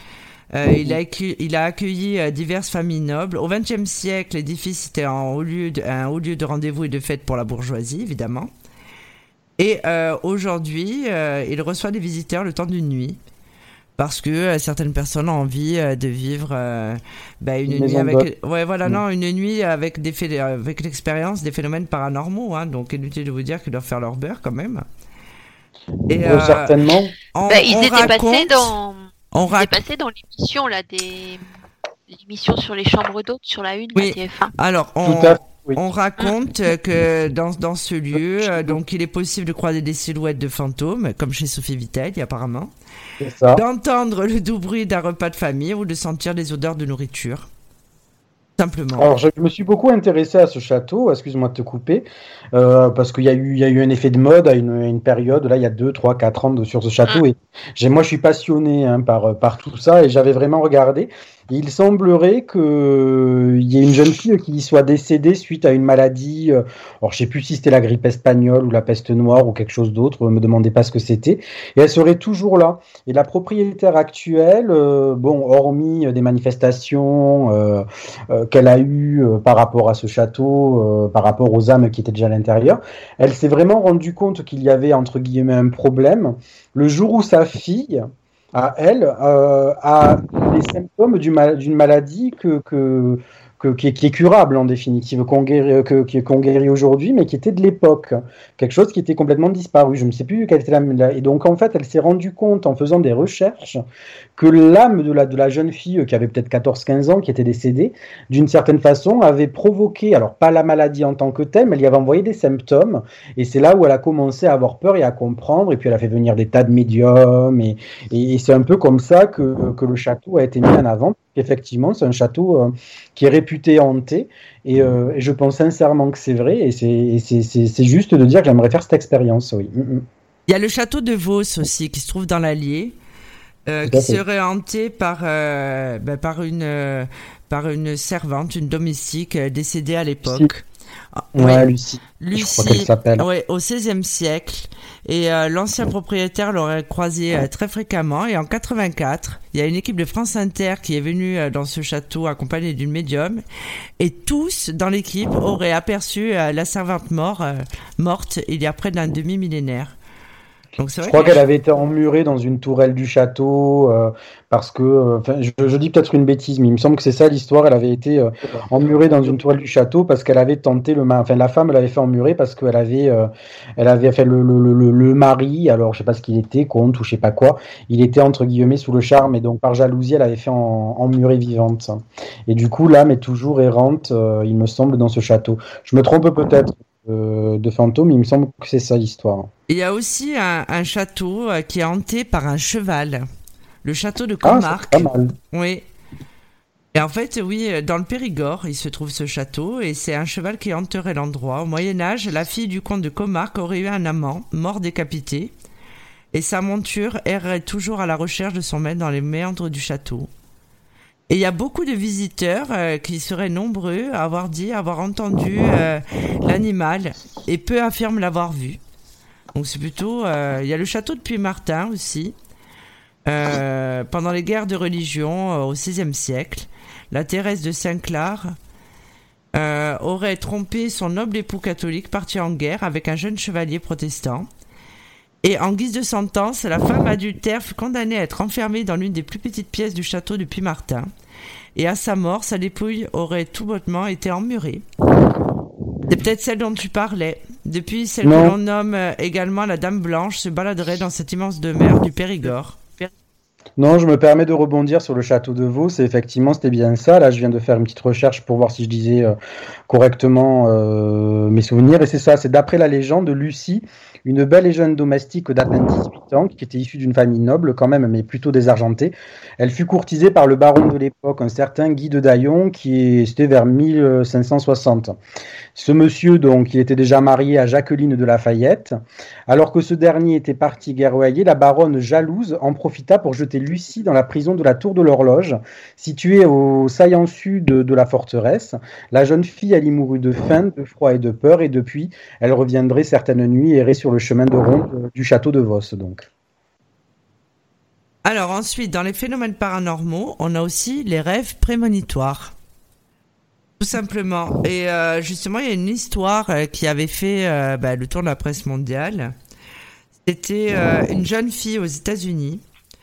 Il a accueilli diverses familles nobles. Au XXe siècle, l'édifice était un haut lieu de rendez-vous et de fête pour la bourgeoisie, évidemment. Et aujourd'hui, il reçoit des visiteurs le temps d'une nuit. Parce que certaines personnes ont envie de vivre une nuit avec, une nuit avec avec l'expérience des phénomènes paranormaux. Hein, donc inutile de vous dire qu'ils doivent faire leur beurre quand même. Et certainement. Ils étaient passés dans l'émission là l'émission sur les chambres d'hôtes sur la une, oui. la TF1. Alors on raconte que dans ce lieu, donc il est possible de croiser des silhouettes de fantômes, comme chez Sophie Vitelli apparemment, d'entendre le doux bruit d'un repas de famille ou de sentir des odeurs de nourriture. Simplement. Alors, je me suis beaucoup intéressé à ce château, excuse-moi de te couper, parce qu'il y a eu un effet de mode à une période, là, il y a 2, 3, 4 ans sur ce château, et moi, je suis passionné par tout ça, et j'avais vraiment regardé. Et il semblerait qu'il y ait une jeune fille qui soit décédée suite à une maladie, alors je sais plus si c'était la grippe espagnole ou la peste noire ou quelque chose d'autre, me demandez pas ce que c'était, et elle serait toujours là. Et la propriétaire actuelle, hormis des manifestations qu'elle a eues par rapport à ce château, par rapport aux âmes qui étaient déjà à l'intérieur, elle s'est vraiment rendue compte qu'il y avait entre guillemets un problème le jour où sa fille a les symptômes d'une maladie qui est curable en définitive, qu'on guérit aujourd'hui, mais qui était de l'époque. Quelque chose qui était complètement disparu. Je ne sais plus quelle était et donc en fait, elle s'est rendue compte en faisant des recherches que l'âme de la jeune fille qui avait peut-être 14-15 ans, qui était décédée, d'une certaine façon, avait provoqué, alors pas la maladie en tant que telle, mais elle y avait envoyé des symptômes. Et c'est là où elle a commencé à avoir peur et à comprendre. Et puis elle a fait venir des tas de médiums. Et c'est un peu comme ça que le château a été mis en avant. Effectivement, c'est un château qui est réputé hanté, et je pense sincèrement que c'est vrai, et c'est juste de dire que j'aimerais faire cette expérience, oui. Il y a le château de Vos aussi, qui se trouve dans l'Allier, qui serait hanté par une servante, une domestique décédée à l'époque. Lucie. Lucie, je crois qu'elle s'appelle. Au XVIe siècle. Et l'ancien propriétaire l'aurait croisé très fréquemment. Et en 84, il y a une équipe de France Inter qui est venue dans ce château accompagnée d'une médium. Et tous dans l'équipe auraient aperçu la servante morte il y a près d'un demi-millénaire. Donc, c'est vrai je crois qu'elle avait été emmurée dans une tourelle du château parce que, je dis peut-être une bêtise, mais il me semble que c'est ça l'histoire. Elle avait été emmurée dans une tourelle du château parce qu'elle avait tenté la femme l'avait fait emmurer parce qu'elle avait fait le mari, alors je sais pas ce qu'il était, comte ou je sais pas quoi, il était entre guillemets sous le charme et donc par jalousie elle avait fait emmurer vivante. Et du coup l'âme est toujours errante, il me semble, dans ce château. Je me trompe peut-être de fantôme, il me semble que c'est ça l'histoire. Il y a aussi un château qui est hanté par un cheval, le château de Comarque. C'est pas mal. Oui. Et en fait, oui, dans le Périgord, il se trouve ce château, et c'est un cheval qui hanterait l'endroit. Au Moyen-Âge, la fille du comte de Comarque aurait eu un amant, mort décapité, et sa monture errait toujours à la recherche de son maître dans les méandres du château. Et il y a beaucoup de visiteurs qui seraient nombreux à avoir entendu l'animal, et peu affirment l'avoir vu. Donc c'est plutôt... il y a le château de Puy-Martin aussi. Pendant les guerres de religion au XVIe siècle, la Thérèse de Saint-Clar aurait trompé son noble époux catholique parti en guerre avec un jeune chevalier protestant. Et en guise de sentence, la femme adultère fut condamnée à être enfermée dans l'une des plus petites pièces du château de Puy-Martin. Et à sa mort, sa dépouille aurait tout bonnement été emmurée. C'est peut-être celle dont tu parlais. Depuis, celle que l'on nomme également la Dame Blanche se baladerait dans cette immense demeure du Périgord. Non, je me permets de rebondir sur le château de Vaux. C'était bien ça. Là, je viens de faire une petite recherche pour voir si je disais correctement mes souvenirs. Et c'est ça, c'est d'après la légende de Lucie, une belle et jeune domestique d'à peine 18 ans, qui était issue d'une famille noble quand même, mais plutôt désargentée. Elle fut courtisée par le baron de l'époque, un certain Guy de Daillon, c'était vers 1560. Ce monsieur, donc, il était déjà marié à Jacqueline de Lafayette. Alors que ce dernier était parti guerroyer, la baronne jalouse en profita pour jeter Lucie dans la prison de la Tour de l'Horloge, située au saillant sud de la forteresse. La jeune fille, elle y mourut de faim, de froid et de peur, et depuis, elle reviendrait certaines nuits errer sur le chemin de ronde du château de Vos, donc. Alors ensuite, dans les phénomènes paranormaux, on a aussi les rêves prémonitoires. Tout simplement. Et justement, il y a une histoire qui avait fait le tour de la presse mondiale. C'était une jeune fille aux États-Unis,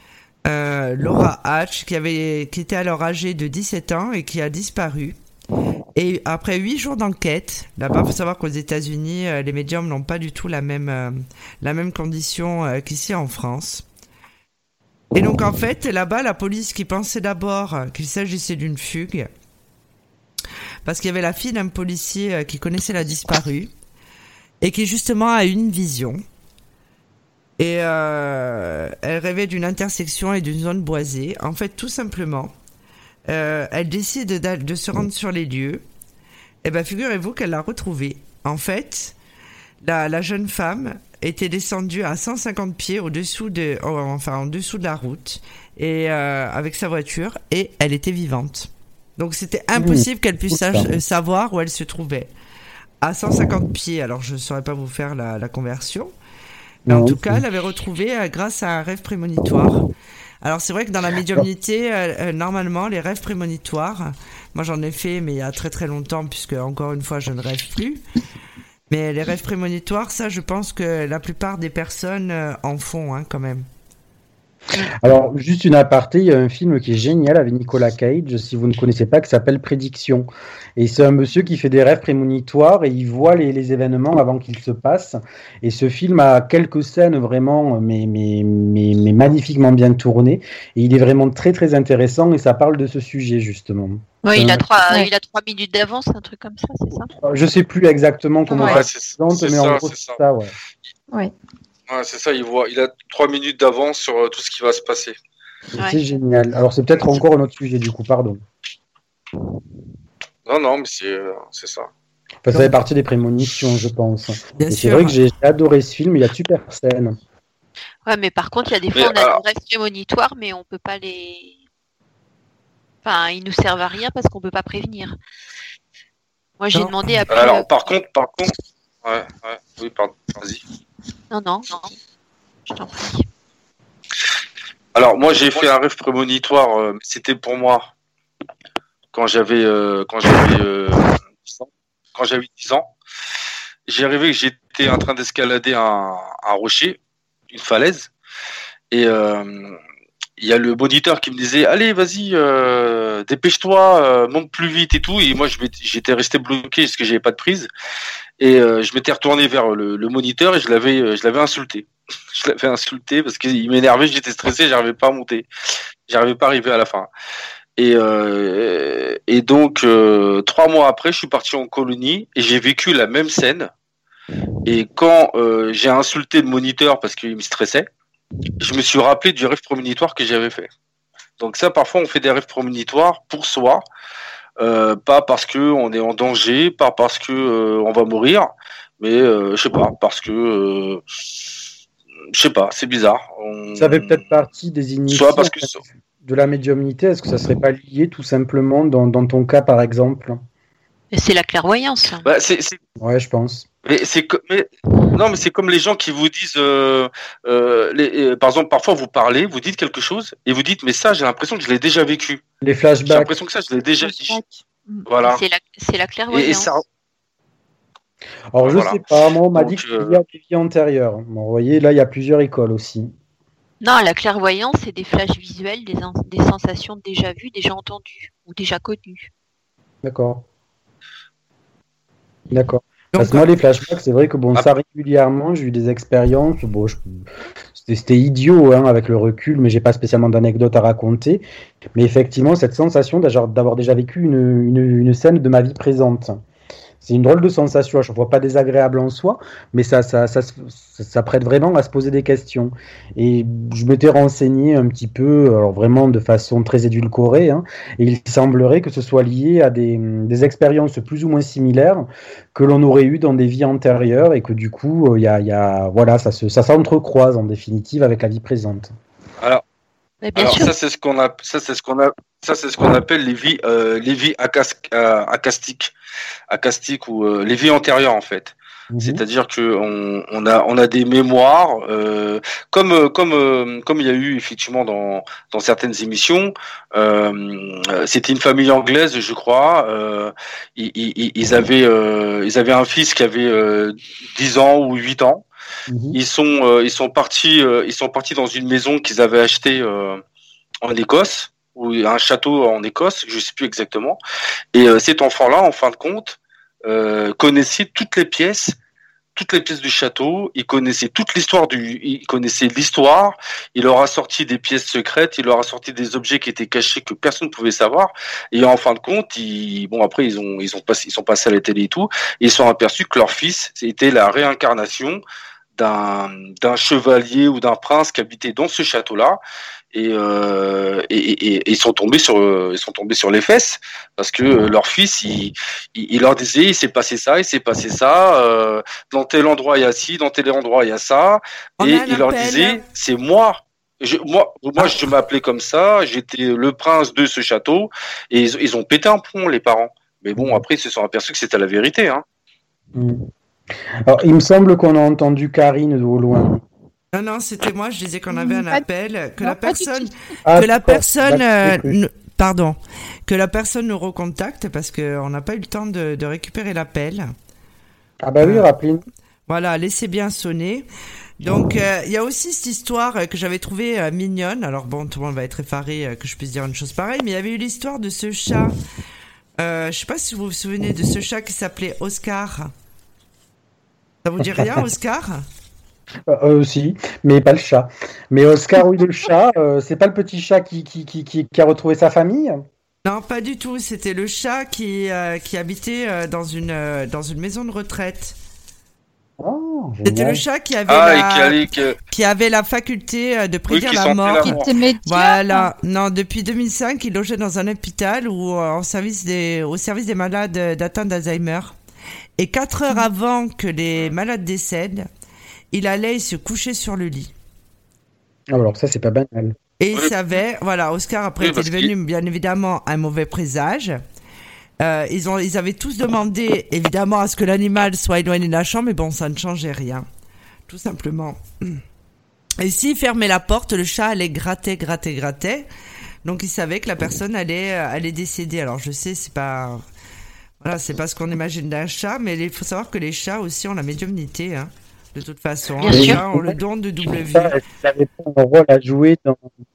Laura Hatch, qui était alors âgée de 17 ans et qui a disparu. Et après 8 jours d'enquête, là-bas, il faut savoir qu'aux États-Unis, les médiums n'ont pas du tout la même condition qu'ici en France. Et donc en fait, là-bas, la police qui pensait d'abord qu'il s'agissait d'une fugue, parce qu'il y avait la fille d'un policier qui connaissait la disparue, et qui justement a eu une vision. Et elle rêvait d'une intersection et d'une zone boisée. En fait, tout simplement, elle décide de se rendre sur les lieux. Et bien, figurez-vous qu'elle l'a retrouvée. En fait, la jeune femme était descendue à 150 pieds en dessous de la route, et avec sa voiture, et elle était vivante. Donc c'était impossible qu'elle puisse savoir où elle se trouvait. À 150 pieds, alors je ne saurais pas vous faire la conversion, mais en tout cas, elle avait retrouvé grâce à un rêve prémonitoire. Alors c'est vrai que dans la médiumnité, normalement, les rêves prémonitoires, moi j'en ai fait, mais il y a très très longtemps, puisque encore une fois, je ne rêve plus. Mais les rêves prémonitoires, ça, je pense que la plupart des personnes en font, quand même. Alors, juste une aparté, il y a un film qui est génial avec Nicolas Cage, si vous ne connaissez pas, qui s'appelle Prédiction. Et c'est un monsieur qui fait des rêves prémonitoires et il voit les événements avant qu'ils se passent. Et ce film a quelques scènes vraiment, mais magnifiquement bien tournées. Et il est vraiment très, très intéressant et ça parle de ce sujet, justement. Oui, il a 3 minutes d'avance, un truc comme ça, c'est ça? Je sais plus exactement comment ça se présente, mais en gros, c'est ça, ouais. Ouais. Ouais, c'est ça, il a 3 minutes d'avance sur tout ce qui va se passer. C'est génial. Alors, c'est peut-être encore un autre sujet, du coup, pardon. Non, mais c'est ça. Enfin, ça fait partie des prémonitions, je pense. Bien et sûr. c'est vrai que j'ai adoré ce film, il y a de super scènes. Ouais, mais par contre, il y a des fois, on a des rêves prémonitoires, mais on peut pas les... Enfin, ils nous servent à rien parce qu'on peut pas prévenir. Moi, j'ai demandé à... Alors, par contre... Ouais, oui, pardon, vas-y. Non, je t'en prie. Alors, moi, j'ai fait un rêve prémonitoire, c'était pour moi quand j'avais 10 ans. J'ai rêvé que j'étais en train d'escalader un rocher, une falaise, et il y a le moniteur qui me disait « Allez, vas-y, dépêche-toi, monte plus vite et tout ». Et moi, j'étais resté bloqué parce que j'avais pas de prise. Et je m'étais retourné vers le moniteur et je l'avais insulté. Je l'avais insulté parce qu'il m'énervait, j'étais stressé, j'arrivais pas à monter. J'arrivais pas à arriver à la fin. Et donc, 3 mois après, je suis parti en colonie et j'ai vécu la même scène. Et quand j'ai insulté le moniteur parce qu'il me stressait, je me suis rappelé du rêve prémonitoire que j'avais fait. Donc ça, parfois, on fait des rêves prémonitoires pour soi. Pas parce que on est en danger, pas parce que on va mourir, mais je sais pas, parce que je sais pas, c'est bizarre. Ça fait peut-être partie des initiés parce que de la médiumnité. Est-ce que ça serait pas lié tout simplement dans ton cas par exemple? C'est la clairvoyance. Bah, Ouais, je pense. Mais c'est comme les gens qui vous disent, par exemple, parfois vous parlez, vous dites quelque chose et vous dites mais ça j'ai l'impression que je l'ai déjà vécu. Les flashbacks. J'ai l'impression que ça je l'ai déjà dit. Voilà. C'est la clairvoyance. Alors je sais pas, moi on m'a dit qu'il y a des vies antérieures. Bon, vous voyez, là il y a plusieurs écoles aussi. Non, la clairvoyance, c'est des flashs visuels, des sensations déjà vues, déjà entendues ou déjà connues. D'accord. Parce que moi, les flashbacks, c'est vrai que ça régulièrement, j'ai eu des expériences. Bon, c'était idiot avec le recul, mais j'ai pas spécialement d'anecdotes à raconter. Mais effectivement, cette sensation d'avoir déjà vécu une scène de ma vie présente. C'est une drôle de sensation, je ne vois pas désagréable en soi, mais ça prête vraiment à se poser des questions. Et je m'étais renseigné un petit peu, alors vraiment de façon très édulcorée, et il semblerait que ce soit lié à des expériences plus ou moins similaires que l'on aurait eues dans des vies antérieures, et que du coup, ça s'entrecroise en définitive avec la vie présente. Alors ça c'est ce qu'on appelle les vies acastiques ou les vies antérieures en fait. C'est-à-dire que on a des mémoires, comme il y a eu effectivement dans certaines émissions. C'était une famille anglaise, je crois. Ils avaient un fils qui avait 10 ans ou 8 ans. Ils sont partis dans une maison qu'ils avaient achetée en Écosse, ou un château en Écosse, je sais plus exactement. Et cet enfant-là, en fin de compte, connaissait toutes les pièces du château. Il connaissait il connaissait l'histoire. Il leur a sorti des pièces secrètes. Il leur a sorti des objets qui étaient cachés que personne ne pouvait savoir. Et en fin de compte, après ils sont passés à la télé et tout. Et ils sont aperçus que leur fils, c'était la réincarnation d'un chevalier ou d'un prince qui habitait dans ce château-là. Et ils sont tombés sur les fesses, parce que leur fils il leur disait il s'est passé ça, dans tel endroit il y a ci, dans tel endroit il y a ça, et il leur disait c'est moi je m'appelais comme ça, j'étais le prince de ce château, et ils ont pété un plomb, les parents. Mais bon, après ils se sont aperçus que c'était la vérité, hein. Alors il me semble qu'on a entendu Karine au loin. Non, c'était moi, je disais qu'on avait un appel, que la personne nous recontacte, parce qu'on n'a pas eu le temps de récupérer l'appel. Ah bah oui, rappelez-nous. Voilà, laissez bien sonner. Donc, il y a aussi cette histoire que j'avais trouvée mignonne. Alors bon, tout le monde va être effaré que je puisse dire une chose pareille, mais il y avait eu l'histoire de ce chat. Je sais pas si vous vous souvenez de ce chat qui s'appelait Oscar. Ça vous dit rien, Oscar ? Si, mais pas le chat. Mais Oscar, oui, le chat, c'est pas le petit chat qui a retrouvé sa famille ? Non, pas du tout. C'était le chat qui habitait dans une maison de retraite. Oh, c'était le chat qui avait qui avait la faculté de prédire la mort. Voilà. Non, depuis 2005, il logeait dans un hôpital ou au service des malades d'atteinte d'Alzheimer. Et 4 heures avant que les malades décèdent, il allait se coucher sur le lit. Alors ça, c'est pas banal. Et il savait, voilà, Oscar après était devenu bien évidemment un mauvais présage. Ils avaient tous demandé évidemment à ce que l'animal soit éloigné de la chambre, mais bon, ça ne changeait rien, tout simplement. Et s'il fermait la porte, le chat allait gratter. Donc il savait que la personne allait décéder. Alors je sais, c'est pas ce qu'on imagine d'un chat, mais il faut savoir que les chats aussi ont la médiumnité, hein. De toute façon, les chats ont le don de double vue. Ça avait un rôle à jouer dans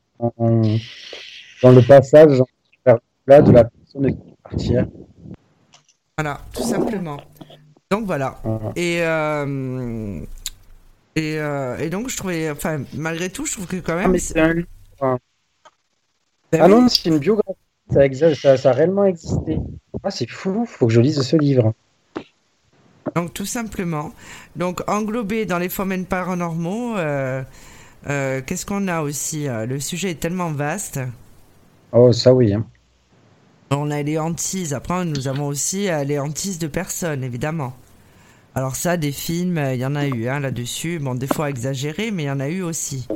le passage là de la personne qui est partie. Voilà, tout simplement. Donc voilà. Et donc je trouvais, enfin malgré tout, je trouve que quand même. Mais c'est un livre. Non, c'est une biographie. Ça a réellement existé. Ah, c'est fou. Faut que je lise ce livre. Donc tout simplement. Donc englobé dans les phénomènes paranormaux, qu'est-ce qu'on a aussi ? Le sujet est tellement vaste. Oh, ça oui. Hein. On a les hantises. Après, nous avons aussi les hantises de personnes, évidemment. Alors ça, des films, il y en a eu là-dessus. Bon, des fois exagérés, mais il y en a eu aussi.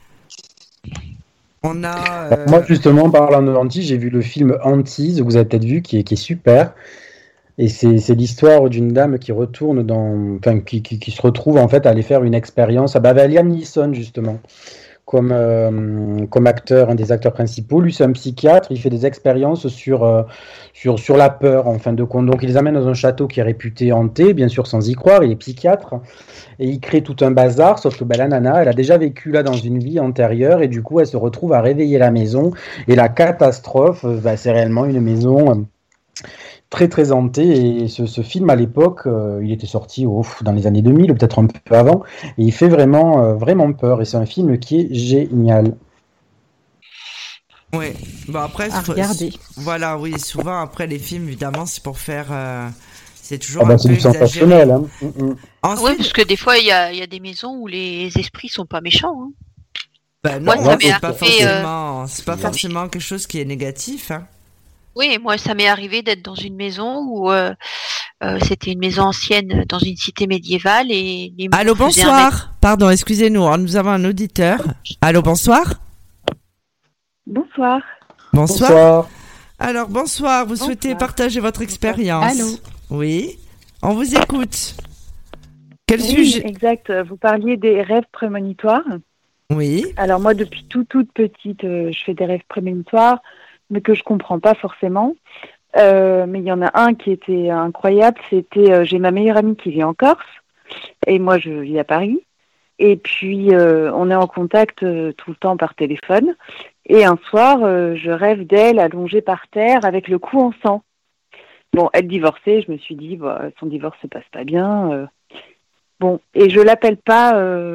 On a... Moi, justement, parlant de hantises, j'ai vu le film Hantise, que vous avez peut-être vu, qui est super. Et c'est l'histoire d'une dame qui retourne qui se retrouve en fait à aller faire une expérience avec Liam Neeson justement comme acteur, un des acteurs principaux. Lui, c'est un psychiatre. Il fait des expériences sur la peur en fin de compte. Donc, il les amène dans un château qui est réputé hanté, bien sûr sans y croire. Il est psychiatre et il crée tout un bazar. Sauf que la nana, elle a déjà vécu là dans une vie antérieure et du coup, elle se retrouve à réveiller la maison. Et la catastrophe, c'est réellement une maison très très hanté. Et ce film à l'époque, il était sorti dans les années 2000 ou peut-être un peu avant, et il fait vraiment vraiment peur, et c'est un film qui est génial. Ouais, bon après regarder. Voilà, oui, souvent après les films évidemment c'est pour faire c'est toujours c'est du sensationnel, hein. Ensuite... Oui, parce que des fois il y a des maisons où les esprits sont pas méchants, hein. Non, c'est pas forcément quelque chose qui est négatif, hein. Oui, moi, ça m'est arrivé d'être dans une maison où c'était une maison ancienne dans une cité médiévale et les murs. Allô, bonsoir. Pardon, excusez-nous, nous avons un auditeur. Allô, bonsoir. Bonsoir. Bonsoir. Alors, bonsoir. Vous souhaitez partager votre expérience ? Allô. Oui. On vous écoute. Quel Oui, sujet? exact. Vous parliez des rêves prémonitoires. Oui. Alors moi, depuis toute petite, je fais des rêves prémonitoires, mais que je comprends pas forcément. Mais il y en a un qui était incroyable. C'était, j'ai ma meilleure amie qui vit en Corse, et moi je vis à Paris. Et puis on est en contact tout le temps par téléphone. Et un soir, je rêve d'elle allongée par terre avec le cou en sang. Bon, elle divorçait. Je me suis dit, bah, son divorce se passe pas bien. Bon, et je l'appelle pas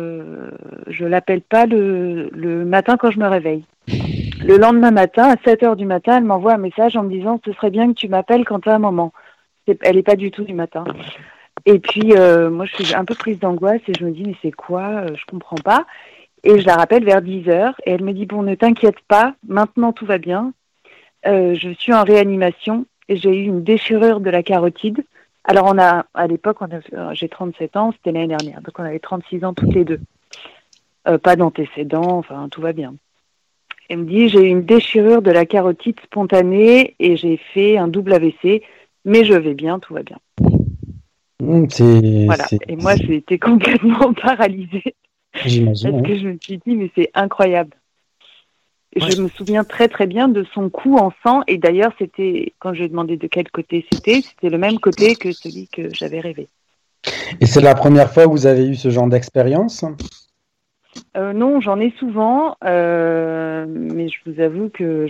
le matin quand je me réveille. Le lendemain matin, à 7h du matin, elle m'envoie un message en me disant « Ce serait bien que tu m'appelles quand tu as un moment ». Elle n'est pas du tout du matin. Et puis, moi, je suis un peu prise d'angoisse et je me dis « Mais c'est quoi ? Je comprends pas ». Et je la rappelle vers 10h et elle me dit « Bon, ne t'inquiète pas, maintenant tout va bien. Je suis en réanimation et j'ai eu une déchirure de la carotide. » Alors, à l'époque, j'ai 37 ans, c'était l'année dernière, donc on avait 36 ans toutes les deux. Pas d'antécédents, enfin, tout va bien. Elle me dit, j'ai eu une déchirure de la carotide spontanée et j'ai fait un double AVC, mais je vais bien, tout va bien. Voilà. Et moi, j'ai été complètement paralysée. J'imagine. Parce que je me suis dit, mais c'est incroyable. Ouais. Je me souviens très très bien de son cou en sang, et d'ailleurs, c'était, quand je lui ai demandé de quel côté c'était le même côté que celui que j'avais rêvé. Et c'est la première fois que vous avez eu ce genre d'expérience ? Non, j'en ai souvent, mais je vous avoue que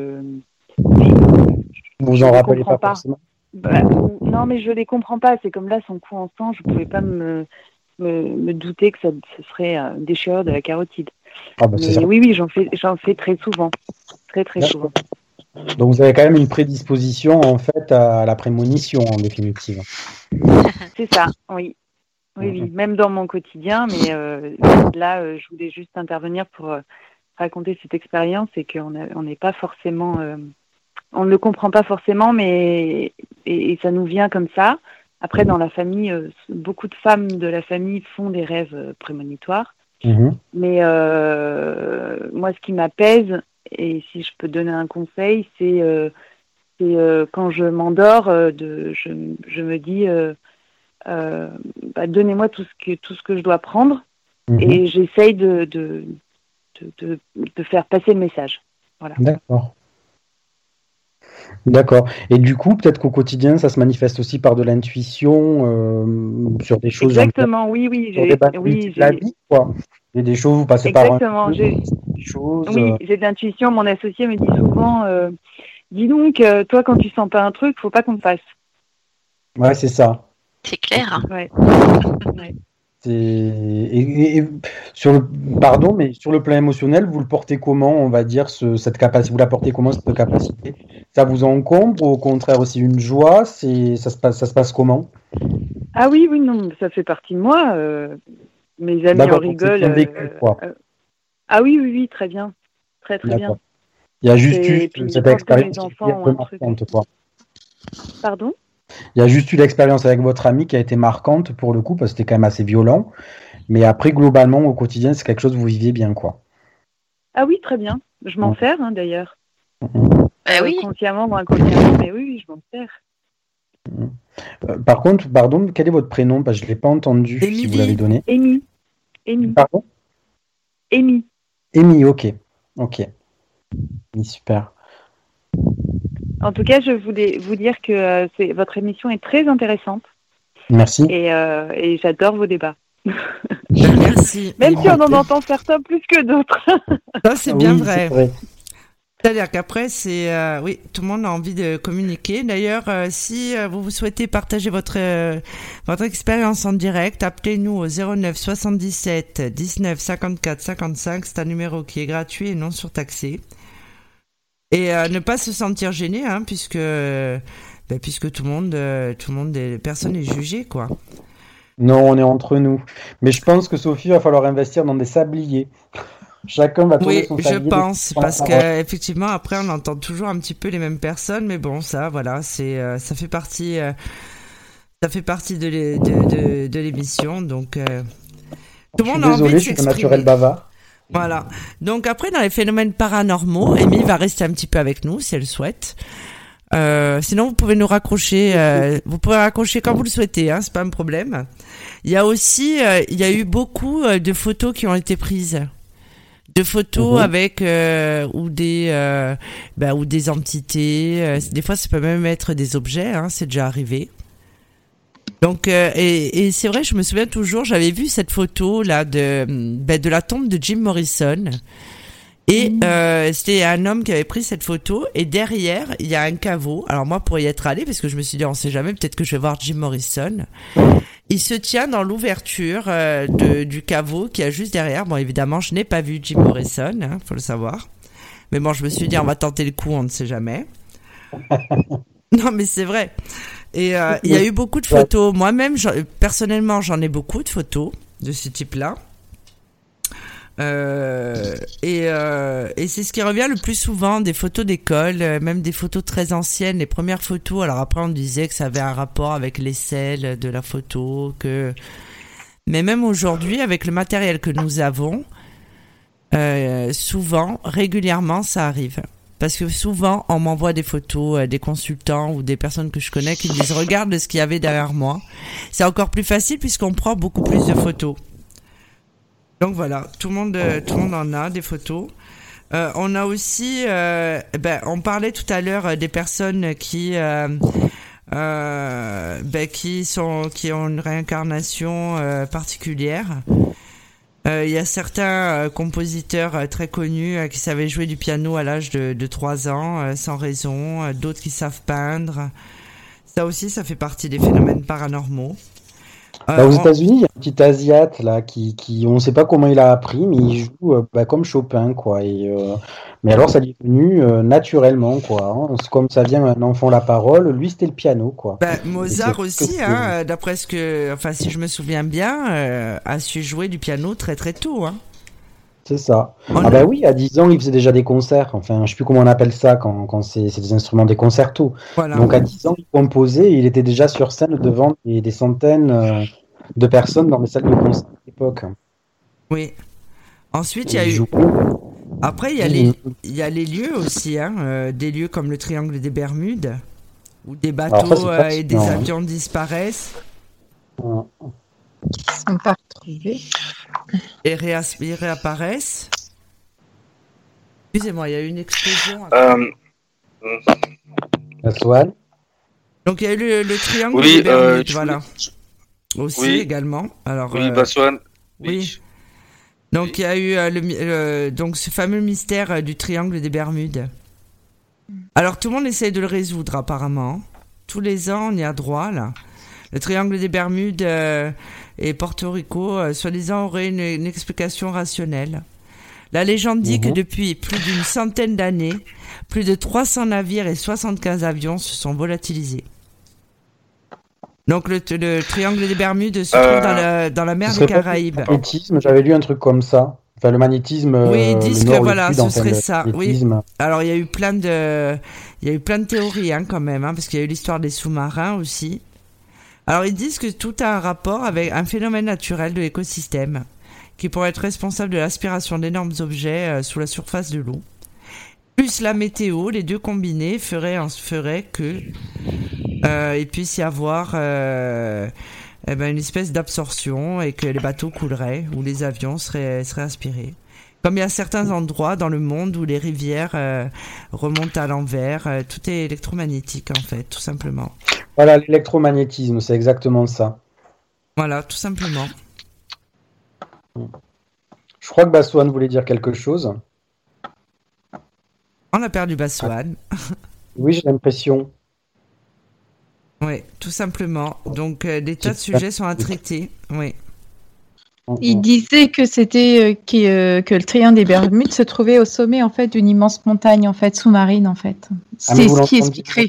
vous en rappelez pas forcément. Non, mais je les comprends pas. C'est comme là, son cou en sang, je pouvais pas me douter que ce serait une déchirure de la carotide. Ah bah mais oui, j'en fais très souvent, très souvent. Donc vous avez quand même une prédisposition en fait à la prémonition en définitive. C'est ça, oui. Oui, même dans mon quotidien, mais là, je voulais juste intervenir pour raconter cette expérience et qu'on n'est pas forcément, on ne le comprend pas forcément, mais et ça nous vient comme ça. Après, dans la famille, beaucoup de femmes de la famille font des rêves prémonitoires, mais moi, ce qui m'apaise, et si je peux donner un conseil, c'est quand je m'endors, je me dis donnez-moi tout ce que je dois prendre et j'essaye de faire passer le message. Voilà. D'accord. Et du coup, peut-être qu'au quotidien, ça se manifeste aussi par de l'intuition sur des choses. Exactement, oui. La vie, quoi. Il y a des choses, vous passez par un... Des choses. Oui, j'ai de l'intuition. Mon associé me dit souvent, dis donc, toi, quand tu sens pas un truc, faut pas qu'on le fasse. Ouais, c'est ça. C'est clair. Ouais. Et sur le plan émotionnel, vous le portez comment, on va dire, cette capacité, vous la portez comment, cette capacité? Ça vous encombre ou au contraire aussi une joie? Ça se passe comment? Ah oui, non, ça fait partie de moi. Mes amis en rigolent. C'est bien vécu, quoi. Ah oui, très bien. Très bien. Il y a juste eu cette expérience qui est un peu marquante, quoi. Pardon? Il y a juste eu l'expérience avec votre ami qui a été marquante pour le coup, parce que c'était quand même assez violent. Mais après, globalement, au quotidien, c'est quelque chose que vous viviez bien, quoi. Ah oui, très bien. Je m'en sers, d'ailleurs. Oui. Consciemment ou inconsciemment, mais oui, je m'en sers. Par contre, pardon, quel est votre prénom? Parce que je ne l'ai pas entendu, si vous l'avez donné. Amy. Pardon? Amy, ok. Super. En tout cas, je voulais vous dire que votre émission est très intéressante. Merci. Et j'adore vos débats. Merci. Même si on en entend certains plus que d'autres. Ça, c'est bien vrai. C'est vrai. C'est-à-dire qu'après, tout le monde a envie de communiquer. D'ailleurs, si vous souhaitez partager votre expérience en direct, appelez-nous au 09 77 19 54 55. C'est un numéro qui est gratuit et non surtaxé. Et ne pas se sentir gêné, puisque tout le monde, personne n'est jugé, quoi. Non, on est entre nous. Mais je pense que Sophie, va falloir investir dans des sabliers. Chacun va tourner son sablier. Oui, je pense, parce qu'effectivement, après, on entend toujours un petit peu les mêmes personnes, mais bon, ça, voilà, ça fait partie de l'émission, donc tout le monde a envie de s'exprimer. Je suis un naturel bavard. Voilà. Donc après, dans les phénomènes paranormaux, Amy va rester un petit peu avec nous, si elle souhaite. Sinon, vous pouvez nous raccrocher. Vous pouvez raccrocher quand vous le souhaitez, hein, c'est pas un problème. Il y a aussi, il y a eu beaucoup de photos qui ont été prises, de photos avec ou des entités. Des fois, ça peut même être des objets. Hein, c'est déjà arrivé. Donc, et c'est vrai, je me souviens toujours, j'avais vu cette photo là de la tombe de Jim Morrison. Et c'était un homme qui avait pris cette photo, et derrière il y a un caveau. Alors moi, pour y être allé, parce que je me suis dit on sait jamais, peut-être que je vais voir Jim Morrison. Il se tient dans l'ouverture du caveau qui a juste derrière. Bon, évidemment, je n'ai pas vu Jim Morrison, hein, faut le savoir. Mais bon, je me suis dit on va tenter le coup, on ne sait jamais. Non, mais c'est vrai. Et il y a eu beaucoup de photos. Moi-même, personnellement, j'en ai beaucoup de photos de ce type-là. Et c'est ce qui revient le plus souvent, des photos d'école, même des photos très anciennes, les premières photos. Alors après on disait que ça avait un rapport avec l'aisselle de la photo, mais même aujourd'hui avec le matériel que nous avons, souvent, régulièrement ça arrive. Parce que souvent on m'envoie des photos, des consultants ou des personnes que je connais qui me disent regarde ce qu'il y avait derrière moi. C'est encore plus facile puisqu'on prend beaucoup plus de photos. Donc voilà, tout le monde en a des photos. On a aussi, on parlait tout à l'heure des personnes qui ont une réincarnation particulière. Il y a certains compositeurs très connus qui savaient jouer du piano à l'âge de 3 ans sans raison, d'autres qui savent peindre. Ça aussi, ça fait partie des phénomènes paranormaux. Aux États-Unis, il y a un petit Asiate là qui on ne sait pas comment il a appris, mais il joue comme Chopin quoi. Mais alors ça lui est venu naturellement quoi. Hein. C'est comme ça vient un enfant la parole. Lui c'était le piano quoi. Mozart aussi, hein, d'après ce que, enfin si je me souviens bien, a su jouer du piano très très tôt. Hein. C'est ça. Oui, à 10 ans, il faisait déjà des concerts. Enfin, je sais plus comment on appelle ça quand c'est des instruments, des concertos. Voilà. Donc à 10 ans, il composait et il était déjà sur scène devant des centaines de personnes dans les salles de concert à l'époque. Oui. Ensuite, il y a eu... Après, il y a les lieux aussi, hein, des lieux comme le Triangle des Bermudes, où des bateaux et des avions disparaissent. Qui ne sont pas retrouvés. Et réapparaissent. Excusez-moi, il y a eu une explosion. Donc il y a eu le triangle des Bermudes, voilà. Aussi également. Alors, Baswan. Oui. Donc il y a eu donc ce fameux mystère du triangle des Bermudes. Alors tout le monde essaie de le résoudre apparemment. Tous les ans, on y a droit là. Le triangle des Bermudes et Porto Rico, soi-disant, auraient une explication rationnelle. La légende dit que depuis plus d'une centaine d'années, plus de 300 navires et 75 avions se sont volatilisés. Donc le triangle des Bermudes se trouve dans la mer des Caraïbes. Le magnétisme, j'avais lu un truc comme ça. Enfin, le magnétisme. Oui, ils disent que voilà, ce serait ça. Oui. Alors il y a eu plein de théories quand même, parce qu'il y a eu l'histoire des sous-marins aussi. Alors ils disent que tout a un rapport avec un phénomène naturel de l'écosystème qui pourrait être responsable de l'aspiration d'énormes objets sous la surface de l'eau. Plus la météo, les deux combinés feraient que il puisse y avoir une espèce d'absorption et que les bateaux couleraient ou les avions seraient aspirés. Comme il y a certains endroits dans le monde où les rivières remontent à l'envers, tout est électromagnétique en fait, tout simplement. Voilà, l'électromagnétisme, c'est exactement ça. Voilà, tout simplement. Je crois que Baswan voulait dire quelque chose. On a perdu Baswan. Oui, j'ai l'impression. Oui, tout simplement. Donc, des tas de sujets sont à traiter. Oui. Il disait que c'était que le triangle des Bermudes se trouvait au sommet en fait d'une immense montagne en fait sous-marine en fait. C'est ce qui expliquerait.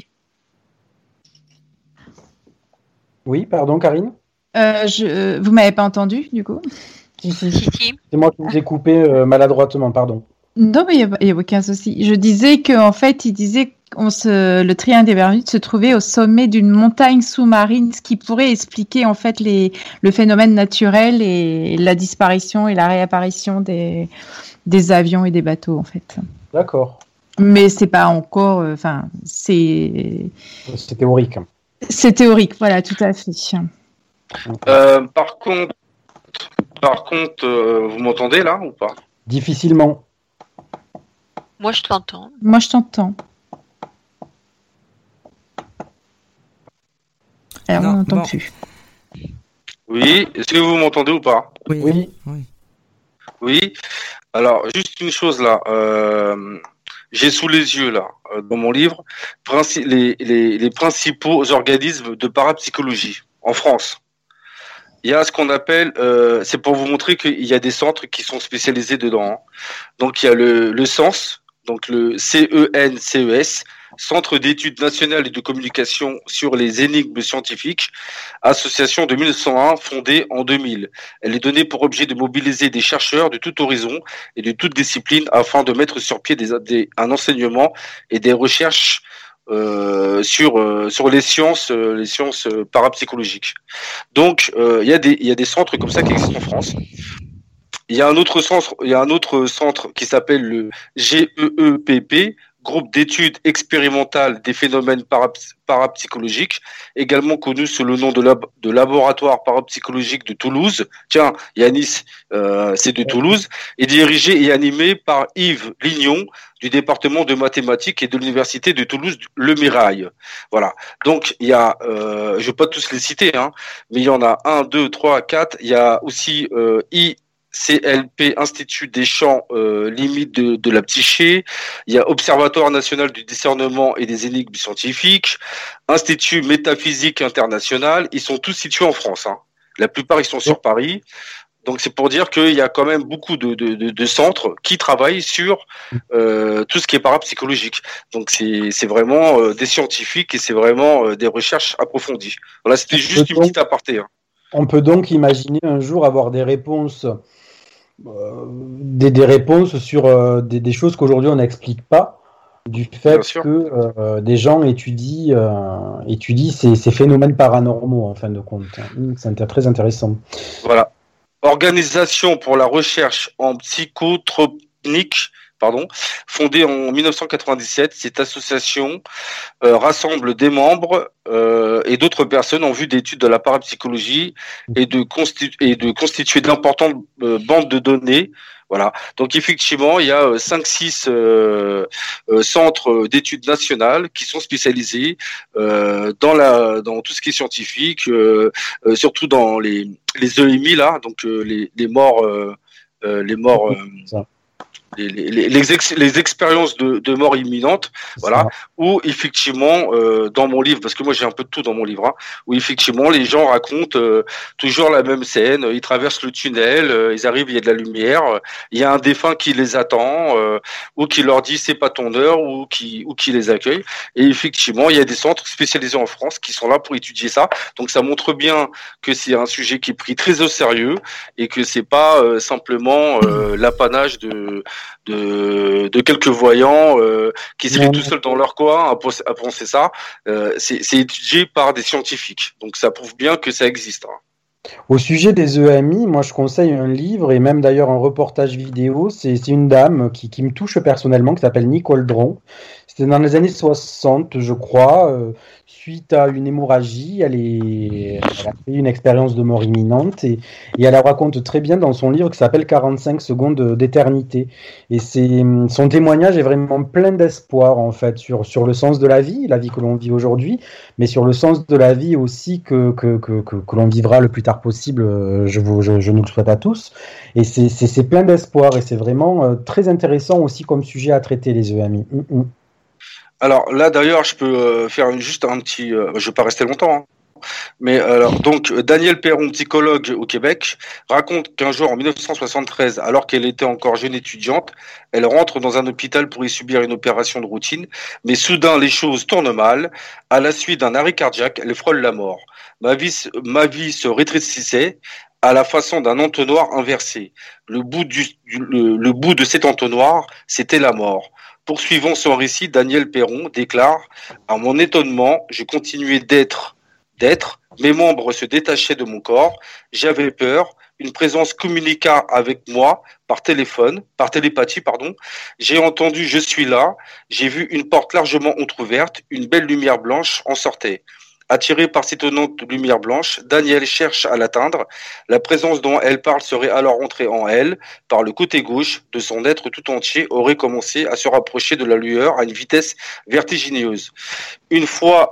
Oui, pardon, Karine. Vous m'avez pas entendu du coup. Si. C'est moi qui vous ai coupé maladroitement, pardon. Non, mais il n'y a aucun souci. Je disais qu'en fait, il disait le triangle des Bermudes se trouvait au sommet d'une montagne sous-marine, ce qui pourrait expliquer en fait le phénomène naturel et la disparition et la réapparition des avions et des bateaux en fait. D'accord. Mais c'est pas encore, c'est théorique. C'est théorique, voilà, tout à fait. Par contre, vous m'entendez là ou pas? Difficilement. Moi, je t'entends. Moi, je t'entends. Alors, on n'entend plus. Oui, est-ce que vous m'entendez ou pas? Oui. Oui. Alors, juste une chose là. J'ai sous les yeux là, dans mon livre, les principaux organismes de parapsychologie en France. Il y a ce qu'on appelle, c'est pour vous montrer qu'il y a des centres qui sont spécialisés dedans. Hein. Donc il y a le CENS, donc le CENCES, Centre d'études nationales et de communication sur les énigmes scientifiques, association de 1901 fondée en 2000. Elle est donnée pour objet de mobiliser des chercheurs de tout horizon et de toute discipline afin de mettre sur pied un enseignement et des recherches sur les sciences parapsychologiques. Donc il y a des centres comme ça qui existent en France. Il y a un autre centre qui s'appelle le GEEPP, Groupe d'études expérimentales des phénomènes parapsychologiques, également connu sous le nom de Laboratoire parapsychologique de Toulouse. Tiens, Yanis, c'est de Toulouse, et dirigé et animé par Yves Lignon du département de mathématiques et de l'université de Toulouse, Le Mirail. Voilà. Donc il y a, je vais pas tous les citer, hein, mais il y en a 1, 2, 3, 4. Il y a aussi CLP, Institut des champs limites de la psyché. Il y a Observatoire national du discernement et des énigmes scientifiques, Institut métaphysique international. Ils sont tous situés en France. Hein. La plupart, ils sont sur Paris. Donc, c'est pour dire qu'il y a quand même beaucoup de centres qui travaillent sur tout ce qui est parapsychologique. Donc, c'est vraiment des scientifiques et c'est vraiment des recherches approfondies. Voilà, c'était juste une petite aparté. Hein. On peut donc imaginer un jour avoir des réponses des réponses sur des choses qu'aujourd'hui on n'explique pas, du fait que des gens étudient ces phénomènes paranormaux en fin de compte. C'est très intéressant. Voilà. Organisation pour la recherche en psychotronique, fondée en 1997. Cette association rassemble des membres et d'autres personnes en vue d'études de la parapsychologie et de constituer d'importantes bandes de données. Voilà. Donc effectivement, il y a 5-6 centres d'études nationales qui sont spécialisés dans tout ce qui est scientifique, surtout dans les EMI là, donc les morts. Les expériences de mort imminente, voilà, où effectivement, dans mon livre, parce que moi j'ai un peu de tout dans mon livre, hein, où effectivement les gens racontent toujours la même scène, ils traversent le tunnel, ils arrivent, il y a de la lumière, il y a un défunt qui les attend, ou qui leur dit c'est pas ton heure, ou qui les accueille, et effectivement il y a des centres spécialisés en France qui sont là pour étudier ça, donc ça montre bien que c'est un sujet qui est pris très au sérieux, et que c'est pas simplement l'apanage de quelques voyants qui seraient tout seuls dans leur coin à penser ça. C'est étudié par des scientifiques. Donc ça prouve bien que ça existe. Hein. Au sujet des EMI, moi je conseille un livre et même d'ailleurs un reportage vidéo. C'est une dame qui me touche personnellement, qui s'appelle Nicole Dron. C'était dans les années 60, je crois. Suite à une hémorragie, elle a fait une expérience de mort imminente et elle la raconte très bien dans son livre qui s'appelle 45 secondes d'éternité. Et son témoignage est vraiment plein d'espoir en fait sur le sens de la vie que l'on vit aujourd'hui, mais sur le sens de la vie aussi que l'on vivra le plus tard possible. Je nous le souhaite à tous. Et c'est plein d'espoir et c'est vraiment très intéressant aussi comme sujet à traiter les EMI. Alors là d'ailleurs je peux faire juste un petit, je vais pas rester longtemps, hein. Mais alors donc Danielle Perron, psychologue au Québec, raconte qu'un jour en 1973, alors qu'elle était encore jeune étudiante, elle rentre dans un hôpital pour y subir une opération de routine, mais soudain les choses tournent mal. À la suite d'un arrêt cardiaque, elle frôle la mort. Ma vie se rétrécissait à la façon d'un entonnoir inversé. Le bout de cet entonnoir, c'était la mort. Poursuivant son récit, Danielle Perron déclare « À mon étonnement, je continuais d'être, mes membres se détachaient de mon corps, j'avais peur, une présence communiqua avec moi par télépathie, pardon. J'ai entendu « je suis là », j'ai vu une porte largement entrouverte, une belle lumière blanche en sortait. Attiré par cette étonnante lumière blanche, Daniel cherche à l'atteindre. La présence dont elle parle serait alors entrée en elle. Par le côté gauche de son être tout entier aurait commencé à se rapprocher de la lueur à une vitesse vertigineuse. Une fois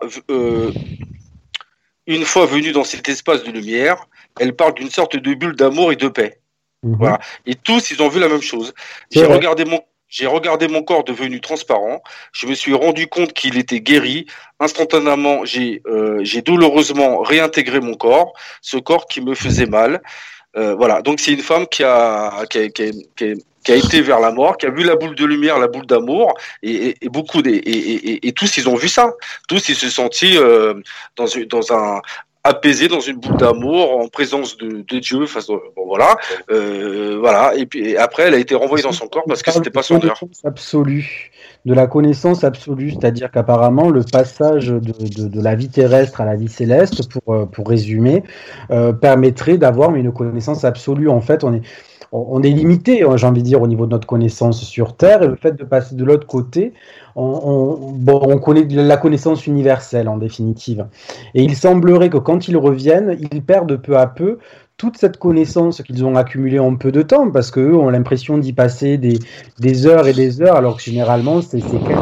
venue dans cet espace de lumière, elle parle d'une sorte de bulle d'amour et de paix. Voilà. Et tous, ils ont vu la même chose. J'ai regardé mon corps devenu transparent. Je me suis rendu compte qu'il était guéri. Instantanément, j'ai douloureusement réintégré mon corps, ce corps qui me faisait mal. Voilà. Donc c'est une femme qui a été vers la mort, qui a vu la boule de lumière, la boule d'amour, et tous ils ont vu ça. Tous ils se sentaient dans un apaisé dans une boule d'amour en présence de Dieu. Enfin, bon, voilà, voilà. Et puis après, elle a été renvoyée dans son corps parce que c'était pas son heure. De la connaissance absolue, c'est-à-dire qu'apparemment le passage de la vie terrestre à la vie céleste, pour résumer, permettrait d'avoir une connaissance absolue. En fait, on est limité, j'ai envie de dire, au niveau de notre connaissance sur Terre, et le fait de passer de l'autre côté, on connaît la connaissance universelle en définitive. Et il semblerait que quand ils reviennent, ils perdent peu à peu toute cette connaissance qu'ils ont accumulée en peu de temps, parce qu'eux ont l'impression d'y passer des heures et des heures, alors que généralement c'est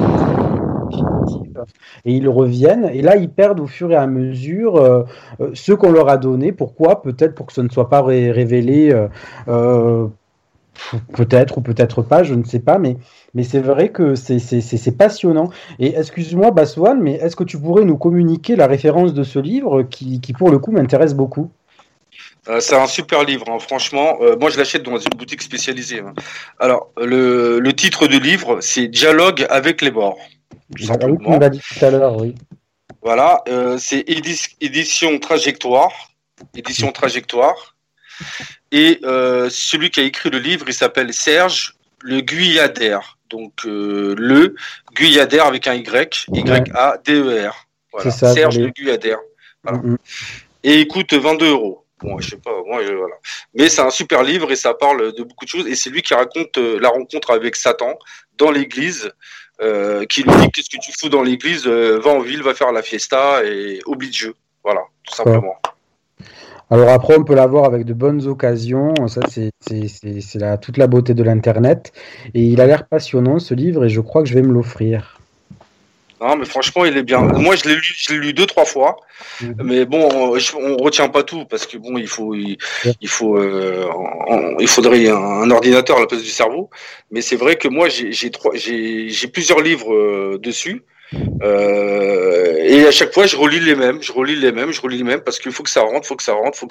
et ils reviennent, et là ils perdent au fur et à mesure ce qu'on leur a donné. Pourquoi ? Peut-être pour que ce ne soit pas révélé, peut-être ou peut-être pas, je ne sais pas, mais c'est vrai que c'est passionnant. Et excuse-moi Baswan, mais est-ce que tu pourrais nous communiquer la référence de ce livre qui pour le coup m'intéresse beaucoup ? C'est un super livre, hein, franchement. Moi, je l'achète dans une boutique spécialisée. Hein. Alors, le titre du livre, c'est Dialogue avec les morts. Oui, on l'a dit tout à l'heure, oui. Voilà, c'est édition Trajectoire. Édition Trajectoire. Et celui qui a écrit le livre, il s'appelle Serge Le Guyader. Donc, le Guyader avec un Y, Y-A-D-E-R. Voilà. C'est ça, Serge Le Guyader. Voilà. Et il coûte 22 €. Bon, je sais pas, voilà. Mais c'est un super livre et ça parle de beaucoup de choses. Et c'est lui qui raconte la rencontre avec Satan dans l'église, qui lui dit qu'est-ce que tu fous dans l'église, va en ville, va faire la fiesta et oublie Dieu. Voilà, tout simplement. Alors après, on peut l'avoir avec de bonnes occasions. Ça, c'est toute la beauté de l'Internet. Et il a l'air passionnant, ce livre, et je crois que je vais me l'offrir. Non, mais franchement, il est bien. Moi, je l'ai lu 2-3 fois. Mais bon, on retient pas tout parce que bon, il faudrait un ordinateur à la place du cerveau. Mais c'est vrai que moi, j'ai plusieurs livres dessus. Et à chaque fois je relis les mêmes parce qu'il faut que ça rentre, faut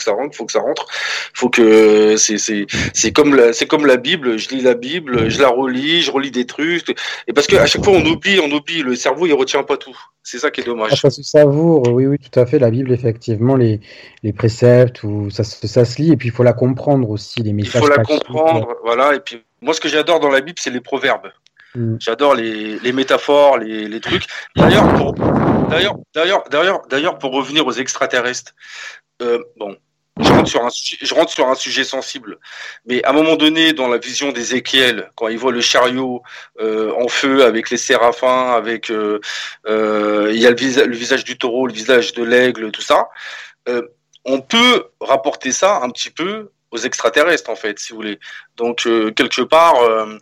que c'est comme la Bible, je lis la Bible, je la relis, je relis des trucs, et parce que à chaque fois on oublie, le cerveau il retient pas tout, c'est ça qui est dommage. Ça se savoure, oui tout à fait, la Bible effectivement, les préceptes, ou ça se lit, et puis il faut la comprendre aussi, les messages. Il faut la comprendre, voilà, et puis moi ce que j'adore dans la Bible c'est les proverbes. J'adore les métaphores, les trucs. D'ailleurs, pour revenir aux extraterrestres, bon, je rentre sur un sujet sensible, mais à un moment donné, dans la vision d'Ézéchiel, quand il voit le chariot en feu avec les séraphins, avec il y a le visage du taureau, le visage de l'aigle, tout ça, on peut rapporter ça un petit peu aux extraterrestres, en fait, si vous voulez. Donc quelque part.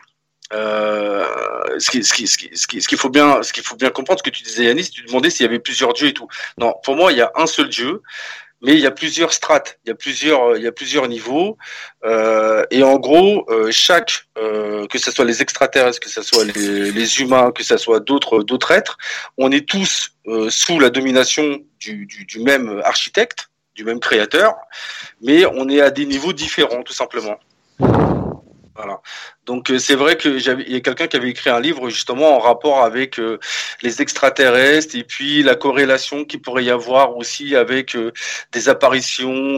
Ce qu'il faut bien comprendre, ce que tu disais Yanis, tu demandais s'il y avait plusieurs dieux et tout. Non, pour moi il y a un seul dieu, mais il y a plusieurs strates, il y a plusieurs niveaux, et en gros chaque que ce soit les extraterrestres, que ce soit les humains, que ce soit d'autres êtres, on est tous sous la domination du même architecte, du même créateur, mais on est à des niveaux différents tout simplement. Voilà. Donc c'est vrai que il y a quelqu'un qui avait écrit un livre justement en rapport avec les extraterrestres et puis la corrélation qu'il pourrait y avoir aussi avec des apparitions.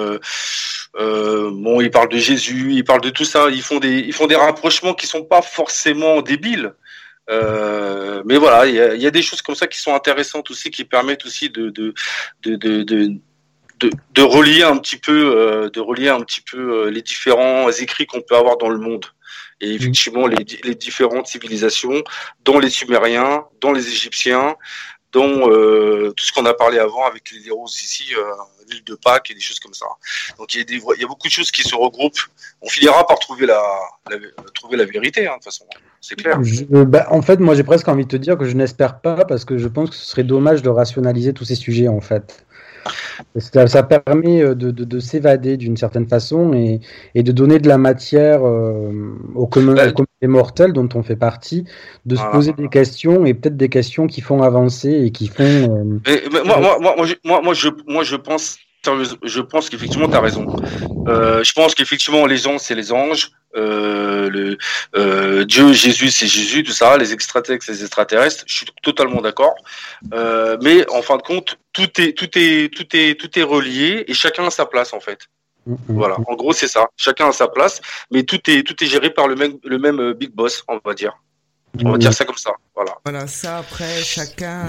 Bon, ils parlent de Jésus, ils parlent de tout ça. Ils font des rapprochements qui sont pas forcément débiles. Mais voilà, il y a des choses comme ça qui sont intéressantes aussi, qui permettent aussi de de relier un petit peu, les différents écrits qu'on peut avoir dans le monde. Et effectivement, les différentes civilisations, dont les Sumériens, dont les Égyptiens, dont tout ce qu'on a parlé avant avec les héros ici, l'île de Pâques et des choses comme ça. Donc il y a beaucoup de choses qui se regroupent. On finira par trouver la vérité, de toute façon, c'est clair. En fait, moi j'ai presque envie de te dire que je n'espère pas, parce que je pense que ce serait dommage de rationaliser tous ces sujets en fait. Ça permet de s'évader d'une certaine façon et de donner de la matière aux communs des mortels dont on fait partie, de se poser des questions, et peut-être des questions qui font avancer et qui font. Moi, je pense qu'effectivement, tu as raison. Je pense qu'effectivement, les gens, c'est les anges. Dieu, Jésus, c'est Jésus, tout ça. Les extraterrestres, c'est les extraterrestres. Je suis totalement d'accord. Mais en fin de compte, tout est relié et chacun a sa place, en fait. Voilà. En gros, c'est ça. Chacun a sa place, mais tout est géré par le même big boss, on va dire. On va dire ça comme ça. Voilà. Voilà, ça, après, chacun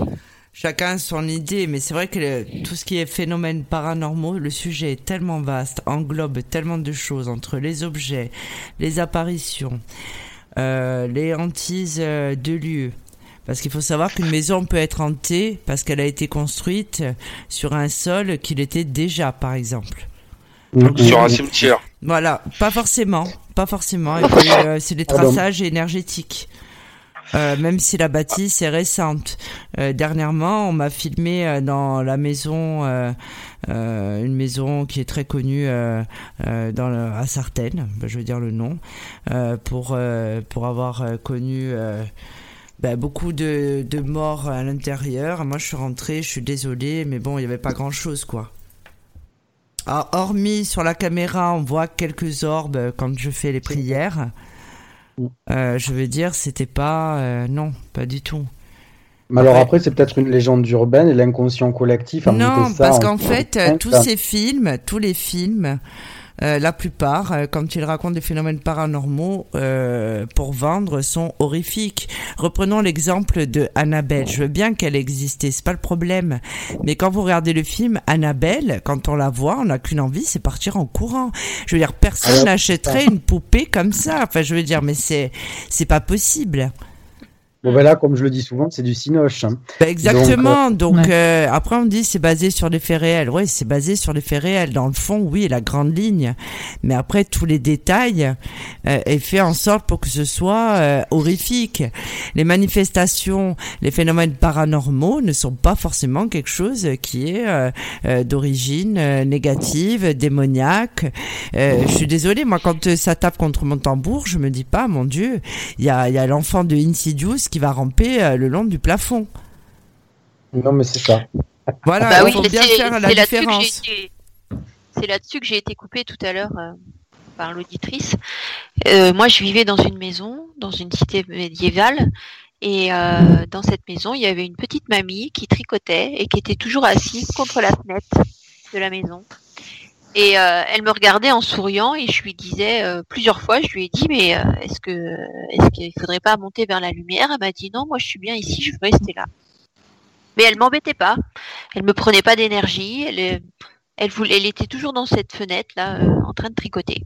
a son idée, mais c'est vrai que tout ce qui est phénomènes paranormaux, le sujet est tellement vaste, englobe tellement de choses entre les objets, les apparitions, les hantises de lieux. Parce qu'il faut savoir qu'une maison peut être hantée parce qu'elle a été construite sur un sol qu'il était déjà, par exemple. Donc, sur un cimetière. Voilà, pas forcément. Et puis, c'est des traçages énergétiques. Même si la bâtisse est récente. Dernièrement, on m'a filmé dans la maison, une maison qui est très connue à Sartène, je veux dire le nom, pour avoir connu beaucoup de morts à l'intérieur. Moi, je suis rentrée, je suis désolée, mais bon, il n'y avait pas grand-chose, quoi. Alors, hormis sur la caméra, on voit quelques orbes quand je fais les prières. Je veux dire, c'était pas... non, pas du tout. Mais alors après, c'est peut-être une légende urbaine et l'inconscient collectif a monté ça. Non, parce qu'en fait, tous les films, la plupart, quand ils racontent des phénomènes paranormaux pour vendre, sont horrifiques. Reprenons l'exemple de Annabelle. Je veux bien qu'elle existait, c'est pas le problème. Mais quand vous regardez le film Annabelle, quand on la voit, on n'a qu'une envie, c'est partir en courant. Je veux dire, personne n'achèterait une poupée comme ça. Enfin, je veux dire, mais c'est pas possible. Bon, ben là, comme je le dis souvent, c'est du cinoche. Exactement. Donc après, on dit c'est basé sur les faits réels. Oui, c'est basé sur les faits réels. Dans le fond, oui, la grande ligne. Mais après, tous les détails est fait en sorte pour que ce soit horrifique. Les manifestations, les phénomènes paranormaux ne sont pas forcément quelque chose qui est d'origine négative, démoniaque. Je suis désolée, moi, quand ça tape contre mon tambour, je me dis pas, mon Dieu, il y a l'enfant de Insidious qui va ramper le long du plafond. Non, mais c'est ça. Voilà, il faut bien faire la différence. C'est là-dessus que j'ai été coupée tout à l'heure par l'auditrice. Moi, je vivais dans une maison, dans une cité médiévale, et dans cette maison, il y avait une petite mamie qui tricotait et qui était toujours assise contre la fenêtre de la maison. Et elle me regardait en souriant et je lui disais plusieurs fois, je lui ai dit mais est-ce qu'il faudrait pas monter vers la lumière? Elle m'a dit non, moi je suis bien ici, je veux rester là. Mais elle m'embêtait pas, elle me prenait pas d'énergie, elle était toujours dans cette fenêtre là en train de tricoter.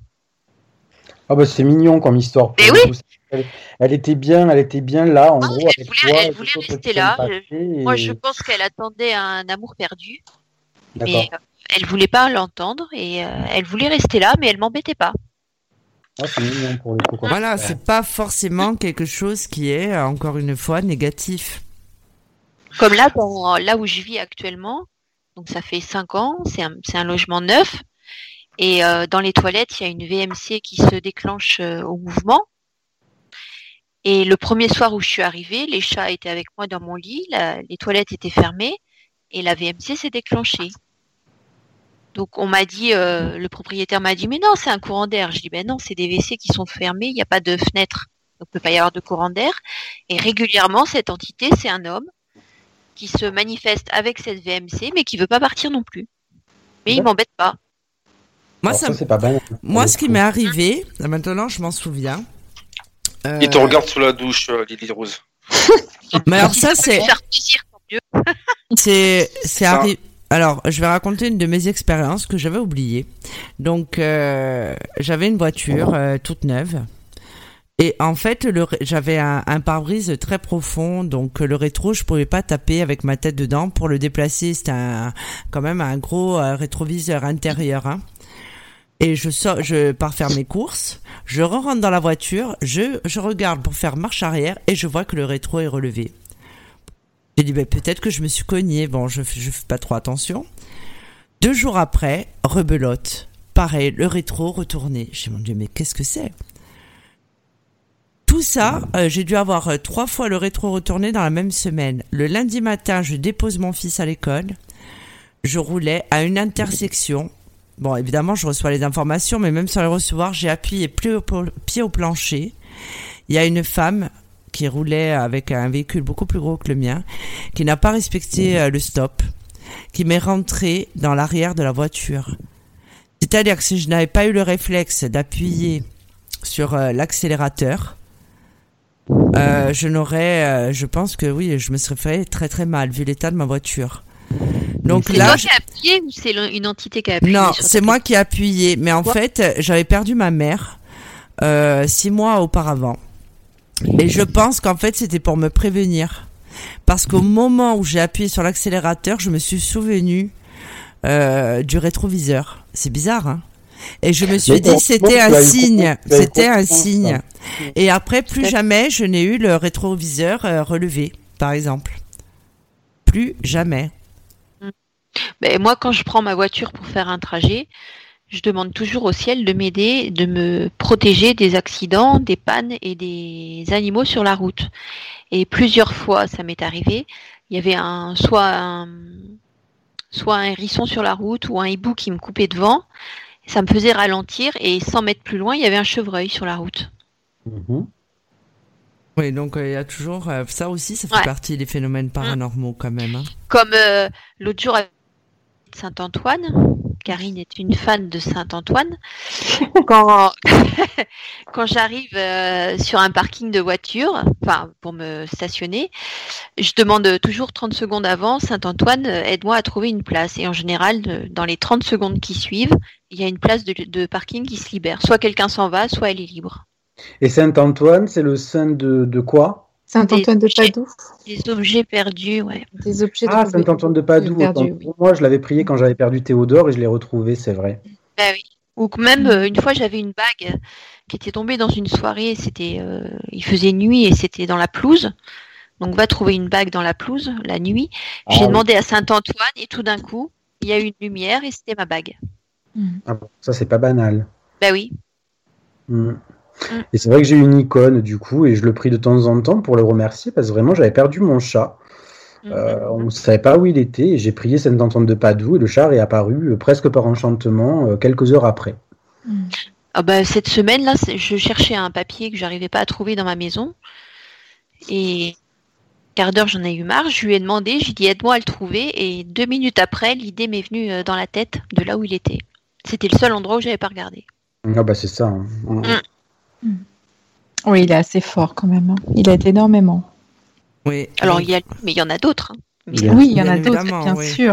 Ah bah c'est mignon comme histoire. Mais oui. Elle était bien là en gros. Elle voulait rester là. Moi je pense qu'elle attendait un amour perdu. D'accord. Mais elle voulait pas l'entendre et elle voulait rester là, mais elle m'embêtait pas. Ah, c'est mignon pour le coup. Voilà, c'est pas forcément quelque chose qui est, encore une fois, négatif. Comme là, là où je vis actuellement, donc ça fait 5 ans, c'est un logement neuf, et dans les toilettes, il y a une VMC qui se déclenche au mouvement. Et le premier soir où je suis arrivée, les chats étaient avec moi dans mon lit, les toilettes étaient fermées, et la VMC s'est déclenchée. Donc on m'a dit, le propriétaire m'a dit mais non c'est un courant d'air. Je dis ben non c'est des WC qui sont fermés, il n'y a pas de fenêtre, donc il ne peut pas y avoir de courant d'air. Et régulièrement cette entité c'est un homme qui se manifeste avec cette VMC mais qui veut pas partir non plus. Mais il m'embête pas. Moi ça c'est pas bien. Moi ce qui m'est arrivé, maintenant je m'en souviens. Il te regarde sous la douche, Lily Rose. Mais alors ça c'est. Faire plaisir tant mieux. C'est Alors, je vais raconter une de mes expériences que j'avais oubliée. Donc, j'avais une voiture toute neuve. Et en fait, j'avais un pare-brise très profond, donc le rétro, je pouvais pas taper avec ma tête dedans pour le déplacer. C'était quand même un gros rétroviseur intérieur. Hein. Et je pars faire mes courses, je rentre dans la voiture, je regarde pour faire marche arrière et je vois que le rétro est relevé. J'ai dit, peut-être que je me suis cogné. Bon, je fais pas trop attention. 2 jours après, rebelote. Pareil, le rétro retourné. J'ai dit, mon Dieu, mais qu'est-ce que c'est ? Tout ça, j'ai dû avoir 3 fois le rétro retourné dans la même semaine. Le lundi matin, je dépose mon fils à l'école. Je roulais à une intersection. Bon, évidemment, je reçois les informations, mais même sans les recevoir, j'ai appuyé pied au plancher. Il y a une femme qui roulait avec un véhicule beaucoup plus gros que le mien, qui n'a pas respecté le stop, qui m'est rentré dans l'arrière de la voiture. C'est-à-dire que si je n'avais pas eu le réflexe d'appuyer sur l'accélérateur, je pense que oui, je me serais fait très très mal vu l'état de ma voiture. Donc c'est toi qui as appuyé ou c'est une entité qui a appuyé? Non, c'est moi qui ai appuyé. Mais en fait, j'avais perdu ma mère 6 mois auparavant. Et je pense qu'en fait, c'était pour me prévenir. Parce qu'au moment où j'ai appuyé sur l'accélérateur, je me suis souvenu du rétroviseur. C'est bizarre, hein? Et je me suis dit, c'était un signe. C'était un signe. Et après, plus jamais, je n'ai eu le rétroviseur relevé, par exemple. Plus jamais. Ben, moi, quand je prends ma voiture pour faire un trajet, je demande toujours au ciel de m'aider, de me protéger des accidents, des pannes et des animaux sur la route. Et plusieurs fois, ça m'est arrivé. Il y avait soit un hérisson sur la route ou un hibou qui me coupait devant. Ça me faisait ralentir et 100 mètres plus loin, il y avait un chevreuil sur la route. Mhm. Oui, donc il y a toujours ça aussi, ça fait partie des phénomènes paranormaux quand même. Hein. Comme l'autre jour à Saint-Antoine, Karine est une fan de Saint-Antoine. Quand j'arrive sur un parking de voiture, enfin pour me stationner, je demande toujours 30 secondes avant, Saint-Antoine, aide-moi à trouver une place. Et en général, dans les 30 secondes qui suivent, il y a une place de parking qui se libère. Soit quelqu'un s'en va, soit elle est libre. Et Saint-Antoine, c'est le saint de quoi? Saint-Antoine de Padoue. Des objets perdus, ouais. Des objets Saint-Antoine de Padoue. Perdus, oui. Moi, je l'avais prié quand j'avais perdu Théodore et je l'ai retrouvé, c'est vrai. Ben oui. Ou même une fois, j'avais une bague qui était tombée dans une soirée. Il faisait nuit et c'était dans la pelouse. Donc, va trouver une bague dans la pelouse la nuit. J'ai demandé à Saint-Antoine et tout d'un coup, il y a eu une lumière et c'était ma bague. Ah bon, ça, c'est pas banal. Ben oui. Et c'est vrai que j'ai une icône du coup et je le prie de temps en temps pour le remercier parce que vraiment j'avais perdu mon chat. On ne savait pas où il était et j'ai prié Saint-Antoine de Padoue et le chat est apparu presque par enchantement quelques heures après. Ah bah, cette semaine-là, je cherchais un papier que j'arrivais pas à trouver dans ma maison et quart d'heure j'en ai eu marre, je lui ai demandé, j'ai dit aide-moi à le trouver et 2 minutes après l'idée m'est venue dans la tête de là où il était. C'était le seul endroit où j'avais pas regardé. Ah bah c'est ça. Hein. Oui, il est assez fort quand même. Hein. Il aide énormément. Oui. Alors, mais il y en a d'autres. Hein. Oui, il y en a d'autres, bien sûr.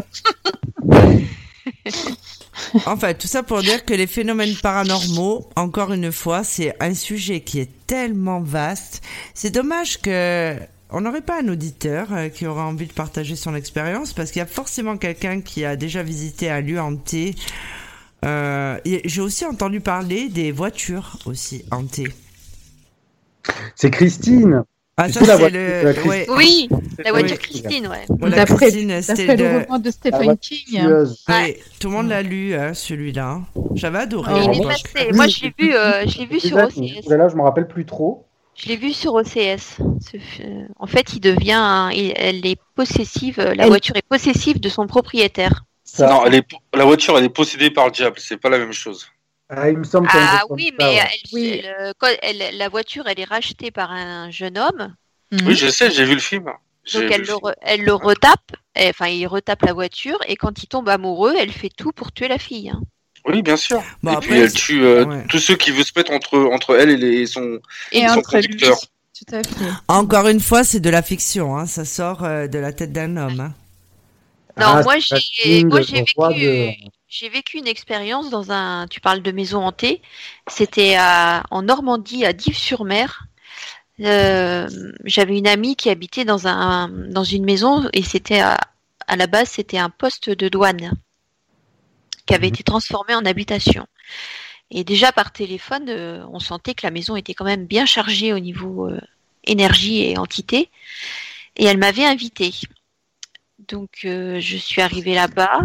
Enfin, tout ça pour dire que les phénomènes paranormaux, encore une fois, c'est un sujet qui est tellement vaste. C'est dommage que on n'aurait pas un auditeur qui aurait envie de partager son expérience, parce qu'il y a forcément quelqu'un qui a déjà visité un lieu hanté. J'ai aussi entendu parler des voitures aussi hantées. C'est Christine. Ah, ça, c'est le... Ouais. Oui, la voiture Christine, ouais. D'après le roman de Stephen King. Oui, tout le monde l'a lu, celui-là. J'avais adoré. Il est passé. Moi, je l'ai vu sur OCS. Là, je me rappelle plus trop. Je l'ai vu sur OCS. En fait, elle est possessive. La voiture est possessive de son propriétaire. Non, la voiture, elle est possédée par le diable. C'est pas la même chose. Il me semble oui, mais la voiture, elle est rachetée par un jeune homme. Oui, je sais, j'ai vu le film. Donc elle le retape, enfin il retape la voiture et quand il tombe amoureux, elle fait tout pour tuer la fille. Hein. Oui, bien sûr. Bon, et après, puis elle tue tous ceux qui veulent se mettre entre elle et son conducteur. Tout à fait. Encore une fois, c'est de la fiction, hein. Ça sort de la tête d'un homme. Hein. Non, c'est King, le roi de- j'ai vécu une expérience dans un. Tu parles de maison hantée. C'était en Normandie, à Dives-sur-Mer. J'avais une amie qui habitait dans une maison et c'était à la base c'était un poste de douane qui avait été transformé en habitation. Et déjà par téléphone, on sentait que la maison était quand même bien chargée au niveau énergie et entité. Et elle m'avait invitée. Donc je suis arrivée là-bas.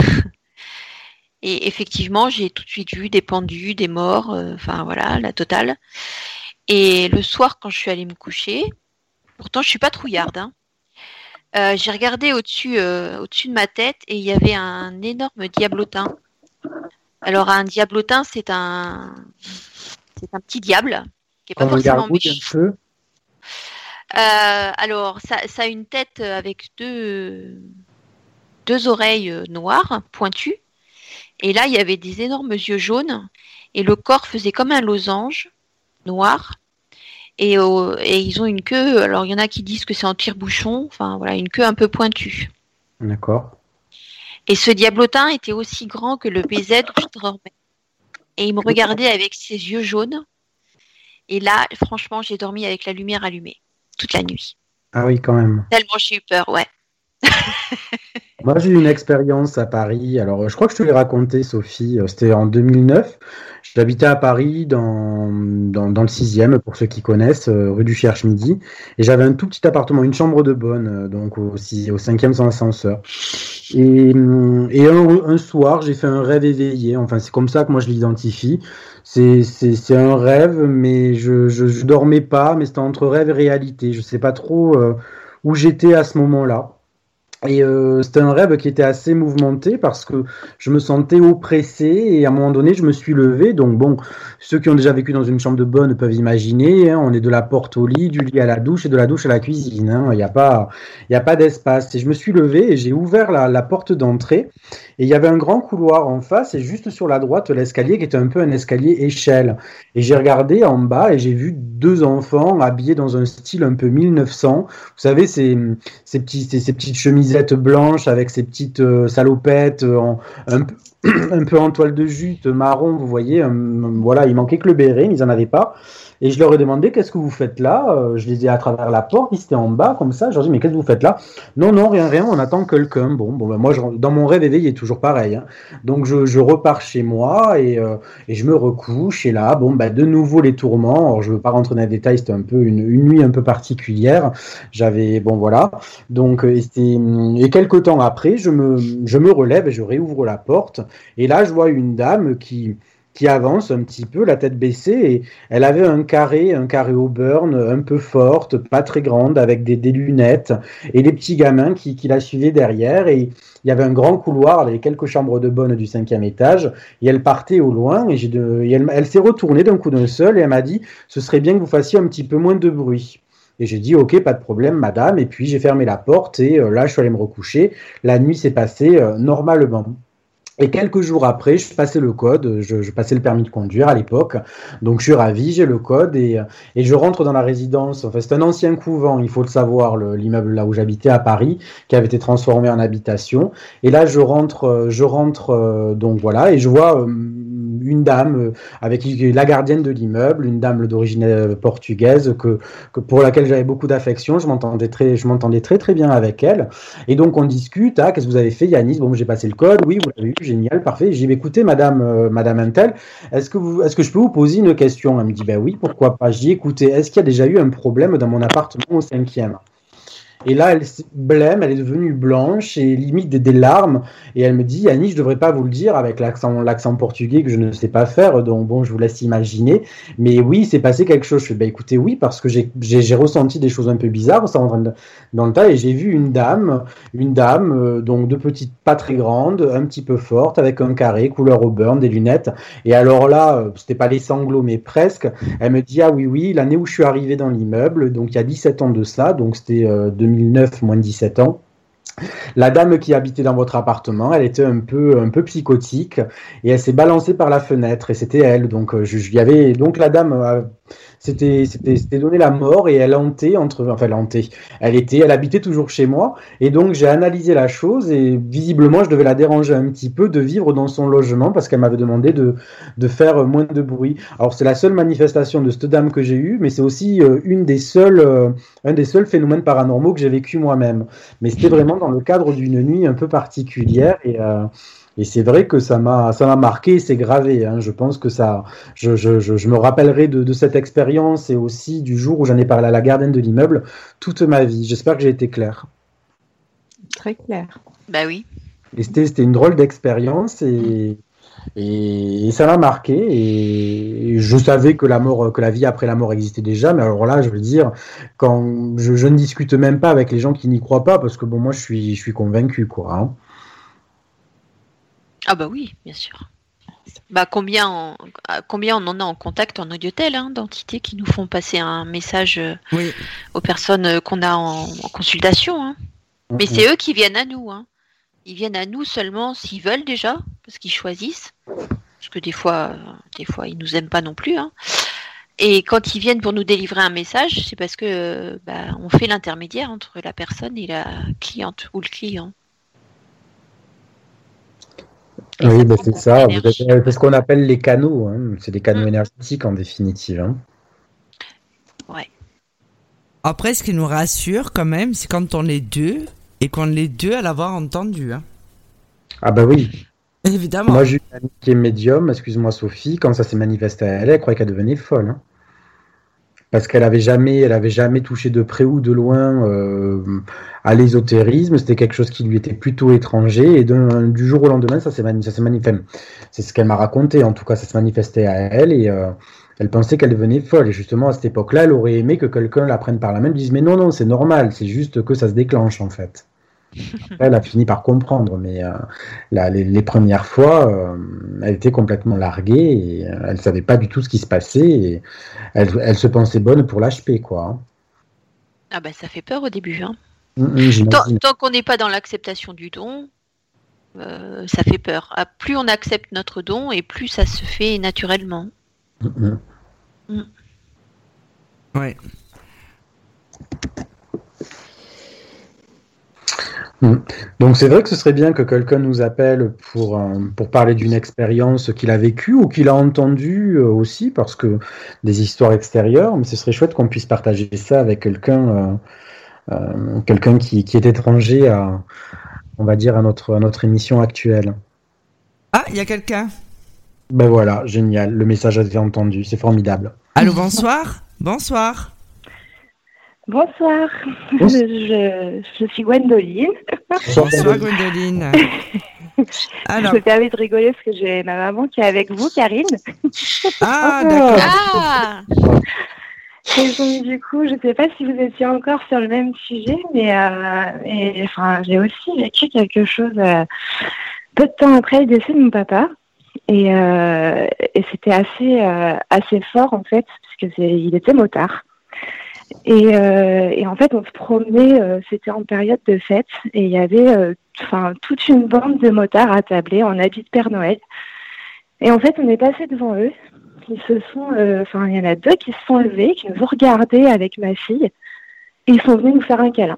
Et effectivement, j'ai tout de suite vu des pendus, des morts, enfin voilà, la totale. Et le soir, quand je suis allée me coucher, pourtant je suis pas trouillarde, hein, j'ai regardé au-dessus de ma tête et il y avait un énorme diablotin. Alors un diablotin, c'est un petit diable qui est pas Comme un forcément gargouille un méchant. peu. Alors ça a une tête avec deux oreilles noires pointues. Et là, il y avait des énormes yeux jaunes et le corps faisait comme un losange noir. Et ils ont une queue. Alors, il y en a qui disent que c'est en tire-bouchon. Enfin, voilà, une queue un peu pointue. D'accord. Et ce diablotin était aussi grand que le BZ où je dormais. Et il me regardait avec ses yeux jaunes. Et là, franchement, j'ai dormi avec la lumière allumée toute la nuit. Ah oui, quand même. Tellement j'ai eu peur, ouais. Moi, j'ai eu une expérience à Paris. Alors, je crois que je te l'ai raconté, Sophie. C'était en 2009. J'habitais à Paris dans le 6e, pour ceux qui connaissent, rue du Cherche-Midi. Et j'avais un tout petit appartement, une chambre de bonne, donc au 5e sans ascenseur. Et un soir, j'ai fait un rêve éveillé. Enfin, c'est comme ça que moi je l'identifie. C'est un rêve, mais je dormais pas, mais c'était entre rêve et réalité. Je sais pas trop où j'étais à ce moment-là. Et c'était un rêve qui était assez mouvementé parce que je me sentais oppressé et à un moment donné je me suis levé. Donc bon, ceux qui ont déjà vécu dans une chambre de bonne peuvent imaginer, hein, on est de la porte au lit, du lit à la douche et de la douche à la cuisine, hein. Il n'y a pas d'espace. Et je me suis levé et j'ai ouvert la porte d'entrée et il y avait un grand couloir en face et juste sur la droite l'escalier qui était un peu un escalier échelle. Et j'ai regardé en bas et j'ai vu deux enfants habillés dans un style un peu 1900. Vous savez, ces petites chemises blanches avec ces petites salopettes un peu en toile de jute marron, vous voyez, voilà, il manquait que le béret, mais ils en avaient pas. Et je leur ai demandé qu'est-ce que vous faites là. Je les ai à travers la porte, ils étaient en bas comme ça. Je leur ai dit mais qu'est-ce que vous faites là? Non, rien, on attend quelqu'un. Bon, ben moi dans mon rêve éveillé, il est toujours pareil, hein. Donc je repars chez moi et je me recouche et là, bon, de nouveau les tourments. Alors je veux pas rentrer dans les détails, c'était un peu une nuit un peu particulière. Voilà. Donc et quelques temps après, je me relève et je réouvre la porte et là je vois une dame qui avance un petit peu, la tête baissée, et elle avait un carré au burn, un peu forte, pas très grande, avec des lunettes, et des petits gamins qui la suivaient derrière, et il y avait un grand couloir avec quelques chambres de bonne du 5e étage, et elle partait au loin, et elle s'est retournée d'un coup d'un seul, et elle m'a dit, ce serait bien que vous fassiez un petit peu moins de bruit. Et j'ai dit, ok, pas de problème, madame, et puis j'ai fermé la porte, et là, je suis allé me recoucher. La nuit s'est passée normalement. Et quelques jours après, je passais le code, je passais le permis de conduire à l'époque, donc je suis ravi, j'ai le code et je rentre dans la résidence. Enfin, c'est un ancien couvent, il faut le savoir, l'immeuble là où j'habitais à Paris, qui avait été transformé en habitation. Et là, je rentre, donc voilà, et je vois une dame avec la gardienne de l'immeuble, une dame d'origine portugaise que pour laquelle j'avais beaucoup d'affection. Je m'entendais très très bien avec elle. Et donc on discute. Ah, qu'est-ce que vous avez fait, Yanis? Bon, j'ai passé le code. Oui, vous l'avez eu, génial, parfait. J'ai dit, écoutez, madame Intel, est-ce que je peux vous poser une question? Elle me dit, ben oui, pourquoi pas. J'ai dit, écoutez, est-ce qu'il y a déjà eu un problème dans mon appartement au 5e? Et là, elle blême, elle est devenue blanche et limite des larmes. Et elle me dit, Annie, je devrais pas vous le dire avec l'accent portugais que je ne sais pas faire. Donc bon, je vous laisse imaginer. Mais oui, il s'est passé quelque chose. Je fais, écoutez, oui, parce que j'ai ressenti des choses un peu bizarres, ça rentre dans le tas. Et j'ai vu une dame, donc de petite, pas très grande, un petit peu forte, avec un carré, couleur au burn, des lunettes. Et alors là, c'était pas les sanglots, mais presque. Elle me dit, ah oui, l'année où je suis arrivé dans l'immeuble, donc il y a 17 ans de ça, donc c'était 2009, moins de 17 ans. La dame qui habitait dans votre appartement, elle était un peu psychotique et elle s'est balancée par la fenêtre et c'était elle. Donc je lui avais donc la dame s'était donné la mort et elle hantait elle habitait toujours chez moi et donc j'ai analysé la chose et visiblement je devais la déranger un petit peu de vivre dans son logement parce qu'elle m'avait demandé de faire moins de bruit. Alors c'est la seule manifestation de cette dame que j'ai eue, mais c'est aussi un des seuls phénomènes paranormaux que j'ai vécu moi-même. Mais c'était vraiment dans le cadre d'une nuit un peu particulière et c'est vrai que ça m'a marqué, c'est gravé. Hein. Je pense que je me rappellerai de cette expérience et aussi du jour où j'en ai parlé à la gardienne de l'immeuble toute ma vie. J'espère que j'ai été clair. Très clair. Bah oui. Et c'était une drôle d'expérience et ça m'a marqué et je savais que la vie après la mort existait déjà, mais alors là, je veux dire, quand je ne discute même pas avec les gens qui n'y croient pas parce que bon, moi, je suis convaincu, quoi. Hein. Ah bah oui, bien sûr. Bah combien on en a en contact en audiotel, d'entités qui nous font passer un message aux personnes qu'on a en consultation. Hein. Mais c'est eux qui viennent à nous. Hein. Ils viennent à nous seulement s'ils veulent déjà, parce qu'ils choisissent. Parce que des fois ils nous aiment pas non plus. Hein. Et quand ils viennent pour nous délivrer un message, c'est parce que on fait l'intermédiaire entre la personne et la cliente ou le client. Oui, c'est ça. C'est ce qu'on appelle les canaux. Hein. C'est des canaux énergétiques en définitive. Hein. Ouais. Après, ce qui nous rassure quand même, c'est quand on est deux et qu'on est deux à l'avoir entendu. Hein. Ah bah oui. Évidemment. Moi, j'ai une amie qui est médium, excuse-moi Sophie, quand ça s'est manifesté à elle, elle croyait qu'elle devenait folle. Hein. Parce qu'elle avait jamais touché de près ou de loin à l'ésotérisme. C'était quelque chose qui lui était plutôt étranger. Et du jour au lendemain, ça s'est manifesté. C'est ce qu'elle m'a raconté. En tout cas, ça se manifestait à elle et elle pensait qu'elle devenait folle. Et justement, à cette époque-là, elle aurait aimé que quelqu'un la prenne par la main et lui dise « Mais non, c'est normal. C'est juste que ça se déclenche, en fait. » Elle a fini par comprendre, mais les premières fois, elle était complètement larguée et elle savait pas du tout ce qui se passait et elle se pensait bonne pour l'HP, quoi. Ah bah ça fait peur au début. Hein. Tant qu'on n'est pas dans l'acceptation du don, ça fait peur. Ah, plus on accepte notre don et plus ça se fait naturellement. Ouais. Donc c'est vrai que ce serait bien que quelqu'un nous appelle pour parler d'une expérience qu'il a vécue ou qu'il a entendue aussi, parce que des histoires extérieures, mais ce serait chouette qu'on puisse partager ça avec quelqu'un qui est étranger à, on va dire, à notre émission actuelle. Ah, il y a quelqu'un. Ben voilà, génial, le message a été entendu, c'est formidable. Allô, bonsoir. Bonsoir. Bonsoir, je suis Gwendoline. Bonsoir Gwendoline. Alors. Je me permets de rigoler parce que j'ai ma maman qui est avec vous, Karine. Ah, d'accord. Et donc, du coup, je ne sais pas si vous étiez encore sur le même sujet, mais j'ai aussi vécu quelque chose peu de temps après le décès de mon papa. Et c'était assez fort, en fait, parce qu'il était motard. Et en fait, on se promenait, c'était en période de fête, et il y avait toute une bande de motards attablés en habit de Père Noël. Et en fait, on est passé devant eux. Il y en a deux qui se sont levés, qui nous ont regardés avec ma fille, et ils sont venus nous faire un câlin.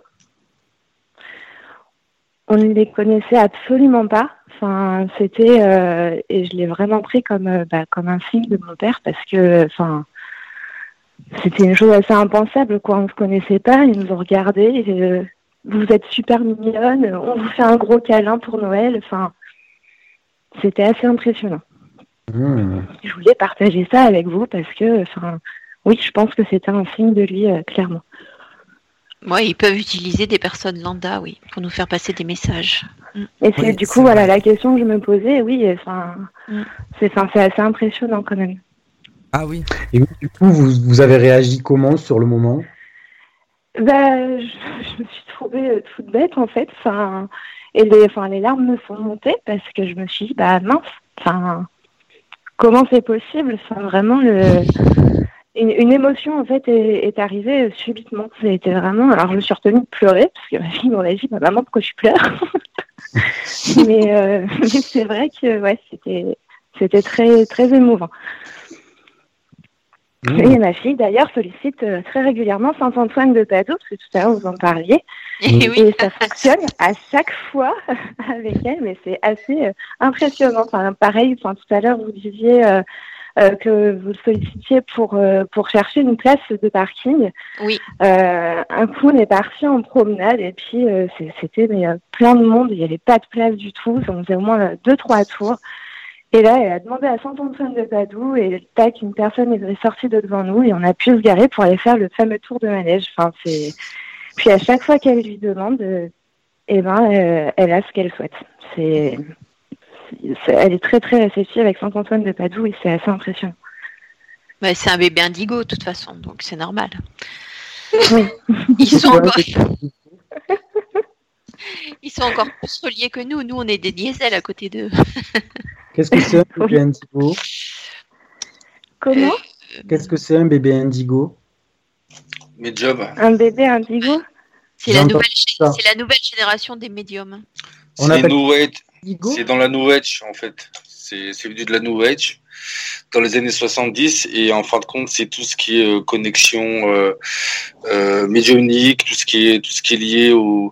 On ne les connaissait absolument pas. Enfin, c'était et je l'ai vraiment pris comme un signe de mon père parce que, c'était une chose assez impensable, quoi. On ne se connaissait pas, ils nous ont regardés. Vous êtes super mignonne, on vous fait un gros câlin pour Noël. Enfin, c'était assez impressionnant. Je voulais partager ça avec vous parce que, oui, je pense que c'était un signe de lui, clairement. Oui, ils peuvent utiliser des personnes lambda, oui, pour nous faire passer des messages. Et c'est du coup, voilà, la question que je me posais, oui, c'est assez impressionnant quand même. Ah oui. Et du coup, vous avez réagi comment sur le moment ? Je me suis trouvée toute bête en fait. Et les larmes me sont montées parce que je me suis dit, mince. Comment c'est possible ? Vraiment une émotion en fait est arrivée subitement. C'était vraiment. Alors je me suis retenue de pleurer parce que ma fille m'aurait dit maman pourquoi je pleure. mais c'est vrai que ouais c'était très très émouvant. Et ma fille d'ailleurs sollicite très régulièrement Saint-Antoine de Padoue parce que tout à l'heure vous en parliez. Et ça fonctionne à chaque fois avec elle, mais c'est assez impressionnant. Enfin, pareil, tout à l'heure vous disiez que vous le sollicitiez pour chercher une place de parking. Oui. Un coup, on est parti en promenade et puis c'était plein de monde. Il n'y avait pas de place du tout. On faisait au moins 2-3 tours. Et là, elle a demandé à Saint-Antoine de Padoue et tac, une personne est sortie de devant nous et on a pu se garer pour aller faire le fameux tour de manège. Enfin, Puis à chaque fois qu'elle lui demande, elle a ce qu'elle souhaite. Elle est très très réceptive avec Saint-Antoine de Padoue et c'est assez impressionnant. Bah, c'est un bébé indigo de toute façon, donc c'est normal. Oui. Ils sont encore plus reliés que nous. Nous, on est des diesels à côté d'eux. Qu'est-ce que c'est un bébé indigo? Comment? Qu'est-ce que c'est un bébé indigo? Médium. Un bébé indigo? C'est la nouvelle génération des médiums. C'est New Age. C'est dans la New Age, en fait. C'est venu de la New Age dans les années 70 et en fin de compte, c'est tout ce qui est connexion médiumnique, tout ce qui est lié au.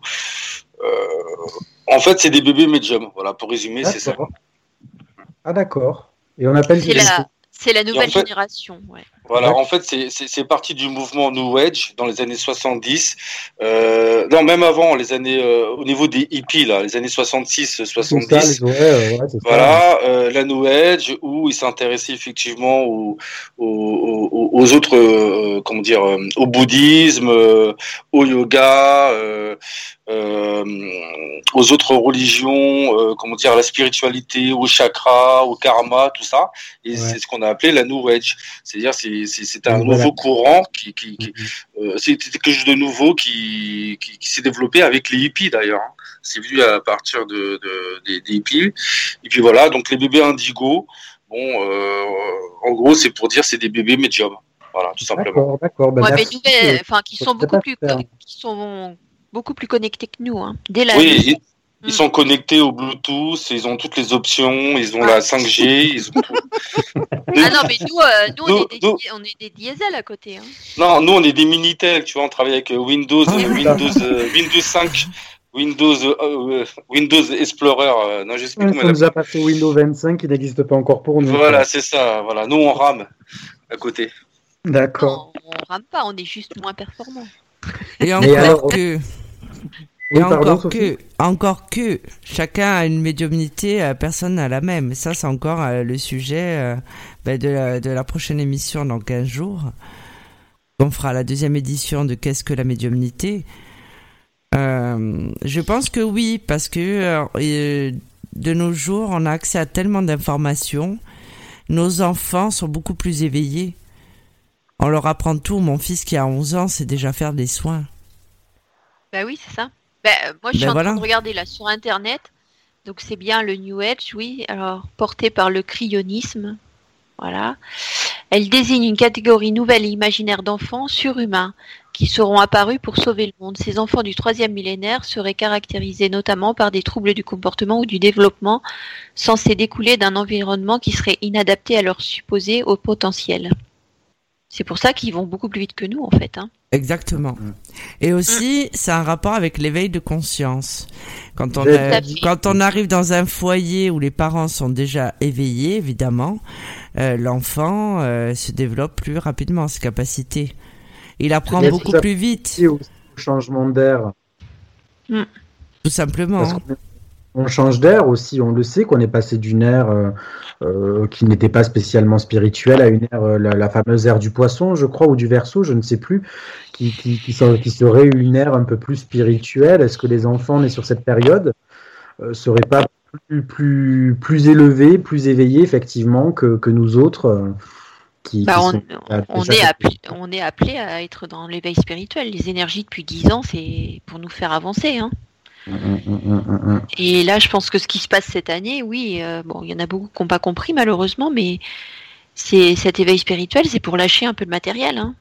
En fait, c'est des bébés médiums. Voilà, pour résumer, c'est ça. Ah d'accord. Et on appelle c'est la nouvelle génération. Ouais. Voilà, en fait, c'est parti du mouvement New Age dans les années 70. Non, même avant, les années au niveau des hippies, là, les années 66, 70. Voilà, la New Age où ils s'intéressaient effectivement aux autres, comment dire, au bouddhisme, au yoga, aux autres religions, comment dire, à la spiritualité, au chakra, au karma, tout ça. Et c'est ce qu'on a appelé la New Age. C'est-à-dire, c'est un nouveau courant c'est quelque chose de nouveau qui s'est développé avec les hippies d'ailleurs. C'est venu à partir des hippies. Et puis voilà, donc les bébés indigos, en gros, c'est pour dire c'est des bébés médiums. Voilà, tout simplement. D'accord. Qui sont beaucoup plus connectés que nous. Hein. Dès la Ils sont connectés au Bluetooth, ils ont toutes les options, ils ont la 5G, ils ont tout. Ah non, mais nous on est des diesels à côté. Hein. Non, nous on est des Minitel, tu vois, on travaille avec Windows 5, Windows Explorer. Non, je sais plus comment on nous a passé Windows 25 qui n'existe pas encore pour nous. Voilà, c'est ça. Voilà, nous on rame à côté. D'accord. Non, on rame pas, on est juste moins performants. Et encore que chacun a une médiumnité, personne n'a la même. Et ça, c'est encore le sujet de la prochaine émission dans 15 jours. On fera la 2e édition de Qu'est-ce que la médiumnité? Je pense que oui, parce que de nos jours, on a accès à tellement d'informations. Nos enfants sont beaucoup plus éveillés. On leur apprend tout. Mon fils qui a 11 ans sait déjà faire des soins. Bah oui, c'est ça. Moi, je suis en train de regarder là sur Internet. Donc, c'est bien le New Age, oui. Alors, porté par le cryonisme. Voilà. Elle désigne une catégorie nouvelle et imaginaire d'enfants surhumains qui seront apparus pour sauver le monde. Ces enfants du 3e millénaire seraient caractérisés notamment par des troubles du comportement ou du développement censés découler d'un environnement qui serait inadapté à leur supposé haut potentiel. C'est pour ça qu'ils vont beaucoup plus vite que nous, en fait. Hein. Exactement. Et aussi, c'est un rapport avec l'éveil de conscience. Quand on arrive dans un foyer où les parents sont déjà éveillés, évidemment, l'enfant se développe plus rapidement, ses capacités. Il apprend beaucoup plus vite. Au changement d'air. Tout simplement. On change d'air aussi, on le sait qu'on est passé d'une ère qui n'était pas spécialement spirituelle à une ère, la fameuse ère du poisson, je crois, ou du Verseau, je ne sais plus, qui serait une ère un peu plus spirituelle. Est-ce que les enfants nés sur cette période seraient pas plus élevés, plus éveillés effectivement que nous autres on est appelé à être dans l'éveil spirituel. Les énergies depuis 10 ans, c'est pour nous faire avancer. Hein. Et là, je pense que ce qui se passe cette année, oui, il y en a beaucoup qui n'ont pas compris malheureusement, mais cet éveil spirituel, c'est pour lâcher un peu le matériel. Hein.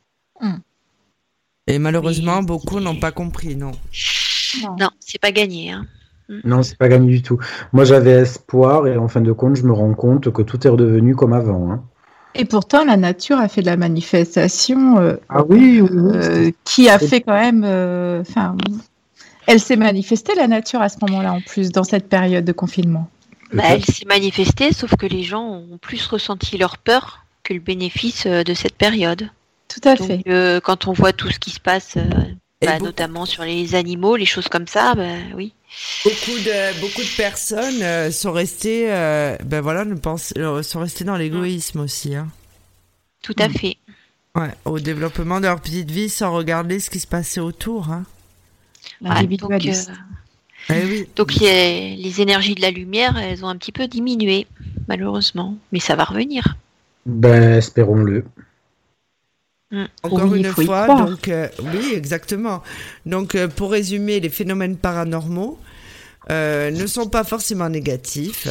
Et malheureusement, beaucoup n'ont pas compris, non. Non, c'est pas gagné. Hein. Non, c'est pas gagné du tout. Moi, j'avais espoir et en fin de compte, je me rends compte que tout est redevenu comme avant. Hein. Et pourtant, la nature a fait de la manifestation oui. qui a fait quand même... elle s'est manifestée, la nature, à ce moment-là, en plus, dans cette période de confinement. Elle s'est manifestée, sauf que les gens ont plus ressenti leur peur que le bénéfice de cette période. Tout à fait. Quand on voit tout ce qui se passe, notamment sur les animaux, les choses comme ça, oui. Beaucoup de personnes sont restées, sont restées dans l'égoïsme aussi. Hein. Tout à fait. Ouais, au développement de leur petite vie sans regarder ce qui se passait autour. Hein. L'individualisme. Donc les énergies de la lumière, elles ont un petit peu diminué, malheureusement. Mais ça va revenir. Espérons-le. Encore une fois, donc oui, exactement. Donc pour résumer, les phénomènes paranormaux ne sont pas forcément négatifs,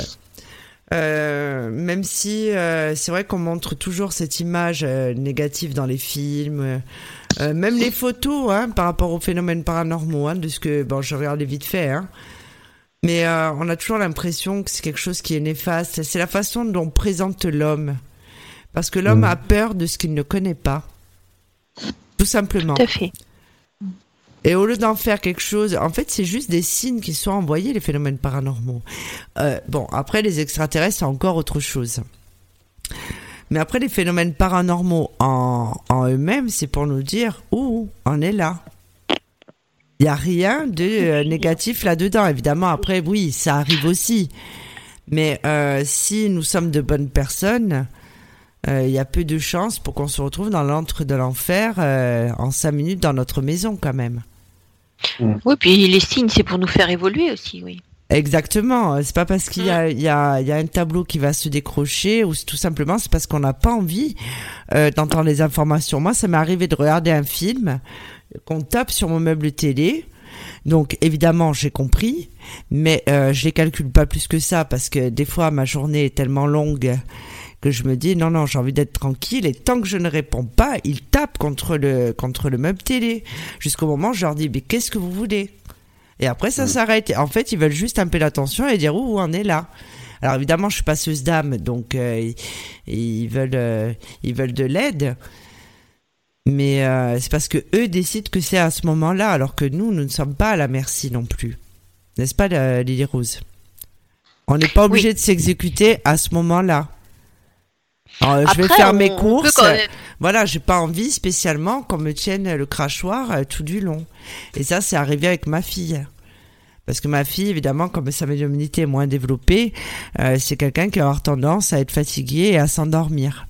même si c'est vrai qu'on montre toujours cette image négative dans les films, même les photos par rapport aux phénomènes paranormaux, de ce que je regardais vite fait. Mais on a toujours l'impression que c'est quelque chose qui est néfaste. C'est la façon dont on présente l'homme, parce que l'homme a peur de ce qu'il ne connaît pas. Tout simplement. Tout à fait. Et au lieu d'en faire quelque chose, en fait, c'est juste des signes qui sont envoyés, les phénomènes paranormaux. Après, les extraterrestres, c'est encore autre chose. Mais après, les phénomènes paranormaux en eux-mêmes, c'est pour nous dire, on est là. Il n'y a rien de négatif là-dedans. Évidemment, après, oui, ça arrive aussi. Mais si nous sommes de bonnes personnes... il y a peu de chances pour qu'on se retrouve dans l'antre de l'enfer en 5 minutes dans notre maison quand même. Oui, puis les signes, c'est pour nous faire évoluer aussi, oui. Exactement, c'est pas parce qu'il y a un tableau qui va se décrocher ou tout simplement c'est parce qu'on n'a pas envie d'entendre les informations. Moi, ça m'est arrivé de regarder un film qu'on tape sur mon meuble télé. Donc évidemment j'ai compris, mais je les calcule pas plus que ça parce que des fois ma journée est tellement longue que je me dis non, j'ai envie d'être tranquille et tant que je ne réponds pas, ils tapent contre le meuble télé jusqu'au moment où je leur dis mais qu'est-ce que vous voulez ? Et après ça s'arrête. En fait, ils veulent juste un peu l'attention et dire où on est là. Alors évidemment, je suis passeuse d'âme, donc ils veulent de l'aide. Mais c'est parce que eux décident que c'est à ce moment-là, alors que nous ne sommes pas à la merci non plus. N'est-ce pas, Lily Rose ? On n'est pas obligé de s'exécuter à ce moment-là. Alors, je vais faire mes courses. Voilà, j'ai pas envie spécialement qu'on me tienne le crachoir tout du long. Et ça, c'est arrivé avec ma fille. Parce que ma fille, évidemment, comme sa médiumnité est moins développée, c'est quelqu'un qui va avoir tendance à être fatigué et à s'endormir.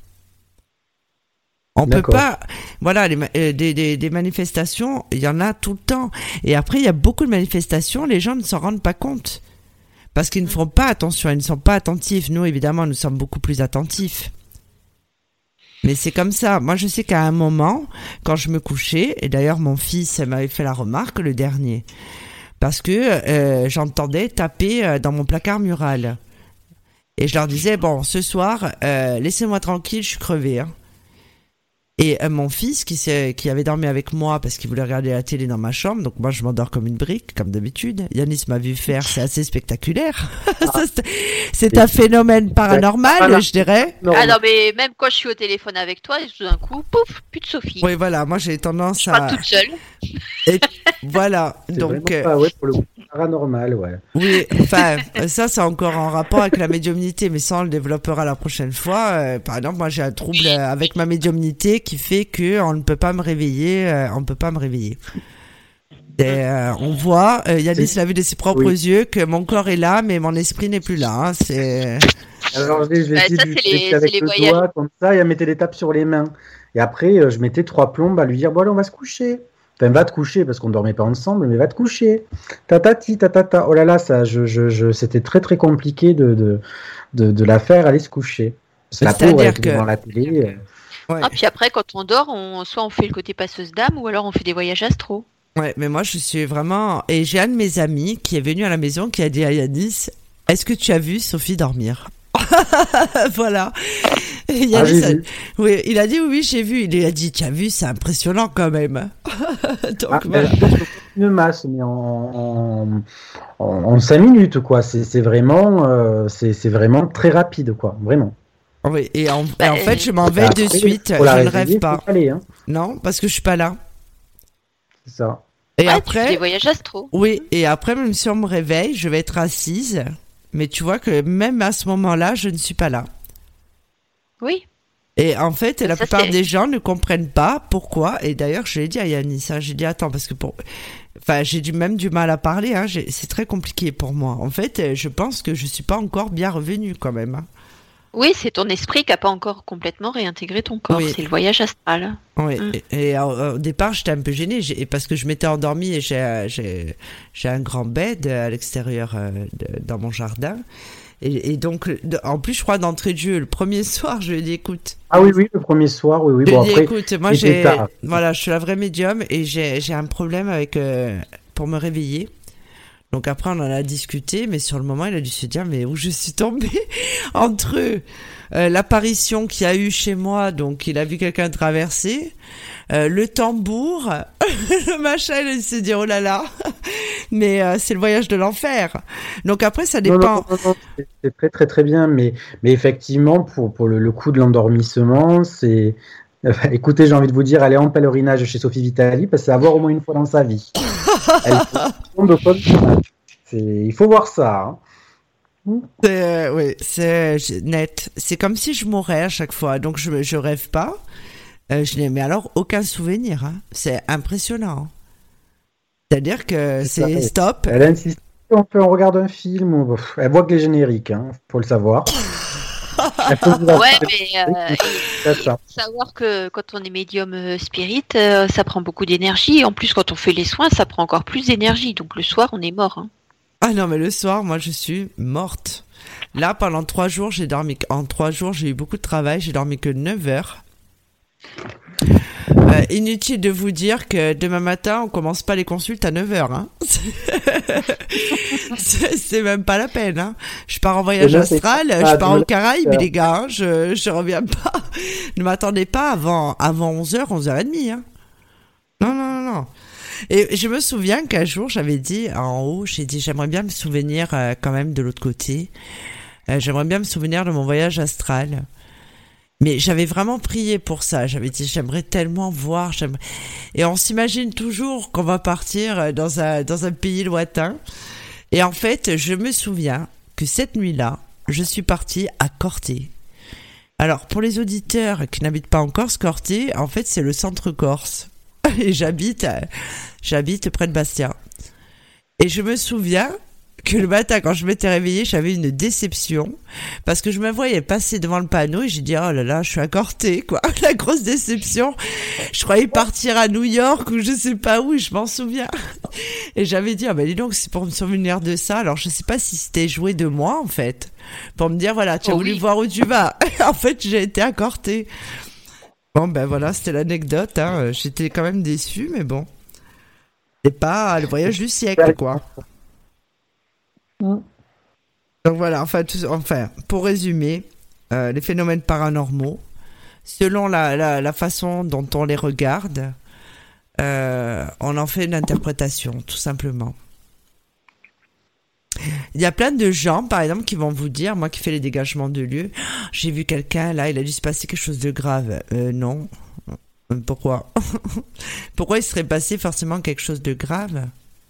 On peut pas, voilà, des manifestations, il y en a tout le temps. Et après, il y a beaucoup de manifestations, les gens ne s'en rendent pas compte. Parce qu'ils ne font pas attention, ils ne sont pas attentifs. Nous, évidemment, nous sommes beaucoup plus attentifs. Mais c'est comme ça. Moi, je sais qu'à un moment, quand je me couchais, et d'ailleurs, mon fils m'avait fait la remarque, le dernier, parce que j'entendais taper dans mon placard mural. Et je leur disais, bon, ce soir, laissez-moi tranquille, je suis crevé. Hein. Et mon fils, qui avait dormi avec moi parce qu'il voulait regarder la télé dans ma chambre, donc moi je m'endors comme une brique, comme d'habitude. Yanis m'a vu faire, c'est assez spectaculaire. C'est un phénomène paranormal, je dirais. Ah non, mais même quand je suis au téléphone avec toi, tout d'un coup, pouf, plus de Sophie. Oui, voilà, moi j'ai tendance je suis pas toute seule. Et voilà, donc. Pour le coup, paranormal, ouais. Oui, enfin, ça c'est encore en rapport avec la médiumnité, mais ça on le développera la prochaine fois. Par exemple, moi j'ai un trouble avec ma médiumnité qui fait que on ne peut pas me réveiller, Et, on voit, Yanis l'a vu de ses propres yeux que mon corps est là, mais mon esprit n'est plus là. Hein, c'est. Alors je l'ai avec le doigt comme ça, et elle mettait des tapes sur les mains. Et après, je mettais 3 plombes à lui dire bon allez, on va se coucher. Enfin, va te coucher parce qu'on dormait pas ensemble, mais va te coucher. Tatati, tatata. Oh là là, ça, c'était très très compliqué de la faire aller se coucher. Parce que la pauvre, elle était devant la télé. Ouais. Ah, puis après, quand on dort, soit on fait le côté passeuse d'âme, ou alors on fait des voyages astro. Ouais, mais moi, je suis vraiment... Et j'ai un de mes amis qui est venu à la maison qui a dit à Yanis, est-ce que tu as vu Sophie dormir ? Voilà. Il a dit ça. Oui, il a dit oui, j'ai vu. Il a dit, tu as vu, c'est impressionnant quand même. Donc, voilà. Une masse, mais en 5 minutes, quoi. C'est vraiment, c'est vraiment très rapide, quoi. Vraiment. Oui, et en fait, je m'en vais de suite. Je ne rêve pas. Non, parce que je suis pas là. C'est ça. Et après, tu fais des voyages astro. Oui, et après, même si on me réveille, je vais être assise. Mais tu vois que même à ce moment-là, je ne suis pas là. Oui. Et en fait, la plupart des gens ne comprennent pas pourquoi. Et d'ailleurs, je l'ai dit à Yanis, j'ai dit attends, parce que j'ai même du mal à parler. Hein, c'est très compliqué pour moi. En fait, je pense que je suis pas encore bien revenue quand même. Hein. Oui, c'est ton esprit qui n'a pas encore complètement réintégré ton corps. Oui. C'est le voyage astral. Oui. Et au départ, j'étais un peu gênée parce que je m'étais endormie et j'ai un grand bed à l'extérieur dans mon jardin. Et donc, en plus, je crois d'entrée de jeu, le premier soir, je lui ai dit, écoute. Ah oui, le premier soir, oui. Je lui ai dit, écoute, moi, je suis la vraie médium et j'ai un problème pour me réveiller. Donc après, on en a discuté, mais sur le moment, il a dû se dire, mais où je suis tombée entre l'apparition qu'il y a eu chez moi, donc il a vu quelqu'un traverser, le tambour, le machin, il s'est dit, oh là là, mais c'est le voyage de l'enfer. Donc après, ça dépend. Non, c'est très très très bien, mais effectivement, pour le coup de l'endormissement, c'est... Écoutez, j'ai envie de vous dire, allez en pèlerinage chez Sophie Vitali, parce que c'est à voir au moins une fois dans sa vie. Il faut voir ça. Hein. Oui, c'est net. C'est comme si je mourais à chaque fois, donc je rêve pas. Je n'ai mais alors aucun souvenir. Hein. C'est impressionnant. C'est-à-dire que c'est stop. Elle insiste. On regarde un film, elle voit que les génériques, hein, faut le savoir. Ouais, mais il faut savoir que quand on est médium spirit, ça prend beaucoup d'énergie. Et en plus, quand on fait les soins, ça prend encore plus d'énergie. Donc le soir, on est mort. Hein. Ah non, mais le soir, moi, je suis morte. Là, pendant 3 jours, j'ai dormi. En 3 jours, j'ai eu beaucoup de travail. J'ai dormi que 9 heures. Inutile de vous dire que demain matin, on commence pas les consultes à 9 heures. Hein. C'est même pas la peine. Hein. Je pars en voyage astral, je pars aux Caraïbes, les gars. Hein. Je reviens pas. Ne m'attendez pas avant 11h, 11h30. Hein. Non. Et je me souviens qu'un jour, j'avais dit en haut, j'aimerais bien me souvenir quand même de l'autre côté. J'aimerais bien me souvenir de mon voyage astral. Mais j'avais vraiment prié pour ça. J'avais dit, j'aimerais tellement voir. Et on s'imagine toujours qu'on va partir dans un pays lointain. Et en fait, je me souviens que cette nuit-là, je suis partie à Corté. Alors, pour les auditeurs qui n'habitent pas en Corse, Corté, en fait, c'est le centre corse. Et j'habite près de Bastia. Et je me souviens que le matin, quand je m'étais réveillée, j'avais une déception parce que je me voyais passer devant le panneau et j'ai dit, oh là là, je suis à Corté, quoi. La grosse déception. Je croyais partir à New York ou je sais pas où, je m'en souviens. Et j'avais dit, ah ben dis donc, c'est pour me souvenir de ça. Alors, je sais pas si c'était joué de moi, en fait, pour me dire, voilà, tu as voulu voir où tu vas. En fait, j'ai été à Corté. Bon, ben voilà, c'était l'anecdote, hein. J'étais quand même déçue, mais bon. C'est pas le voyage du siècle, quoi. Donc voilà, enfin, pour résumer, les phénomènes paranormaux, selon la façon dont on les regarde, on en fait une interprétation, tout simplement. Il y a plein de gens, par exemple, qui vont vous dire, moi qui fais les dégagements de lieux, j'ai vu quelqu'un, là, il a dû se passer quelque chose de grave. Non. Pourquoi? Pourquoi il serait passé forcément quelque chose de grave?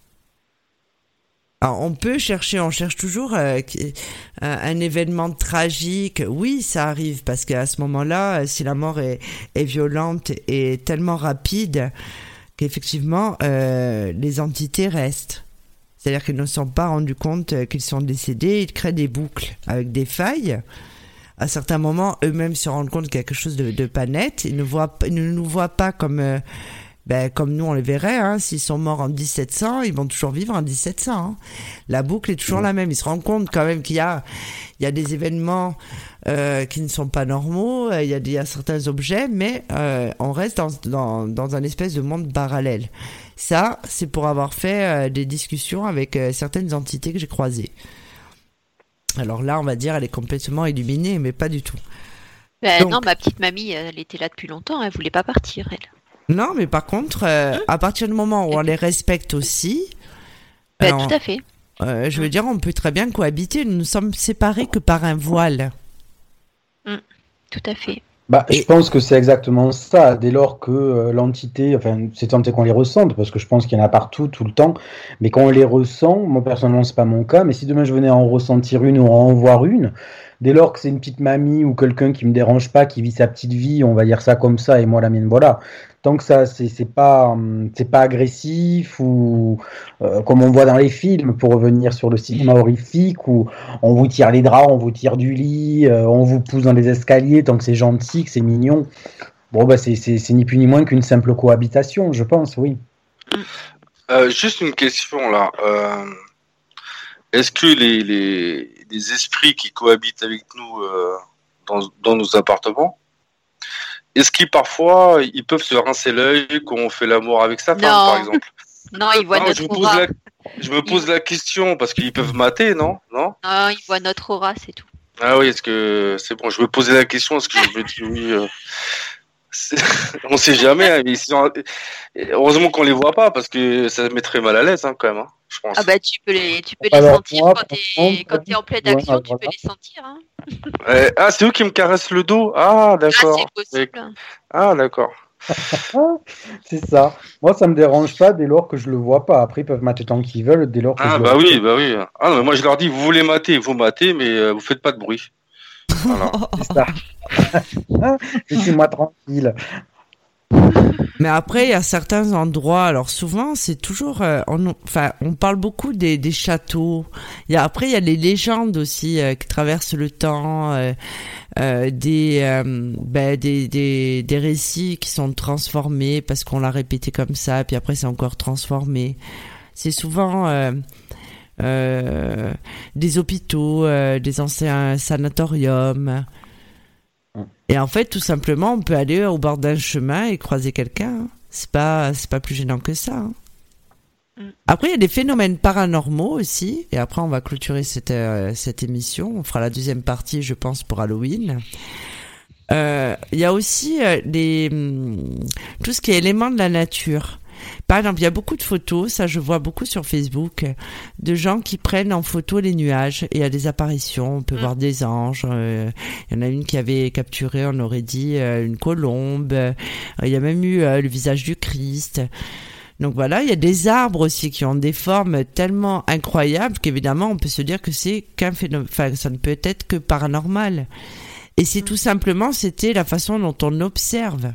Alors, on cherche toujours un événement tragique. Oui, ça arrive, parce qu'à ce moment-là, si la mort est violente et tellement rapide, qu'effectivement, les entités restent. C'est-à-dire qu'ils ne se sont pas rendus compte qu'ils sont décédés, ils créent des boucles avec des failles. À certains moments, eux-mêmes se rendent compte qu'il y a quelque chose de pas net. Ils ne nous voient pas comme nous on les verrait. Hein. S'ils sont morts en 1700, ils vont toujours vivre en 1700. Hein. La boucle est toujours la même. Ils se rendent compte quand même qu'il y a des événements qui ne sont pas normaux. Il y a certains objets, mais on reste dans un espèce de monde parallèle. Ça, c'est pour avoir fait des discussions avec certaines entités que j'ai croisées. Alors là, on va dire, elle est complètement illuminée, mais pas du tout. Donc- Non, ma petite mamie, elle était là depuis longtemps, elle voulait pas partir, elle. Non, mais par contre, à partir du moment où on les respecte aussi, Tout à fait. je veux dire, on peut très bien cohabiter. Nous ne sommes séparés que par un voile. Tout à fait. Je pense que c'est exactement ça. Dès lors que l'entité, enfin, c'est tant est qu'on les ressente, parce que je pense qu'il y en a partout, tout le temps, mais quand on les ressent, moi personnellement, c'est pas mon cas, mais si demain je venais à en ressentir une ou à en voir une, dès lors que c'est une petite mamie ou quelqu'un qui me dérange pas, qui vit sa petite vie, on va dire ça comme ça, et moi la mienne, voilà. Tant que ça, c'est pas agressif ou comme on voit dans les films, pour revenir sur le cinéma horrifique, où on vous tire les draps, on vous tire du lit, on vous pousse dans les escaliers, tant que c'est gentil, que c'est mignon. Bon, c'est ni plus ni moins qu'une simple cohabitation, je pense, oui. Juste une question là. Est-ce que les esprits qui cohabitent avec nous dans nos appartements, est-ce qu'ils parfois ils peuvent se rincer l'œil quand on fait l'amour avec sa femme, par exemple? Non, ils voient notre aura. Je me pose la question parce qu'ils peuvent mater, non? Non, ils voient notre aura, c'est tout. Ah oui, est-ce que c'est bon? Je me posais la question, est-ce que je me dis oui. On sait jamais, hein, mais heureusement qu'on les voit pas parce que ça mettrait mal à l'aise, hein, quand même, hein, je pense. Ah bah tu peux les Alors, sentir moi, quand t'es en pleine action, ouais, tu peux les sentir. Hein. C'est eux qui me caressent le dos. Ah d'accord. Ah, c'est possible. Ah d'accord. C'est ça. Moi, ça me dérange pas dès lors que je le vois pas. Après, ils peuvent mater tant qu'ils veulent, dès lors que je le Bah vois. oui, bah oui. Ah non, mais moi je leur dis, vous voulez mater, vous matez, mais vous faites pas de bruit. Voilà. C'est ça. Laissez-moi tranquille. Mais après, il y a certains endroits, alors souvent, c'est toujours... on parle beaucoup des châteaux. Après, il y a les légendes aussi qui traversent le temps, des récits qui sont transformés parce qu'on l'a répété comme ça, puis après, c'est encore transformé. C'est souvent... des hôpitaux, des anciens sanatoriums. Et en fait, tout simplement, on peut aller au bord d'un chemin et croiser quelqu'un. Hein. C'est pas plus gênant que ça. Hein. Après, il y a des phénomènes paranormaux aussi. Et après, on va clôturer cette émission. On fera la deuxième partie, je pense, pour Halloween. Il y a aussi tout ce qui est éléments de la nature. Par exemple, il y a beaucoup de photos, ça je vois beaucoup sur Facebook, de gens qui prennent en photo les nuages et il y a des apparitions, on peut voir des anges, il y en a une qui avait capturé, on aurait dit, une colombe, il y a même eu le visage du Christ. Donc voilà, il y a des arbres aussi qui ont des formes tellement incroyables qu'évidemment on peut se dire que c'est qu'un phénomène, enfin ça ne peut être que paranormal. Et c'est tout simplement, c'était la façon dont on observe.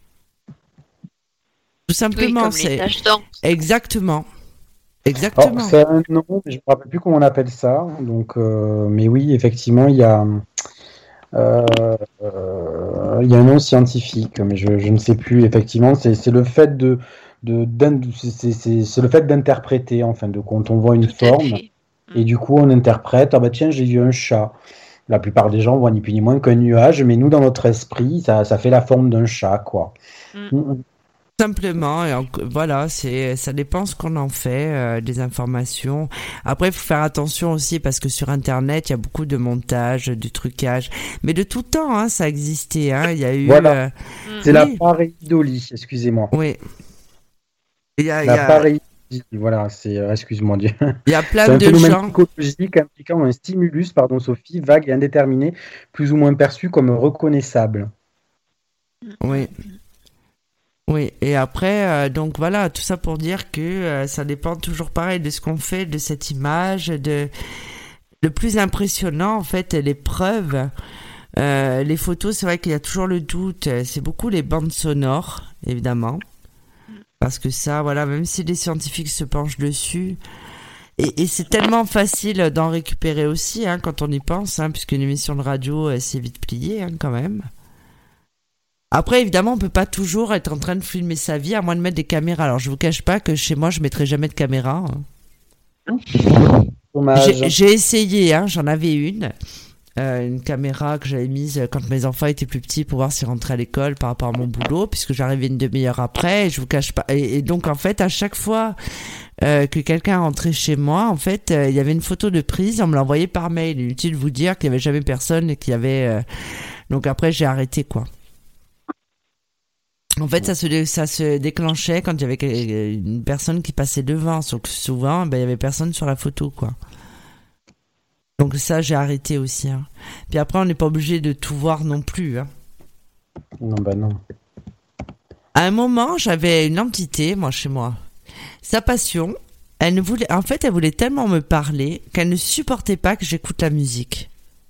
Tout simplement, oui, comme les taches d'encre. Exactement. Alors, c'est un nom, mais je ne me rappelle plus comment on appelle ça. Donc, mais oui, effectivement, il y a un nom scientifique, mais je ne sais plus. Effectivement, c'est le fait c'est le fait d'interpréter, enfin, quand on voit une forme, et du coup, on interprète. Ah bah tiens, j'ai vu un chat. La plupart des gens voient ni plus ni moins qu'un nuage, mais nous, dans notre esprit, ça fait la forme d'un chat, quoi. Simplement, et voilà, ça dépend ce qu'on en fait, des informations. Après, il faut faire attention aussi parce que sur Internet, il y a beaucoup de montage, de trucage. Mais de tout temps, hein, ça existait. Hein. Il y a eu. Voilà. C'est la pareidolie, excusez-moi. Oui. Pareidolie, voilà, excuse-moi Dieu. Il y a plein de gens. C'est un phénomène psychologique impliquant un stimulus, Sophie, vague et indéterminé, plus ou moins perçu comme reconnaissable. Oui. Oui, et après, donc voilà, tout ça pour dire que ça dépend toujours pareil de ce qu'on fait, de cette image, le plus impressionnant en fait, les preuves, les photos, c'est vrai qu'il y a toujours le doute, c'est beaucoup les bandes sonores, évidemment, parce que ça, voilà, même si les scientifiques se penchent dessus, et c'est tellement facile d'en récupérer aussi, hein, quand on y pense, hein, puisque une émission de radio, c'est vite plié, hein, quand même. Après, évidemment, on peut pas toujours être en train de filmer sa vie à moins de mettre des caméras. Alors, je vous cache pas que chez moi, je mettrai jamais de caméra. J'ai essayé, hein, j'en avais une caméra que j'avais mise quand mes enfants étaient plus petits pour voir s'ils rentraient à l'école par rapport à mon boulot, puisque j'arrivais une demi-heure après. Et je vous cache pas. Et donc, en fait, à chaque fois que quelqu'un rentrait chez moi, en fait, il y avait une photo de prise, on me l'envoyait par mail. Inutile de vous dire qu'il y avait jamais personne et qu'il y avait Donc après, j'ai arrêté, quoi. En fait, ça se déclenchait quand il y avait une personne qui passait devant. Sauf que souvent, il y avait personne sur la photo, quoi. Donc ça, j'ai arrêté aussi. Hein. Puis après, on n'est pas obligé de tout voir non plus. Hein. Non, non. À un moment, j'avais une entité, moi, chez moi. Sa passion, elle voulait tellement me parler qu'elle ne supportait pas que j'écoute la musique.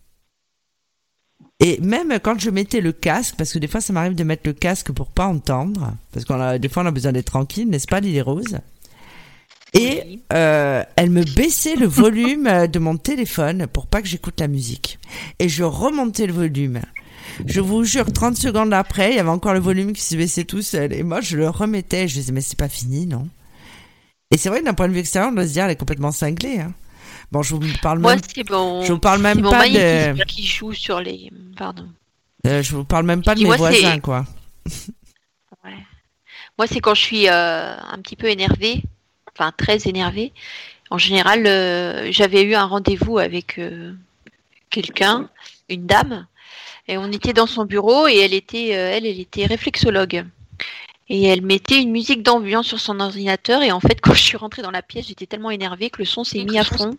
Et même quand je mettais le casque, parce que des fois ça m'arrive de mettre le casque pour pas entendre, parce des fois on a besoin d'être tranquille, n'est-ce pas Lily Rose ? Et elle me baissait le volume de mon téléphone pour pas que j'écoute la musique. Et je remontais le volume. Je vous jure, 30 secondes après, il y avait encore le volume qui se baissait tout seul. Et moi je le remettais, je disais mais c'est pas fini, non ? Et c'est vrai que d'un point de vue extérieur, on doit se dire elle est complètement cinglée, hein. Bon, je vous parle je vous parle même pas de qui joue sur les pardon. Je vous parle même pas de mes voisins, quoi. Ouais. Moi, c'est quand je suis un petit peu énervée, enfin très énervée. En général, j'avais eu un rendez-vous avec quelqu'un, une dame, et on était dans son bureau et elle était réflexologue. Et elle mettait une musique d'ambiance sur son ordinateur. Et en fait, quand je suis rentrée dans la pièce, j'étais tellement énervée que le son s'est mis à fond.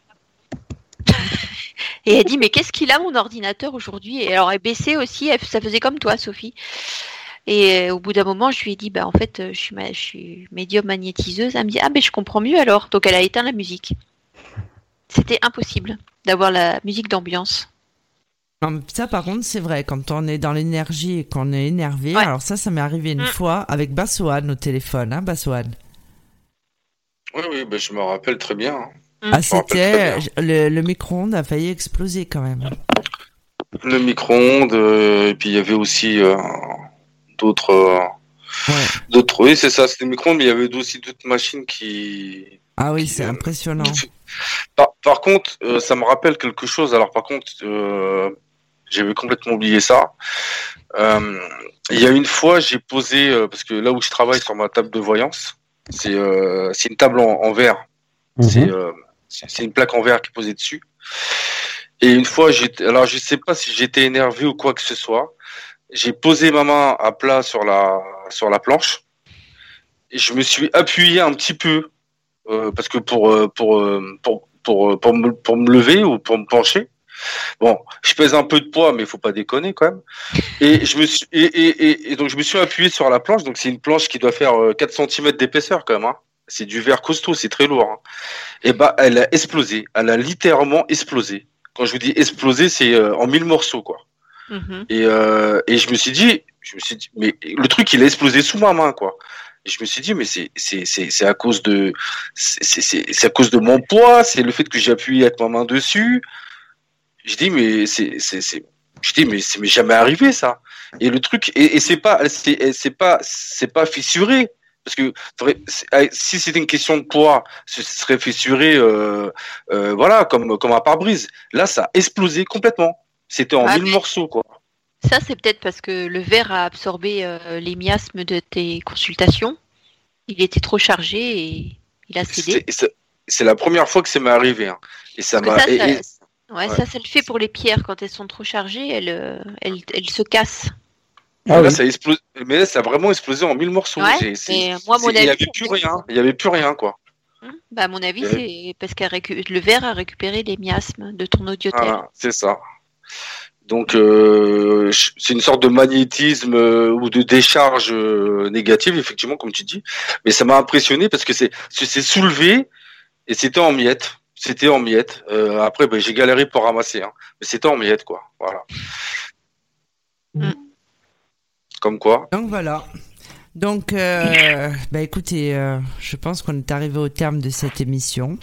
Et elle dit mais qu'est-ce qu'il a mon ordinateur aujourd'hui? Et alors elle baissait aussi, ça faisait comme toi Sophie. Et au bout d'un moment je lui ai dit en fait je suis médium magnétiseuse. Elle me dit mais je comprends mieux alors. Donc elle a éteint la musique. C'était impossible d'avoir la musique d'ambiance. Ça par contre c'est vrai, quand on est dans l'énergie et qu'on est énervé, alors ça m'est arrivé une fois avec Bassoane au téléphone, hein Bassoane. Oui, je me rappelle très bien. C'était le micro-ondes a failli exploser quand même. Le micro-ondes, et puis il y avait aussi d'autres. Oui, c'est ça, c'était le micro-ondes, mais il y avait aussi d'autres machines qui. Ah oui, c'est impressionnant. Par contre, ça me rappelle quelque chose. Alors par contre, j'avais complètement oublié ça. Il y a une fois, j'ai posé parce que là où je travaille sur ma table de voyance, c'est une table en verre. C'est une plaque en verre qui est posée dessus. Et une fois, alors je sais pas si j'étais énervé ou quoi que ce soit. J'ai posé ma main à plat sur la planche et je me suis appuyé un petit peu parce que pour me lever ou pour me pencher. Bon, je pèse un peu de poids, mais il faut pas déconner quand même. Et donc je me suis appuyé sur la planche. Donc c'est une planche qui doit faire 4 cm d'épaisseur quand même. Hein. C'est du verre costaud, c'est très lourd. Hein. Et elle a explosé. Elle a littéralement explosé. Quand je vous dis exploser, c'est en 1000 morceaux, quoi. Et je me suis dit, mais le truc, il a explosé sous ma main, quoi. Et je me suis dit, mais c'est à cause de, c'est à cause de mon poids, c'est le fait que j'ai appuyé avec ma main dessus. Je dis, mais mais c'est jamais arrivé, ça. Et le truc, et c'est pas fissuré. Parce que si c'était une question de poids, ce serait fissuré, voilà, comme un pare-brise. Là, ça a explosé complètement. C'était en 1000 morceaux, quoi. Ça, c'est peut-être parce que le verre a absorbé les miasmes de tes consultations. Il était trop chargé et il a cédé. C'est la première fois que ça m'est arrivé. Hein. Et ça m'a. Ça le fait pour les pierres. Quand elles sont trop chargées, elles se cassent. Là, ça explose, mais là, ça a vraiment explosé en 1000 morceaux. Moi, mon avis, il n'y avait plus rien, quoi. À mon avis, c'est parce que le verre a récupéré les miasmes de ton audiothèque. C'est ça. Donc, c'est une sorte de magnétisme ou de décharge négative, effectivement, comme tu dis. Mais ça m'a impressionné parce que c'est soulevé et c'était en miettes. Après, j'ai galéré pour ramasser, hein. Mais c'était en miettes, quoi. Voilà. Comme quoi. Donc voilà. Donc, écoutez, je pense qu'on est arrivé au terme de cette émission.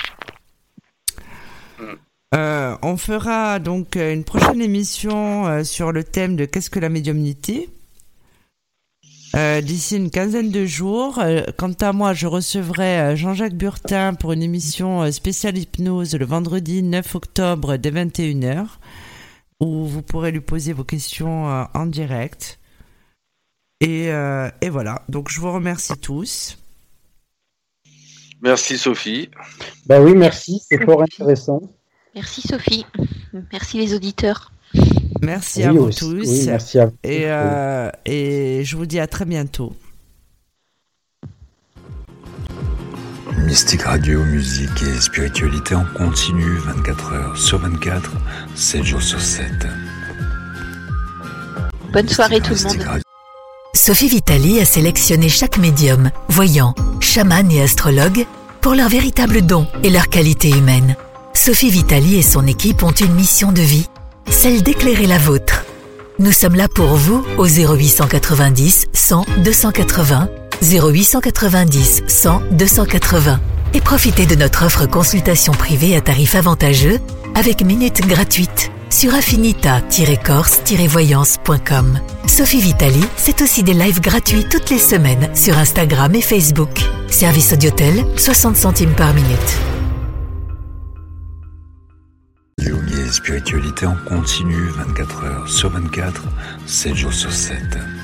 On fera donc une prochaine émission sur le thème de qu'est-ce que la médiumnité d'ici une quinzaine de jours. Quant à moi, je recevrai Jean-Jacques Burtin pour une émission spéciale hypnose le vendredi 9 octobre dès 21h où vous pourrez lui poser vos questions en direct. Et voilà, donc je vous remercie tous. Merci Sophie. Oui, merci, c'est fort intéressant. Merci Sophie, merci les auditeurs. Merci à vous tous. Oui, merci à vous. Et je vous dis à très bientôt. Mystique Radio, musique et spiritualité en continu, 24 heures sur 24, 7 jours sur 7. Bonne soirée tout le monde. Sophie Vitali a sélectionné chaque médium, voyant, chaman et astrologue pour leur véritable don et leur qualité humaine. Sophie Vitali et son équipe ont une mission de vie, celle d'éclairer la vôtre. Nous sommes là pour vous au 0890 100 280, 0890 100 280 et profitez de notre offre consultation privée à tarif avantageux avec minutes gratuites sur affinita-corse-voyance.com. Sophie Vitali, c'est aussi des lives gratuits toutes les semaines sur Instagram et Facebook. Service Audiotel, 60 centimes par minute. Yoga et spiritualité en continu, 24 heures sur 24, 7 jours sur 7.